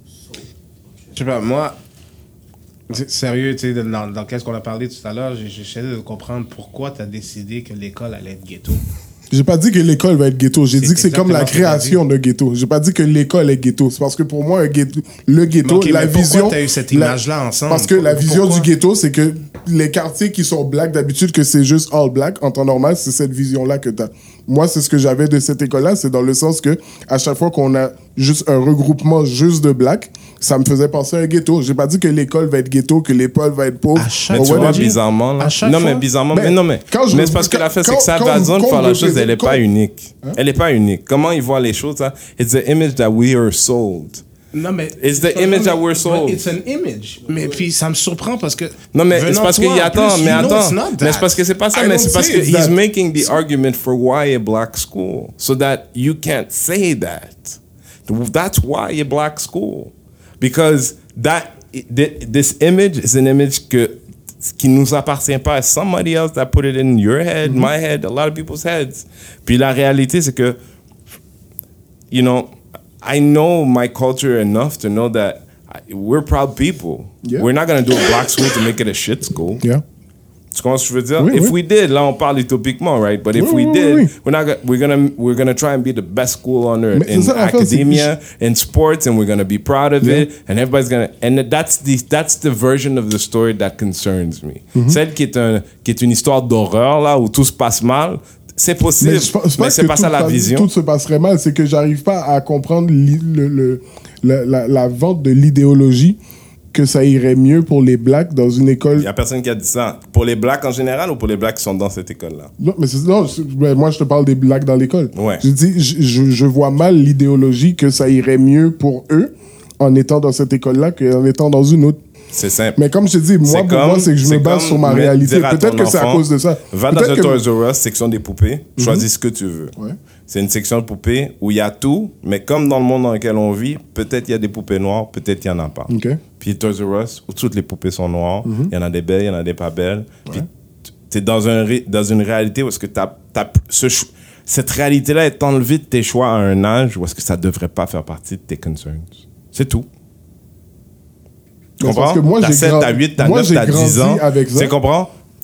Je sais pas, moi, c'est sérieux, tu sais, dans, dans qu'est-ce qu'on a parlé tout à l'heure, j'ai- j'essaie de comprendre pourquoi tu as décidé que l'école allait être ghetto. J'ai pas dit que l'école va être ghetto. J'ai C'est dit que c'est comme la exactement ce que création de ghetto. J'ai pas dit que l'école est ghetto. C'est parce que pour moi, un ghetto, le ghetto, Ok, la mais pourquoi vision. t'as eu cette la- image-là ensemble? Parce que la vision Pourquoi? du ghetto, c'est que les quartiers qui sont black, d'habitude, que c'est juste all black, en temps normal, c'est cette vision-là que t'as. Moi, c'est ce que j'avais de cette école-là. C'est dans le sens que, à chaque fois qu'on a juste un regroupement juste de black, ça me faisait penser à un ghetto. J'ai pas dit que l'école va être ghetto, que l'école va être pauvre. À chaque Mais tu Ouais, vois, ouais, bizarrement, là. À chaque Non, fois? mais bizarrement, Mais mais non, mais. quand je mais le- c'est parce que quand- la fait, c'est quand- que sa quand- façon de quand faire on la le chose, elle est présente- pas unique. Elle est pas unique. Comment il voit les choses, hein? It's the image that we are sold. Non, mais. It's the image that we're sold. It's an image. Mais puis ça me surprend parce que. Non, mais c'est venant parce de qu'il toi, y a en attends, plus, mais you know attends. it's not Mais that. c'est parce que c'est pas ça, I mais don't c'est parce say que it's he's that. making the argument for why a black school. So that you can't say that. That's why a black school. Because that, this image is an image que, qui nous appartient pas. It's somebody else that put it in your head, my head, a lot of people's heads. Puis la réalité, c'est que, you know, I know my culture enough to know that I- we're proud people. Yeah. We're not going to do a black school to make it a shit school. Yeah. Tu comprends ce que je veux dire? Oui, If oui. we did, là on parle utopiquement, right? But if Oui, we oui, did, oui. we're not gonna, we're gonna we're gonna try and be the best school on earth Mais c'est in ça, l'affaire, c'est que academia, in sports, and we're gonna be proud of Yeah. it, and everybody's gonna, and that's the that's the version of the story that concerns me. Mm-hmm. Celle qui est un qui est une histoire d'horreur là où tout se passe mal, c'est possible, Mais mais, je pense pas c'est que pas tout, ça la passe- vision. tout se passerait mal. C'est que j'arrive pas à comprendre l'i- le, le- la, la- la vente de l'idéologie que ça irait mieux pour les blacks dans une école. Il y a personne qui a dit ça. Pour les blacks en général ou pour les blacks qui sont dans cette école là? Non, mais c'est, non, c'est- ben, moi, je te parle des blacks dans l'école. Ouais. Je dis, je, je- je vois mal l'idéologie que ça irait mieux pour eux en étant dans cette école-là qu'en étant dans une autre. C'est simple. Mais comme je te dis, moi, C'est pour comme- moi, c'est que je me c'est base comme sur ma mettre- réalité. dire à Peut-être ton que c'est à enfant, cause de ça. Va dans Peut-être un que- Toys R Us, section des poupées, choisis ce que tu veux. Ouais. C'est une section de poupées où il y a tout, mais comme dans le monde dans lequel on vit, peut-être il y a des poupées noires, peut-être il n'y en a pas. OK. Puis Toys R Us, où toutes les poupées sont noires, il y en a des belles, il y en a des pas belles. Puis tu es dans, un ré- dans une réalité où est-ce que t'as, t'as ce cho- cette réalité-là est enlevée de tes choix à un âge où est-ce que ça ne devrait pas faire partie de tes concerns. C'est tout. Tu Mais comprends? parce que moi, T'as j'ai sept, grand- t'as huit, t'as moi, neuf, j'ai t'as dix grandi ans. avec ça. Tu comprends?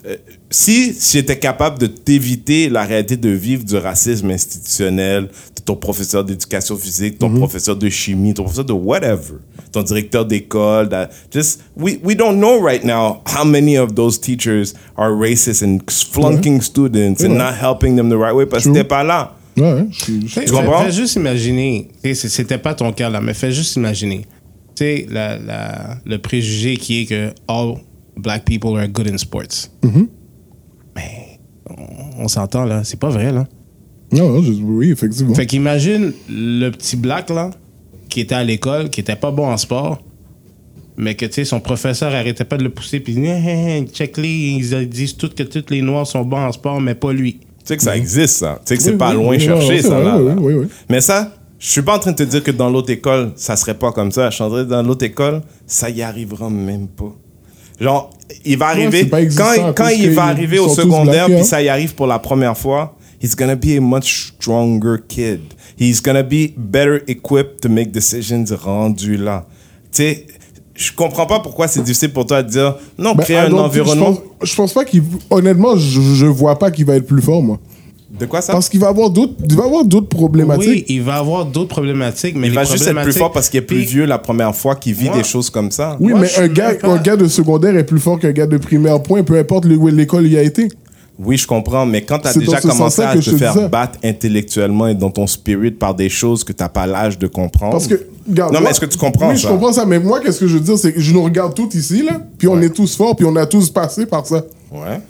euh, si j'étais capable de t'éviter la réalité de vivre du racisme institutionnel, de ton professeur d'éducation physique, ton mm-hmm. professeur de chimie, ton professeur de whatever, ton directeur d'école, that, just, we, we don't know right now how many of those teachers are racist and flunking ouais. students ouais. and not helping them the right way parce que t'es pas là. Ouais, je, je, tu comprends? Fais juste imaginer, c'était pas ton cas là, mais fais juste imaginer, tu sais, la, la, le préjugé qui est que all black people are good in sports. Mm-hmm. Mais on, on s'entend là, c'est pas vrai là. Non, je, oui, effectivement. Fait qu'imagine le petit black là, qui était à l'école, qui était pas bon en sport, mais que tu sais, son professeur arrêtait pas de le pousser, puis check-les, ils disent tous que tous les noirs sont bons en sport, mais pas lui. Tu sais que ça existe, ça. Tu sais que oui, c'est pas oui, loin oui, chercher, oui, ça, oui, là. Oui, là. oui, oui. Mais ça, je suis pas en train de te dire que dans l'autre école, ça serait pas comme ça. Je suis en train de dire dans l'autre école, ça y arrivera même pas. Genre, il va arriver... Non, quand quand il va arriver au secondaire, puis ça y arrive pour la première fois, he's gonna be a much stronger kid. He's gonna be better equipped to make decisions rendu là. Tu sais, je comprends pas pourquoi c'est difficile pour toi de dire non, ben, créer un donc, environnement. Je pense, je pense pas qu'il. Honnêtement, je, je vois pas qu'il va être plus fort, moi. De quoi ça? Parce qu'il va avoir d'autres, il va avoir d'autres problématiques. Oui, il va avoir d'autres problématiques, mais il les va juste être plus fort parce qu'il est plus puis, vieux la première fois qu'il vit moi, des choses comme ça. Oui, moi, mais un gars, pas... un gars de secondaire est plus fort qu'un gars de primaire, point, peu importe où l'école il a été. Oui, je comprends, mais quand tu as C'est déjà dans ce commencé sens-là à que te je te faire disais. battre intellectuellement et dans ton spirit par des choses que tu n'as pas l'âge de comprendre. Parce que, regarde, non, moi- mais est-ce que tu comprends Oui, ça? je comprends ça, mais moi, qu'est-ce que je veux dire, c'est que je nous regarde tous ici, là, puis on est tous forts, puis on a tous passé par ça. Ouais.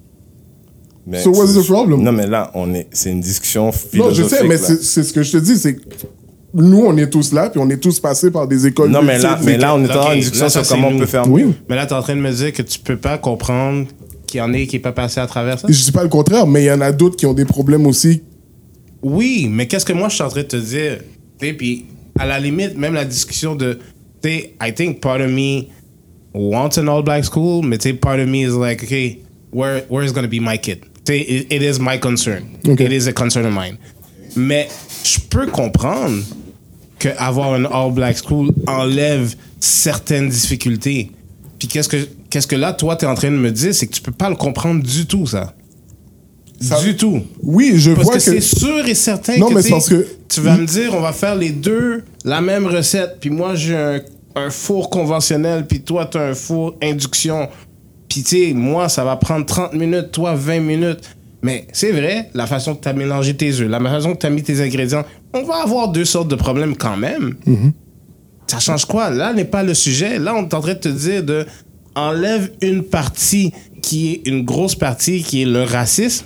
Mais So what's c'est- the problem? Non, mais là, on est, c'est une discussion Non, philosophique. je sais, mais là. c'est c'est ce que je te dis, c'est que nous, on est tous là, puis on est tous passés par des écoles. Non, mais là, multiples. mais là, on est en Ok, une discussion là, ça, sur comment c'est on nous. peut faire Oui. mieux. Mais là, t'es en train de me dire que tu peux pas comprendre qu'il y en a qui n'est pas passé à travers ça? Je dis pas le contraire, mais il y en a d'autres qui ont des problèmes aussi. Oui, mais qu'est-ce que moi je suis en train de te dire? Et puis, à la limite, même la discussion de, tu sais, I think part of me wants an all-black school, mais tu sais, part of me is like, okay, where, where is going to be my kid? Tu sais, it, it is my concern. Okay. It is a concern of mine. Mais je peux comprendre qu'avoir un all-black school enlève certaines difficultés. Puis qu'est-ce que, qu'est-ce que là, toi, tu es en train de me dire, c'est que tu peux pas le comprendre du tout, ça. Ça- Du tout. Oui, je Parce vois que, que. c'est sûr et certain Non, que, mais tu c'est parce sais, que- tu vas me dire, on va faire les deux la même recette, puis moi, j'ai un, un four conventionnel, puis toi, tu as un four induction. Puis, tu sais, moi, ça va prendre trente minutes, toi, vingt minutes. Mais c'est vrai, la façon que tu as mélangé tes œufs, la façon que tu as mis tes ingrédients, on va avoir deux sortes de problèmes quand même. Mm-hmm. Ça change quoi? Là n'est pas le sujet. Là, on est en train de te dire de enlève une partie qui est une grosse partie, qui est le racisme,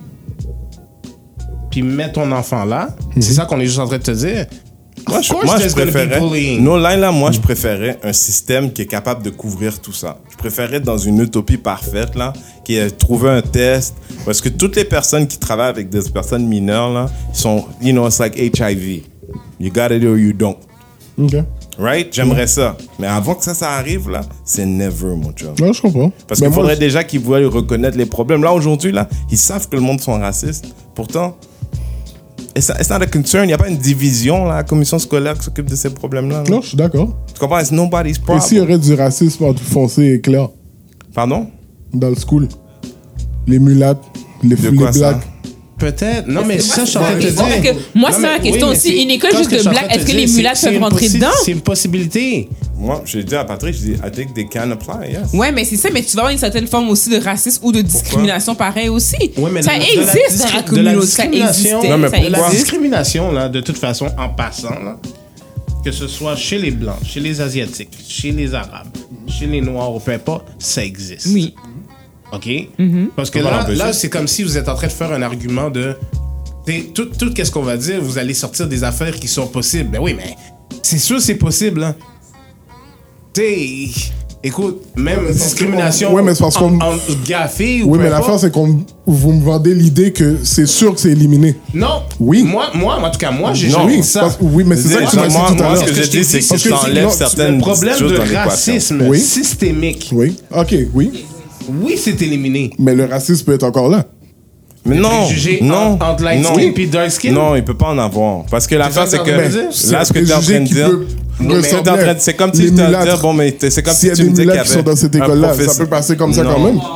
puis mets ton enfant là. C'est ça qu'on est juste en train de te dire. Moi, Of je, course moi, je there's gonna be préférais. bullying. Non, là, là, moi, je préférais un système qui est capable de couvrir tout ça. Je préférais dans une utopie parfaite, là, qui est trouver un test. Parce que toutes les personnes qui travaillent avec des personnes mineures, là, ils sont, you know, it's like H I V. You got it or you don't. Ok. Right? J'aimerais ça. Mais avant que ça, ça arrive, là, c'est never, mon job. Non, je comprends. Parce Mais qu'il moi, faudrait je- déjà qu'ils voient reconnaître les problèmes. Là, aujourd'hui, là, ils savent que le monde sont racistes. Pourtant, it's not, it's not a concern. Il n'y a pas une division, là, la commission scolaire qui s'occupe de ces problèmes-là. là. Non, je suis d'accord. Tu comprends? It's nobody's Et problem. s'il y aurait du racisme entre foncé et clair Pardon? dans le school? Les mulattes, les, De les quoi, ça? blacks. Peut-être. Non, mais ça, je suis en train de te Parce dire. que moi, Non, c'est mais- ma question mais aussi. c'est- Une école quand juste que je de suis en black, train de est-ce te que les dire, mulattes c'est- peuvent c'est une rentrer possi- dedans? C'est une possibilité. Moi, j'ai dit à Patrick, je dis, I think they can apply, yes. Ouais, mais c'est ça, mais tu vas avoir une certaine forme aussi de racisme ou de discrimination pareil aussi. Ouais, mais ça de- de la existe dans discri- la de la communauté. Ça discrimination. existait. Non, mais ça pourquoi? La existe. discrimination, là, de toute façon, en passant, là, que ce soit chez les Blancs, chez les Asiatiques, chez les Arabes, chez les Noirs, ou peu importe, ça existe. Oui. OK? Mm-hmm. Parce que On va là, l'empêcher. là c'est comme si vous êtes en train de faire un argument de... t'sais, Tout, tout qu'est-ce qu'on va dire, vous allez sortir des affaires qui sont possibles. Ben oui, mais c'est sûr c'est possible. Hein. Tu sais, écoute, même discrimination Ouais, mais c'est parce en, qu'on- en gaffé ou Oui, peu mais l'affaire, importe. c'est qu'on vous me vendez l'idée que c'est sûr que c'est éliminé. Non. Oui. Moi, moi, en tout cas, moi, j'ai Non. jamais Oui, dit ça. parce- oui, mais c'est ça que tu m'as dit moi, tout à moi, l'heure. ce que Ce j'ai que je dit, t'ai c'est dit, que c'est tu que enlèves non, certaines Le problème choses de dans l'équation. racisme Oui. systémique, Oui, ok, oui. oui, c'est éliminé. Mais le racisme peut être encore là. Mais non, préjugés non, entre- entre light non. skin puis dark skin? Non, il peut pas en avoir. Parce que l'affaire, ça c'est que que t'es en train de dire? là, ce que tu es en train de dire, Non, mais t'es en train de- c'est comme si les tu te mulâtres. dire, bon, mais t'es- c'est comme S'il y si a tu des me disais qu'il y mulâtres qui sont avait dans cette un école-là, ça professeur- peut passer comme ça Non. quand même.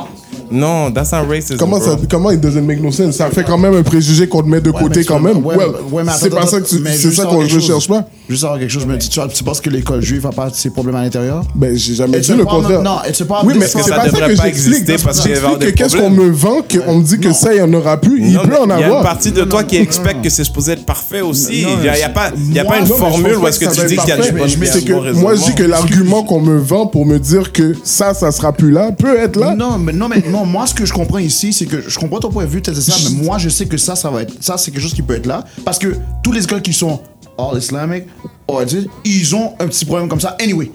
Non, that's not racism. Comment bro. ça, comment it doesn't make no sense? Ça fait quand même un préjugé qu'on te met de Ouais, côté mais quand tu- même. ouais, Well, ouais, mais c'est attends, pas attends, ça que tu, mais c'est juste ça savoir qu'on quelque recherche chose. pas. Juste savoir quelque chose, mais tu, tu, tu penses que l'école juive a pas de ses problèmes à l'intérieur? Ben, j'ai jamais It's dit a le problem- contraire. non, it's a problem Oui, mais this c'est problem. pas Ça ça devrait que pas j'explique. exister parce qu'il va y avoir J'explique des que qu'est-ce qu'on problèmes. me vend, qu'on me dit que ça, il y en aura plus. Il Non, peut mais en il y a une avoir. partie de Non, toi non, qui non, expecte non. que c'est supposé être parfait aussi. Non, Il n'y a, il y a pas, il y a moi- pas une Non, mais je formule pense où est-ce que ça tu va dis être qu'il y a parfait. du bon Mais et c'est du que bon moi, raisonnement. je dis que l'argument qu'on me vend pour me dire que ça, ça sera plus là, peut être là. Non, mais non, mais non, moi, ce que je comprends ici, c'est que je comprends ton point de vue, peut-être c'est ça, mais moi, je sais que ça, ça va être, ça, c'est quelque chose qui peut être là, parce que tous les écoles qui sont all islamic, all dit, ils ont un petit problème comme ça, anyway.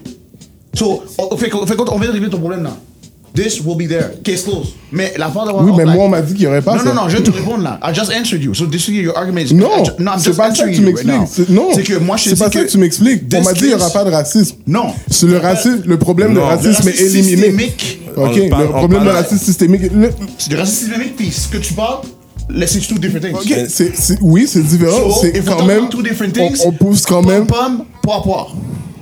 So, on fait, on fait, on vient de régler ton problème là. This will be there. Case closed. Mais la part d'avoir. Oui, mais like- moi, on m'a dit qu'il y aurait pas non, ça. non, non, je vais te répondre là. I just answered you. So this is your argument. is- Non, I ju- I'm c'est just pas ça que answering tu you m'expliques. right now. C'est- Non, C'est que moi, je te c'est dis pas ça que tu m'expliques. On this m'a dit qu'il n'y aura case- pas de racisme. Non. C'est le racisme, le problème de Non. racisme Le est racisme éliminé. systémique. On Ok, parle- le on problème de parle- racisme systémique. le- C'est du racisme systémique, puis ce que tu parles, là, c'est two different things. Ok, c'est- c'est- oui, c'est différent. So, C'est if we quand talk même. about two different on- things, On pousse quand Pomme, même. pomme, poire, poire.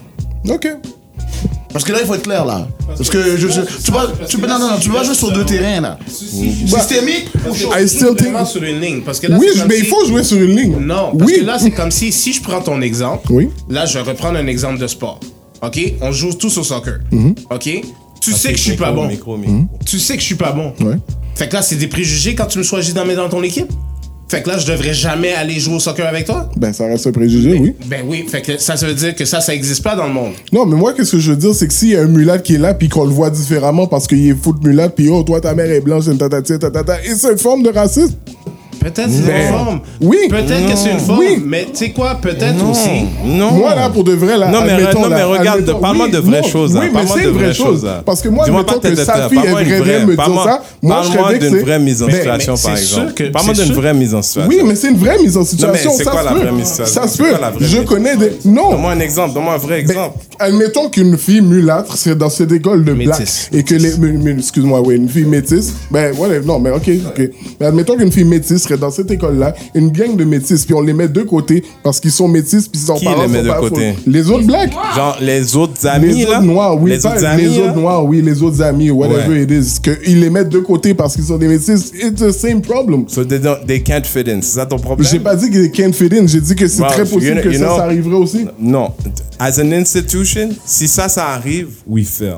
Ok. Parce que là, il faut être clair, là. Parce que je, je- tu vas, tu peux, non, non, non, tu vas jouer sur deux terrains, là. Systémique ou chaud? C'est I still think. vraiment sur une ligne. Parce que là, Oui, c'est comme mais si- il faut jouer sur une ligne. Non, parce Oui. que là, c'est comme si, si je prends ton exemple, Oui. là, je vais reprendre un exemple de sport. OK? On joue tous au soccer. Mhm. OK? Tu sais que je suis pas bon. Micro, micro. Tu sais que je suis pas bon. Ouais. Fait que là, c'est des préjugés quand tu me choisis dans, dans ton équipe. Fait que là, je devrais jamais aller jouer au soccer avec toi. Ben, ça reste un préjugé, oui. Ben oui, fait que ça, ça veut dire que ça, ça existe pas dans le monde. Non, mais moi, qu'est-ce que je veux dire, c'est que s'il y a un mulâtre qui est là, puis qu'on le voit différemment parce qu'il est foot mulâtre, puis oh, toi, ta mère est blanche, tatati, tatata, et c'est une forme de racisme. Peut-être c'est Mais- une forme. Oui. Peut-être que c'est une forme. Oui. Mais tu sais quoi? Peut-être aussi. Non. Moi, là, pour de vrai, là, Non, mais, admettons, non, mais là, regarde, admettons- parle-moi oui, de vraies non, choses. hein. Oui, mais Parle-moi c'est de une vraie vraies chose. choses. hein. Parce que moi, Dis-moi admettons pas que tête sa de- fille parle-moi une aimerait vraie- me dire parle-moi- ça, moi, je Parle-moi savais que d'une c'est- vraie mise en Mais- situation, mais par c'est sûr exemple. que- Parle-moi c'est d'une sûr- vraie mise en situation. Oui, mais c'est une vraie mise en situation. c'est ça quoi se la peut. vraie mise en situation? Ça se C'est peut. quoi la vraie Je mise? connais des. Non. Donne-moi un exemple, donne-moi un vrai Ben, exemple. admettons qu'une fille mulâtre serait dans cette école de black Métisse. et que les mais- mais- excuse-moi oui une fille métisse ben voilà non mais ok ok mais admettons qu'une fille métisse serait dans cette école là une gang de métisses puis on les met de côté parce qu'ils sont métisses puis ils ont Qui parents les met sont de pas côté? fous. Les autres blacks Genre, les autres amis, les là. autres noirs oui Les pas- autres amis, les là. autres noirs oui les autres amis whatever Ouais. it is que ils les mettent de côté parce qu'ils sont des métisses it's the same problem. So they, don't, they can't fit in. C'est ça ton problème? J'ai pas dit que can't fit in, j'ai dit que c'est Well, très possible you know- que you ça, know- ça arriverait aussi. Non. As an institution, si ça, ça arrive, we failed.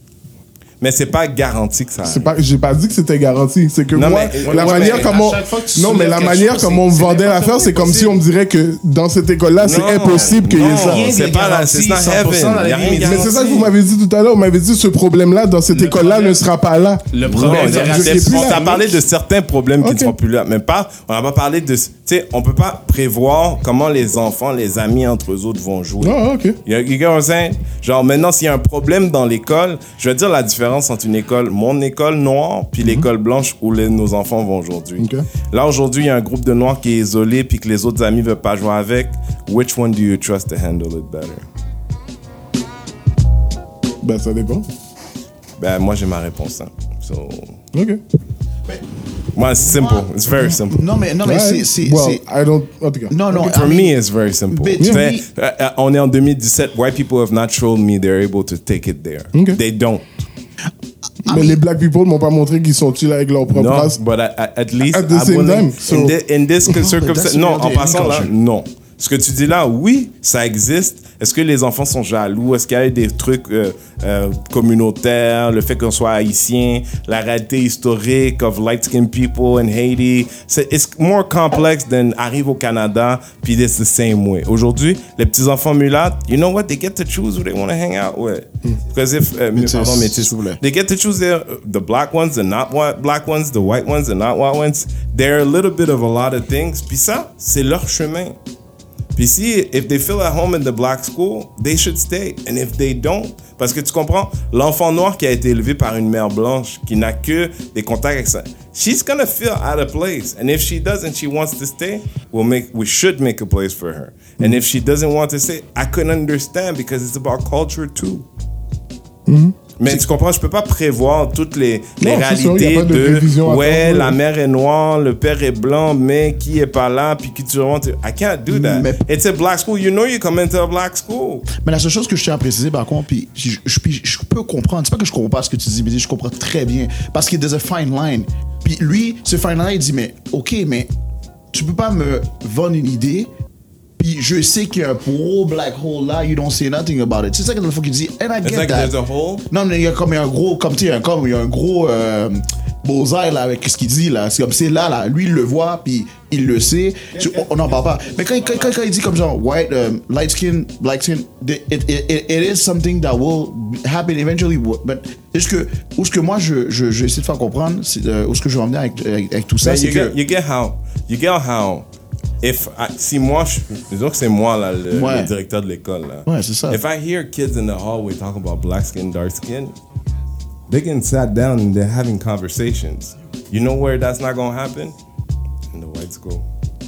Mais c'est pas garanti que ça C'est arrive. pas, j'ai pas dit que c'était garanti. C'est que Non, moi, mais- la ouais, manière mais comment, à chaque fois que tu non, mais soulèves la quelque manière chose, comment on me c'est- vendait c'est l'affaire, n'importe c'est quoi comme si on me dirait que dans cette école-là, c'est Non, impossible qu'il y ait non, ça. Rien c'est n'est pas la- garanti, c'est not cent pour cent heaven. dans la Y a vie rien n'est qui- Mais c'est ça que garanti. vous m'avez dit tout à l'heure. Vous m'avez dit ce problème-là dans cette Le école-là problème- ne sera pas là. Le Non, problème de c'est- racisme c'est- on t'a systémique- parlé de certains problèmes qui Ok. ne seront plus là, mais pas, on n'a pas parlé de, tu sais, on peut pas prévoir comment les enfants, les amis entre eux autres vont jouer. Ah, ok. You you get what I'm saying? Genre, maintenant, s'il y a un problème dans l'école, je vais dire la différence entre une école, mon école noire, puis l'école blanche où les- nos enfants vont aujourd'hui. Ok. Là, aujourd'hui, il y a un groupe de noirs qui est isolé, puis que les autres amis ne veulent pas jouer avec. Which one do you trust to handle it better? Ben, ça dépend. Ben, moi, j'ai ma réponse. Hein. So, Ok. moi, it's simple. It's very simple. Non, mais, non, mais c'est, Ouais. c'est, Well, c'est- I don't. En tout cas. non, non, For I mean- me, it's very simple. But Tu to fais, me- euh, euh, on est en deux mille dix-sept. White people have not shown me they're able to take it there. Okay. They don't. Mais les black people m'ont pas montré qu'ils sont chill avec leur propre No, race. but at, at- at least At the I'm same willing- time, so- in, thi- in this circumstance, that's non, the en reality passant là, culture. non. Ce que tu dis là, oui, ça existe. Est-ce que les enfants sont jaloux? Est-ce qu'il y a des trucs euh, euh, communautaires, le fait qu'on soit haïtien, la réalité historique of light-skinned people in Haiti? C'est it's more complex than arrive au Canada, puis it's the same way. Aujourd'hui, les petits-enfants mulâtres, you know what? They get to choose who they want to hang out with. Because if, euh, Métis, pardon, métis, s'il vous plaît. they get to choose their, the black ones, the not white black ones, the white ones, the not white ones. They're a little bit of a lot of things. Puis ça, c'est leur chemin. Puis si, if they feel at home in the black school, they should stay. And if they don't, parce que tu comprends, l'enfant noir qui a été élevé par une mère blanche, qui n'a que des contacts avec ça, she's gonna feel out of place. And if she does and she wants to stay, we'll make, we should make a place for her. And if she doesn't want to stay, I couldn't understand because it's about culture too. Mais tu comprends, je peux pas prévoir toutes les, les Non, c'est sûr, y a réalités pas de de, prévision à ouais, faire, la ouais. mère est noire, le père est blanc, mais qui est pas là, puis qui tu remontes. I can't do that. Mais- It's a black school. You know you come into a black school. Mais la seule chose que je tiens à préciser, par contre, puis je, je, puis je peux comprendre, c'est pas que je comprends pas ce que tu dis, mais je comprends très bien. Parce qu'il y a a fine line. Puis lui, ce fine line, il dit, mais ok, mais tu peux pas me vendre une idée, puis je sais qu'il y a un gros black hole là, you don't say nothing about it. C'est ça que le fois qu'il dit, and I It's get like that. there's a hole. Non, mais il y a comme il y a un gros, comme tu sais, il y a un- comme il y a un gros euh, beaux-arts là avec ce qu'il dit là. C'est comme c'est là, là. Lui, il le voit, puis il le sait. Tu- on n'en parle pas. Mais quand, quand, quand, quand il dit comme genre white, um, light skin, black skin, it, it, it, it is something that will happen eventually. But est-ce que, où ce que moi je, je, je essaie de faire comprendre, c'est, euh, où ce que je veux emmener avec, avec, avec tout ça, Mais c'est you, que. get, you get how, you get how, if I, si moi, je, disons que c'est moi là, le, Ouais. le directeur de l'école là. Ouais, c'est ça. If I hear kids in the hallway talking about black skin, dark skin, they getting sat down and they're having conversations. You know where that's not gonna happen? In the white school.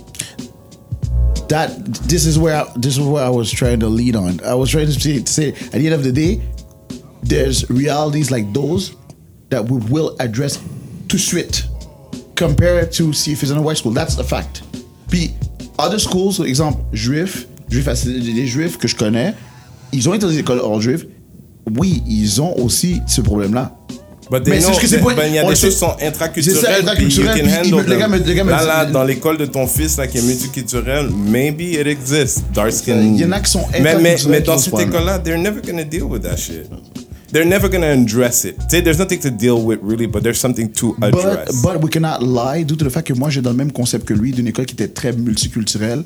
That this is where I, this is where I was trying to lead on. I was trying to say, to say at the end of the day, there's realities like those that we will address tout de suite compared to see if it's in a white school. That's a fact. Puis other schools, par exemple juifs, juifs, les juifs que je connais, ils ont été dans des écoles hors juives. Oui, ils ont aussi ce problème-là. But they Mais c'est know, ce que c'est that- pour- but il y a on des le choses sait. qui sont C'est ça, intraculturelles, puis you intraculturelles, can puis il me- handle le gars me- them. le gars me Là, dit- là, dans l'école de ton fils, là, qui est multiculturel, maybe it exists, dark skin. Il y en a qui sont mais, mais, intraculturels mais qui dans ont ce cette problème. école-là, they're never gonna deal with that shit. They're never gonna address it. Tu sais, there's nothing to deal with, really, but there's something to address. But, but we cannot lie, due to the fact que moi j'ai dans le même concept que lui, d'une école qui était très multiculturelle.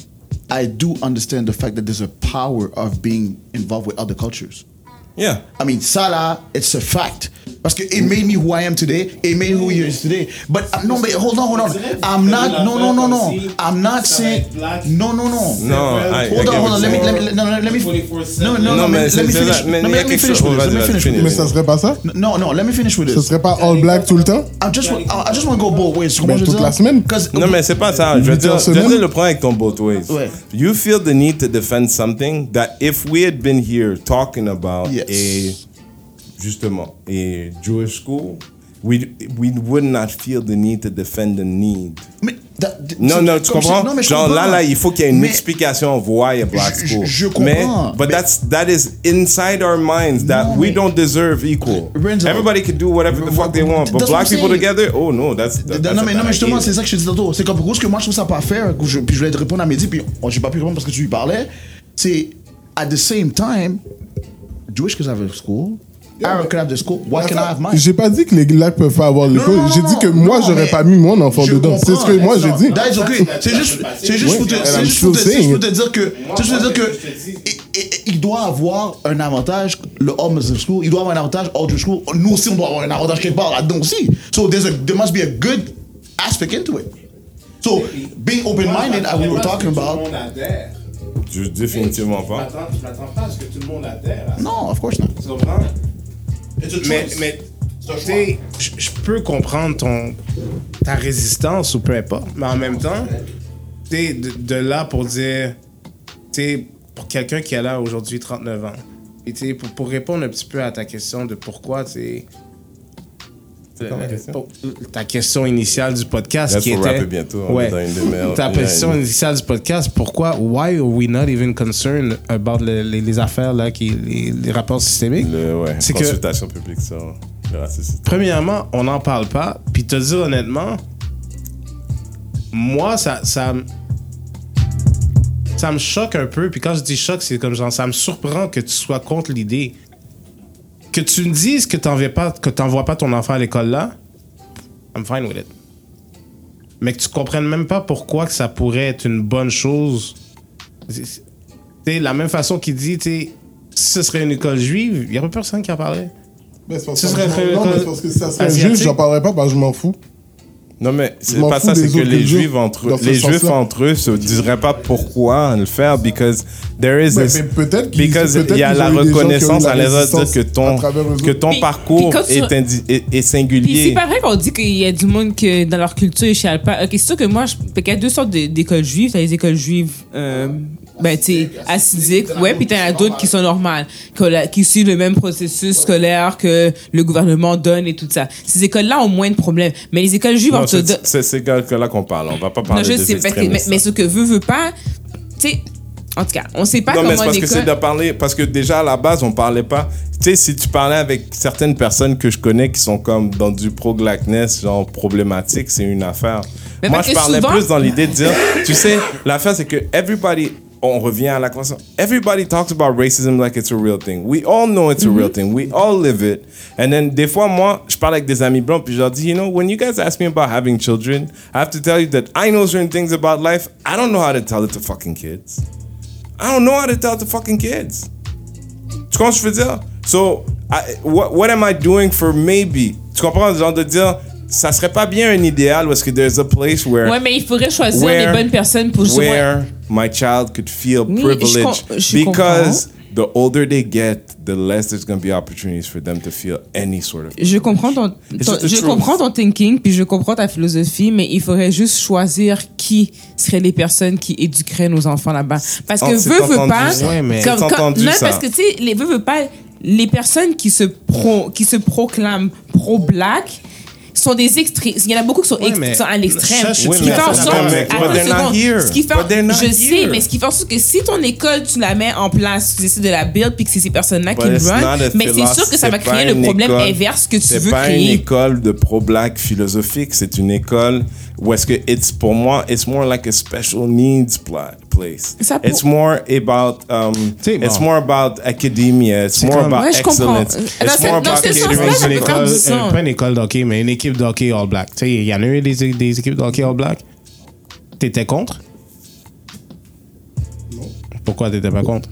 I do understand the fact that there's a power of being involved with other cultures. Yeah. I mean, ça là, it's a fact. Parce que it made me who I am today. It made me who he is today. But uh, no, but hold on, hold on. I'm not. No, no, no, no. I'm not saying. No, no, no. No, I, I Hold get on, hold what on. Let you're me, saying. let me, no, no, let me. No, no, Non, no. mais Let c'est- me c'est finish. là, mais No, il y a let me quelque finish chose- with this. Let me vas-y, finish vas-y, with Mais this. ça serait pas ça? No, no. Let me finish with Ça this. serait pas all black tout le temps? I just, want, I just want to go both ways. Tu comprends Ben, ce que je toute veux la dire? semaine. 'Cause- Non, mais c'est pas ça. Je veux Huit dire, heures je veux semaine. dire le problème avec ton both ways. Ouais. You feel the need to defend something that if we had been here talking about Yes. a, justement, a Jewish school, we we would not feel the need to defend the need. Mais, that- Non, c'est- non, tu comme comprends? je- non, mais je Genre là, comprends. là, il faut qu'il y ait une Mais- explication of why a black Je- school. je- je mais, comprends. but Mais- that's, that is inside our minds that Non, we mais- don't deserve equal. Renzo. Everybody can do whatever the fuck they want, but That's black what I'm people saying. together, oh no, that's, that, that's non, a mais, non, bad mais justement, idea. c'est ça que je te dis tantôt. C'est comme pour ce que moi je trouve ça pas faire, que je, puis je voulais te répondre à Mehdi, puis oh, j'ai pas pu répondre parce que tu lui parlais. C'est, at the same time, Jewish could have a school, Arab could have the school, why can I have mine? J'ai pas dit que les blacks peuvent pas avoir l'école. Non, non, J'ai non, dit que non, moi, non, j'aurais mais pas mis mon enfant Je dedans. C'est ce que comprends. moi, j'ai dit. That's okay. C'est juste, c'est juste pour te, Oui, c'est I'm juste pour te, still c'est juste pour te saying. dire que, c'est juste pour te dire que, il- il- il doit avoir un avantage, le home school, il doit avoir un avantage hors du school. Nous aussi, on doit avoir un avantage quelque part là-dedans aussi. So there's a, there must be a good aspect into it. So being open-minded, as we were talking about. Je- Définitivement pas. Je m'attends pas à ce que tout le monde adhère à ça. No, of course not. Tu comprends? It's a Mais, choice. mais tu sais, je je peux comprendre ton, ta résistance ou peu importe, mais en même temps, tu sais, de, de là pour dire, tu sais, pour quelqu'un qui a là aujourd'hui trente-neuf ans, et tu sais, pour, pour répondre un petit peu à ta question de pourquoi, tu sais, C'est quoi ma question? pour- ta question initiale du podcast Là, qui faut était, rapper bientôt, on est dans une demi-heure. ta Une heure et question demie. initiale du podcast, pourquoi, why are we not even concerned about le- les, les affaires là, qui, les, les rapports systémiques? Le, ouais, C'est que- consultation publique sur le racisme. Premièrement, on n'en parle pas. Puis te dire honnêtement, moi, ça, ça, m- ça me choque un peu. Puis quand je dis choc, c'est comme genre, ça me surprend que tu sois contre l'idée. Que tu me dises que tu n'envoies pas, que t'envoies pas ton enfant à l'école là, I'm fine with it. Mais que tu comprennes même pas pourquoi que ça pourrait être une bonne chose. Tu sais, la même façon qu'il dit, tu sais, si ce serait une école juive, il n'y aurait personne qui en parlerait. Mais c'est parce Ce que serait je m'en- très- non, mais c'est parce que ça serait asiatique. juste, j'en parlerais pas parce que je m'en fous. Non, mais c'est Je m'en pas fous ça, c'est des que autres les religions, juifs entre dans eux, ce les juifs sens-là. entre eux se diraient pas pourquoi le faire, because there is Mais- this, mais peut-être qu'ils- because peut-être il y a qu'ils la ont eu des gens qui ont eu reconnaissance la à l'air de dire résistance que ton, à travers eux que autres. ton Puis- parcours puis quand tu- est, indi- est, est Puis singulier. c'est pas vrai qu'on dit qu'il y a du monde que dans leur culture, ils chialent pas. Ok, c'est sûr que moi, je, fait qu'il y a deux sortes de- d'écoles juives. T'as les écoles juives euh, ben, tu sais, acidiques, ouais, puis t'en as d'autres qui sont normales, qui suivent le même processus scolaire que le gouvernement donne et tout ça. Ces écoles-là ont moins de problèmes. Mais les écoles juives orthodoxes... C'est ces écoles-là qu'on parle. On va pas parler non, je des sais, extrémistes. Mais, mais ce que veut, veut pas... Tu sais, en tout cas, on sait pas non, comment mais c'est parce l'école... que c'est de parler... Parce que déjà, à la base, on parlait pas... Tu sais, si tu parlais avec certaines personnes que je connais qui sont comme dans du pro-blackness, genre problématique, c'est une affaire. Mais Moi, je parlais souvent... plus dans l'idée de dire... Tu sais, l'affaire, c'est que everybody... On revient à la conversation. Everybody talks about racism like it's a real thing. We all know it's a real thing. We all live it. And then, des fois, moi, je parle avec des amis blancs, puis je leur dis, you know, when you guys ask me about having children, I have to tell you that I know certain things about life. I don't know how to tell it to fucking kids. I don't know how to tell it to fucking kids. Tu comprends ce que je veux dire? So, I, what, what am I doing for maybe? Tu comprends? Genre de dire, ça serait pas bien un idéal parce que there's a place where... Ouais, mais il faudrait choisir where, les bonnes personnes pour justement... Where my child could feel Oui, privileged. je com- je because the older they get, the less there's going to be opportunities for them to feel any sort of... Je comprends ton, It's ton just the je truth. comprends ton thinking, puis je comprends ta philosophie, mais il faudrait juste choisir qui seraient les personnes qui éduqueraient nos enfants là-bas. Parce que Oh, c'est veut, veut entendu, pas... ça. Ouais, mais- comme- C'est quand- entendu, non, ça. parce que, tu sais, les veut, veut pas... Les personnes qui se, pro, qui se proclament pro-black sont des extrêmes. Il y en a beaucoup qui sont, Ouais, ex- mais qui sont à l'extrême. ça, je suis Ce qui tout à fait en fait sorte... d'accord avec Attends toi. une But they're not seconde. here. Ce qui fait, But they're not je sais, here. mais ce qui fait en sorte que si ton école, tu la mets en place, tu essaies de la build, puis que c'est ces personnes-là qui But le it's run, not a mais c'est philosophy. sûr que ça va C'est pas créer le une problème école. inverse que tu veux C'est pas une créer. école de pro-black philosophique, c'est une école où est-ce que it's, pour moi, it's more like a special needs pla- place. Ça pour- It's more about, um, sais, it's bon. more about academia, it's C'est more comme- about Ouais, je comprends. excellence. Dans It's ce- more dans about ce sens-là, catering ça to peut une the- faire école, du sens. euh, pas une école de hockey, mais une équipe de hockey All Black. Tu sais, il y en a eu des, des équipes de hockey All Black. T'étais contre? Non. Pourquoi t'étais pas contre?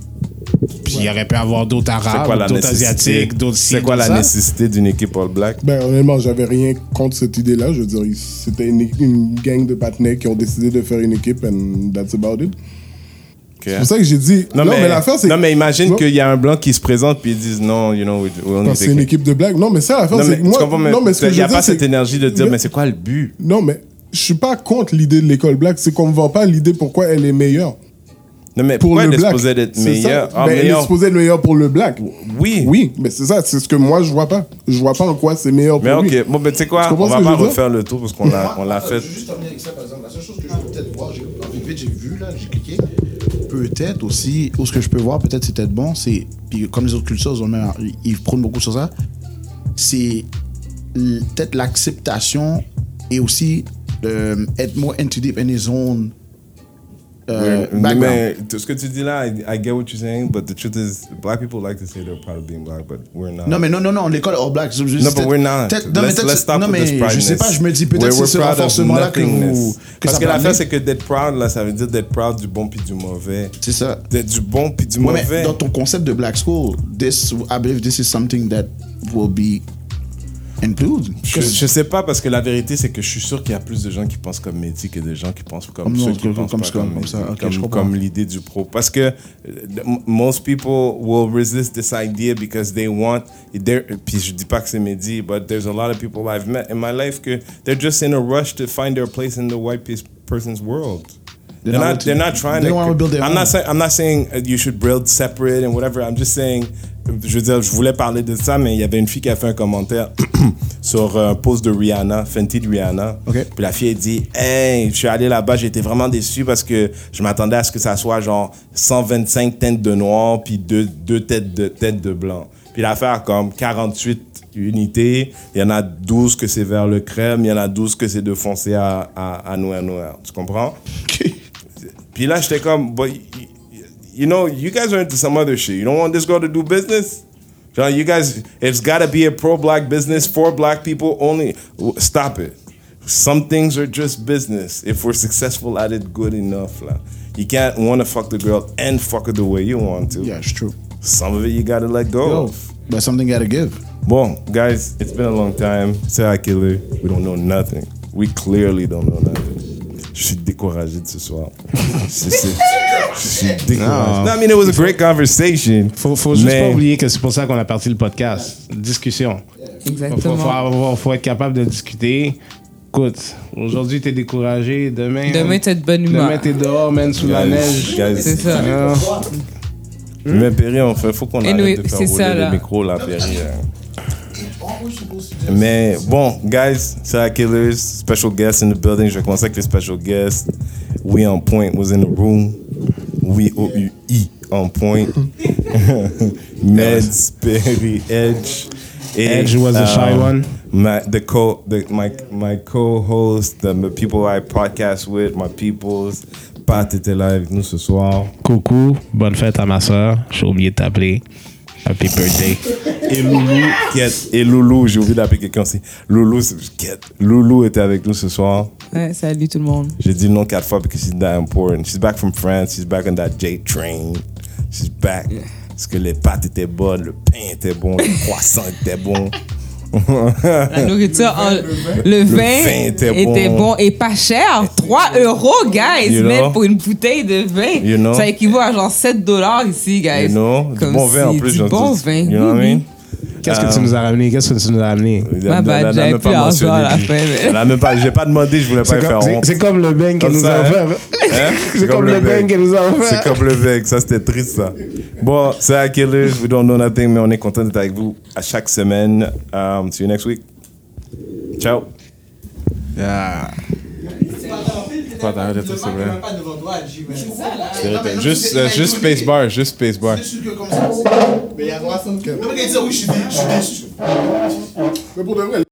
Puis il y aurait pu avoir d'autres C'est quoi Arabes, la d'autres nécessité? Asiatiques, d'autres ci, C'est quoi d'autres la ça. nécessité d'une équipe All Black? Ben, honnêtement, j'avais rien contre cette idée-là. Je veux dire, c'était une, une gang de partenaires qui ont décidé de faire une équipe, and that's about it. Ok. C'est pour ça que j'ai dit. Non, Non, mais, mais, l'affaire, c'est. non, mais imagine Non, qu'il y a un blanc qui se présente puis ils disent non, you know, we, we only parce que take c'est une it. équipe de blagues. Non, mais ça, l'affaire, Non, c'est mais que tu moi. comprends, mais non, mais ce que il je n'y a veux dire, pas cette c'est- énergie de dire, Mais- mais c'est quoi le but? Non, mais je suis pas contre l'idée de l'école black. C'est qu'on ne vend pas l'idée pourquoi elle est meilleure. Non, mais Pour pourquoi le elle est black. supposée être C'est meilleure? ça. Ah, Ben, elle est meilleure. supposée être meilleure pour le black. Oui. Oui, mais c'est ça. C'est ce que moi, je vois pas. Je vois pas en quoi c'est meilleur Mais pour lui. ok, bon, ben tu sais quoi, Tu comprends on ce va que pas je veux dire? refaire le tour parce qu'on l'a, on l'a fait. Je veux juste terminer avec ça, par exemple. La seule chose que je peux peut-être voir, j'ai, en vite, vite, j'ai vu, là, j'ai cliqué. Peut-être aussi, ou ce que je peux voir, peut-être c'est peut-être bon, c'est, puis comme les autres cultures, ils, ont même- ils prônent beaucoup sur ça, c'est l- peut-être l'acceptation et aussi euh, être more into deep in his own euh, Mais- background. mais tout ce que tu dis là, I, I get what you're saying, but the truth is, black people like to say they're proud of being black, but we're not. Non, mais non, non, non, l'école All Black. Je, je, No, but peut-être- we're not. peut-être- Non, mais Let's, peut-être- let's stop non, with mais this je proudness. sais pas, je me dis peut-être We're- c'est we're ce proud of renforcement-là que vous. nothingness. Que Parce ça que peut l'affaire, amener. c'est que d'être proud, là, ça veut dire d'être proud du bon puis du mauvais. C'est ça. D'être du bon puis du Ouais, mauvais. mais dans ton concept de Black School, this, I believe this is something that will be included. Je, je sais pas parce que la vérité c'est que je suis sûr qu'il y a plus de gens qui pensent comme Mehdi que de gens qui pensent comme, Comme ceux nous, qui comme- pensent comme pas ça, comme, comme Mehdi, ça. Ok, comme, je comprends. comme l'idée du pro. Parce que euh, m- most people will resist this idea because they want. they're- Puis je dis pas que c'est Mehdi, but there's a lot of people I've met in my life que they're just in a rush to find their place in the white pe- person's world. They're They're not not. They're not trying they to. don't wanna build their I'm own. not saying. I'm not saying uh, you should build separate and whatever. I'm just saying. Je veux dire, je voulais parler de ça, mais il y avait une fille qui a fait un commentaire sur un post de Rihanna, Fenty de Rihanna. Ok. Puis la fille a dit, hey, je suis allé là-bas, j'étais vraiment déçu parce que je m'attendais à ce que ça soit genre cent vingt-cinq teintes de noir puis deux, deux têtes de têtes de blanc. Puis l'affaire comme quarante-huit unités, il y en a douze que c'est vers le crème, il y en a douze que c'est de foncé à, à, à noir noir. Tu comprends? Puis là, j'étais comme, but, y- you know, you guys are into some other shit. You don't want this girl to do business? Genre, you guys, it's got to be a pro-black business for black people only. Stop it. Some things are just business. If we're successful at it good enough, là. You can't want to fuck the girl and fuck her the way you want to. Yeah, it's true. Some of it you got to let go Yo, of. but something gotta give. Bon, guys, it's been a long time. Serial killer, we don't know nothing. We clearly don't know nothing. Je suis découragé de ce soir. C'est- c'est- Je suis découragé. Non. No, I mean, it was a great conversation. Faut, faut juste mais- pas oublier que c'est pour ça qu'on a parti le podcast. Discussion. Faut, faut, Exactement. faut avoir- faut être capable de discuter. Écoute, aujourd'hui t'es découragé, demain. Demain, t'es de bonne humeur. Demain t'es dehors, man, sous la Guys, neige. guys. C'est ça. Ah. Mais Perry, on fait, faut qu'on arrête Anyway, de faire c'est rouler ça, les là. micros là, Perry. euh. Mais bon, guys, Serial Killers, special guest in the building. Je vais commencer avec les special guests. We on point was in the room. We O U I on point. Meds, Perry, Edge. Et, Edge was the shy um, one. My the co the my my co-host, the people I podcast with, my peoples. Pat était là avec nous ce soir. Coucou, bonne fête à ma soeur. J'ai oublié de t'appeler. Happy birthday. Et Loulou, qui est- et Loulou, j'ai oublié d'appeler quelqu'un aussi. Loulou, c'est- qui est- Loulou était avec nous ce soir. Ouais, salut tout le monde. J'ai dit le nom quatre fois parce que c'est that important. She's back from France. She's back on that J train. She's back. Parce que les pâtes étaient bonnes, le pain était bon, le croissant était bon. La nourriture, en- le vin, vin était était, bon. bon. et pas cher. trois euros, guys, You man, know? pour une bouteille de vin. You know? Ça équivaut à genre sept dollars ici, guys. You know? Du Comme bon vin en si- plus. Du genre, bon du- vin. You know what I mean? Qu'est-ce que Euh, tu nous as ramené? Qu'est-ce que tu nous as ramené? Elle Ma a- bad, elle a j'avais même plus pas l'argent mentionné, à la puis- fin, mais- Elle a même pas, j'ai pas demandé, je voulais pas C'est lui faire comme, c'est- honte. c'est comme le bang qu'elle Comme nous ça, a hein? offert. Hein? C'est comme le bang qu'elle nous a offert. C'est comme le bec, ça c'était triste ça. Bon, c'est à Killers, we don't know nothing, mais on est content d'être avec vous à chaque semaine. Um, see you next week. Ciao. Ah. Pas d'arrêter de c'est vrai. C'est vrai, Juste, euh, juste spacebar, juste spacebar. Mais pour de vrai,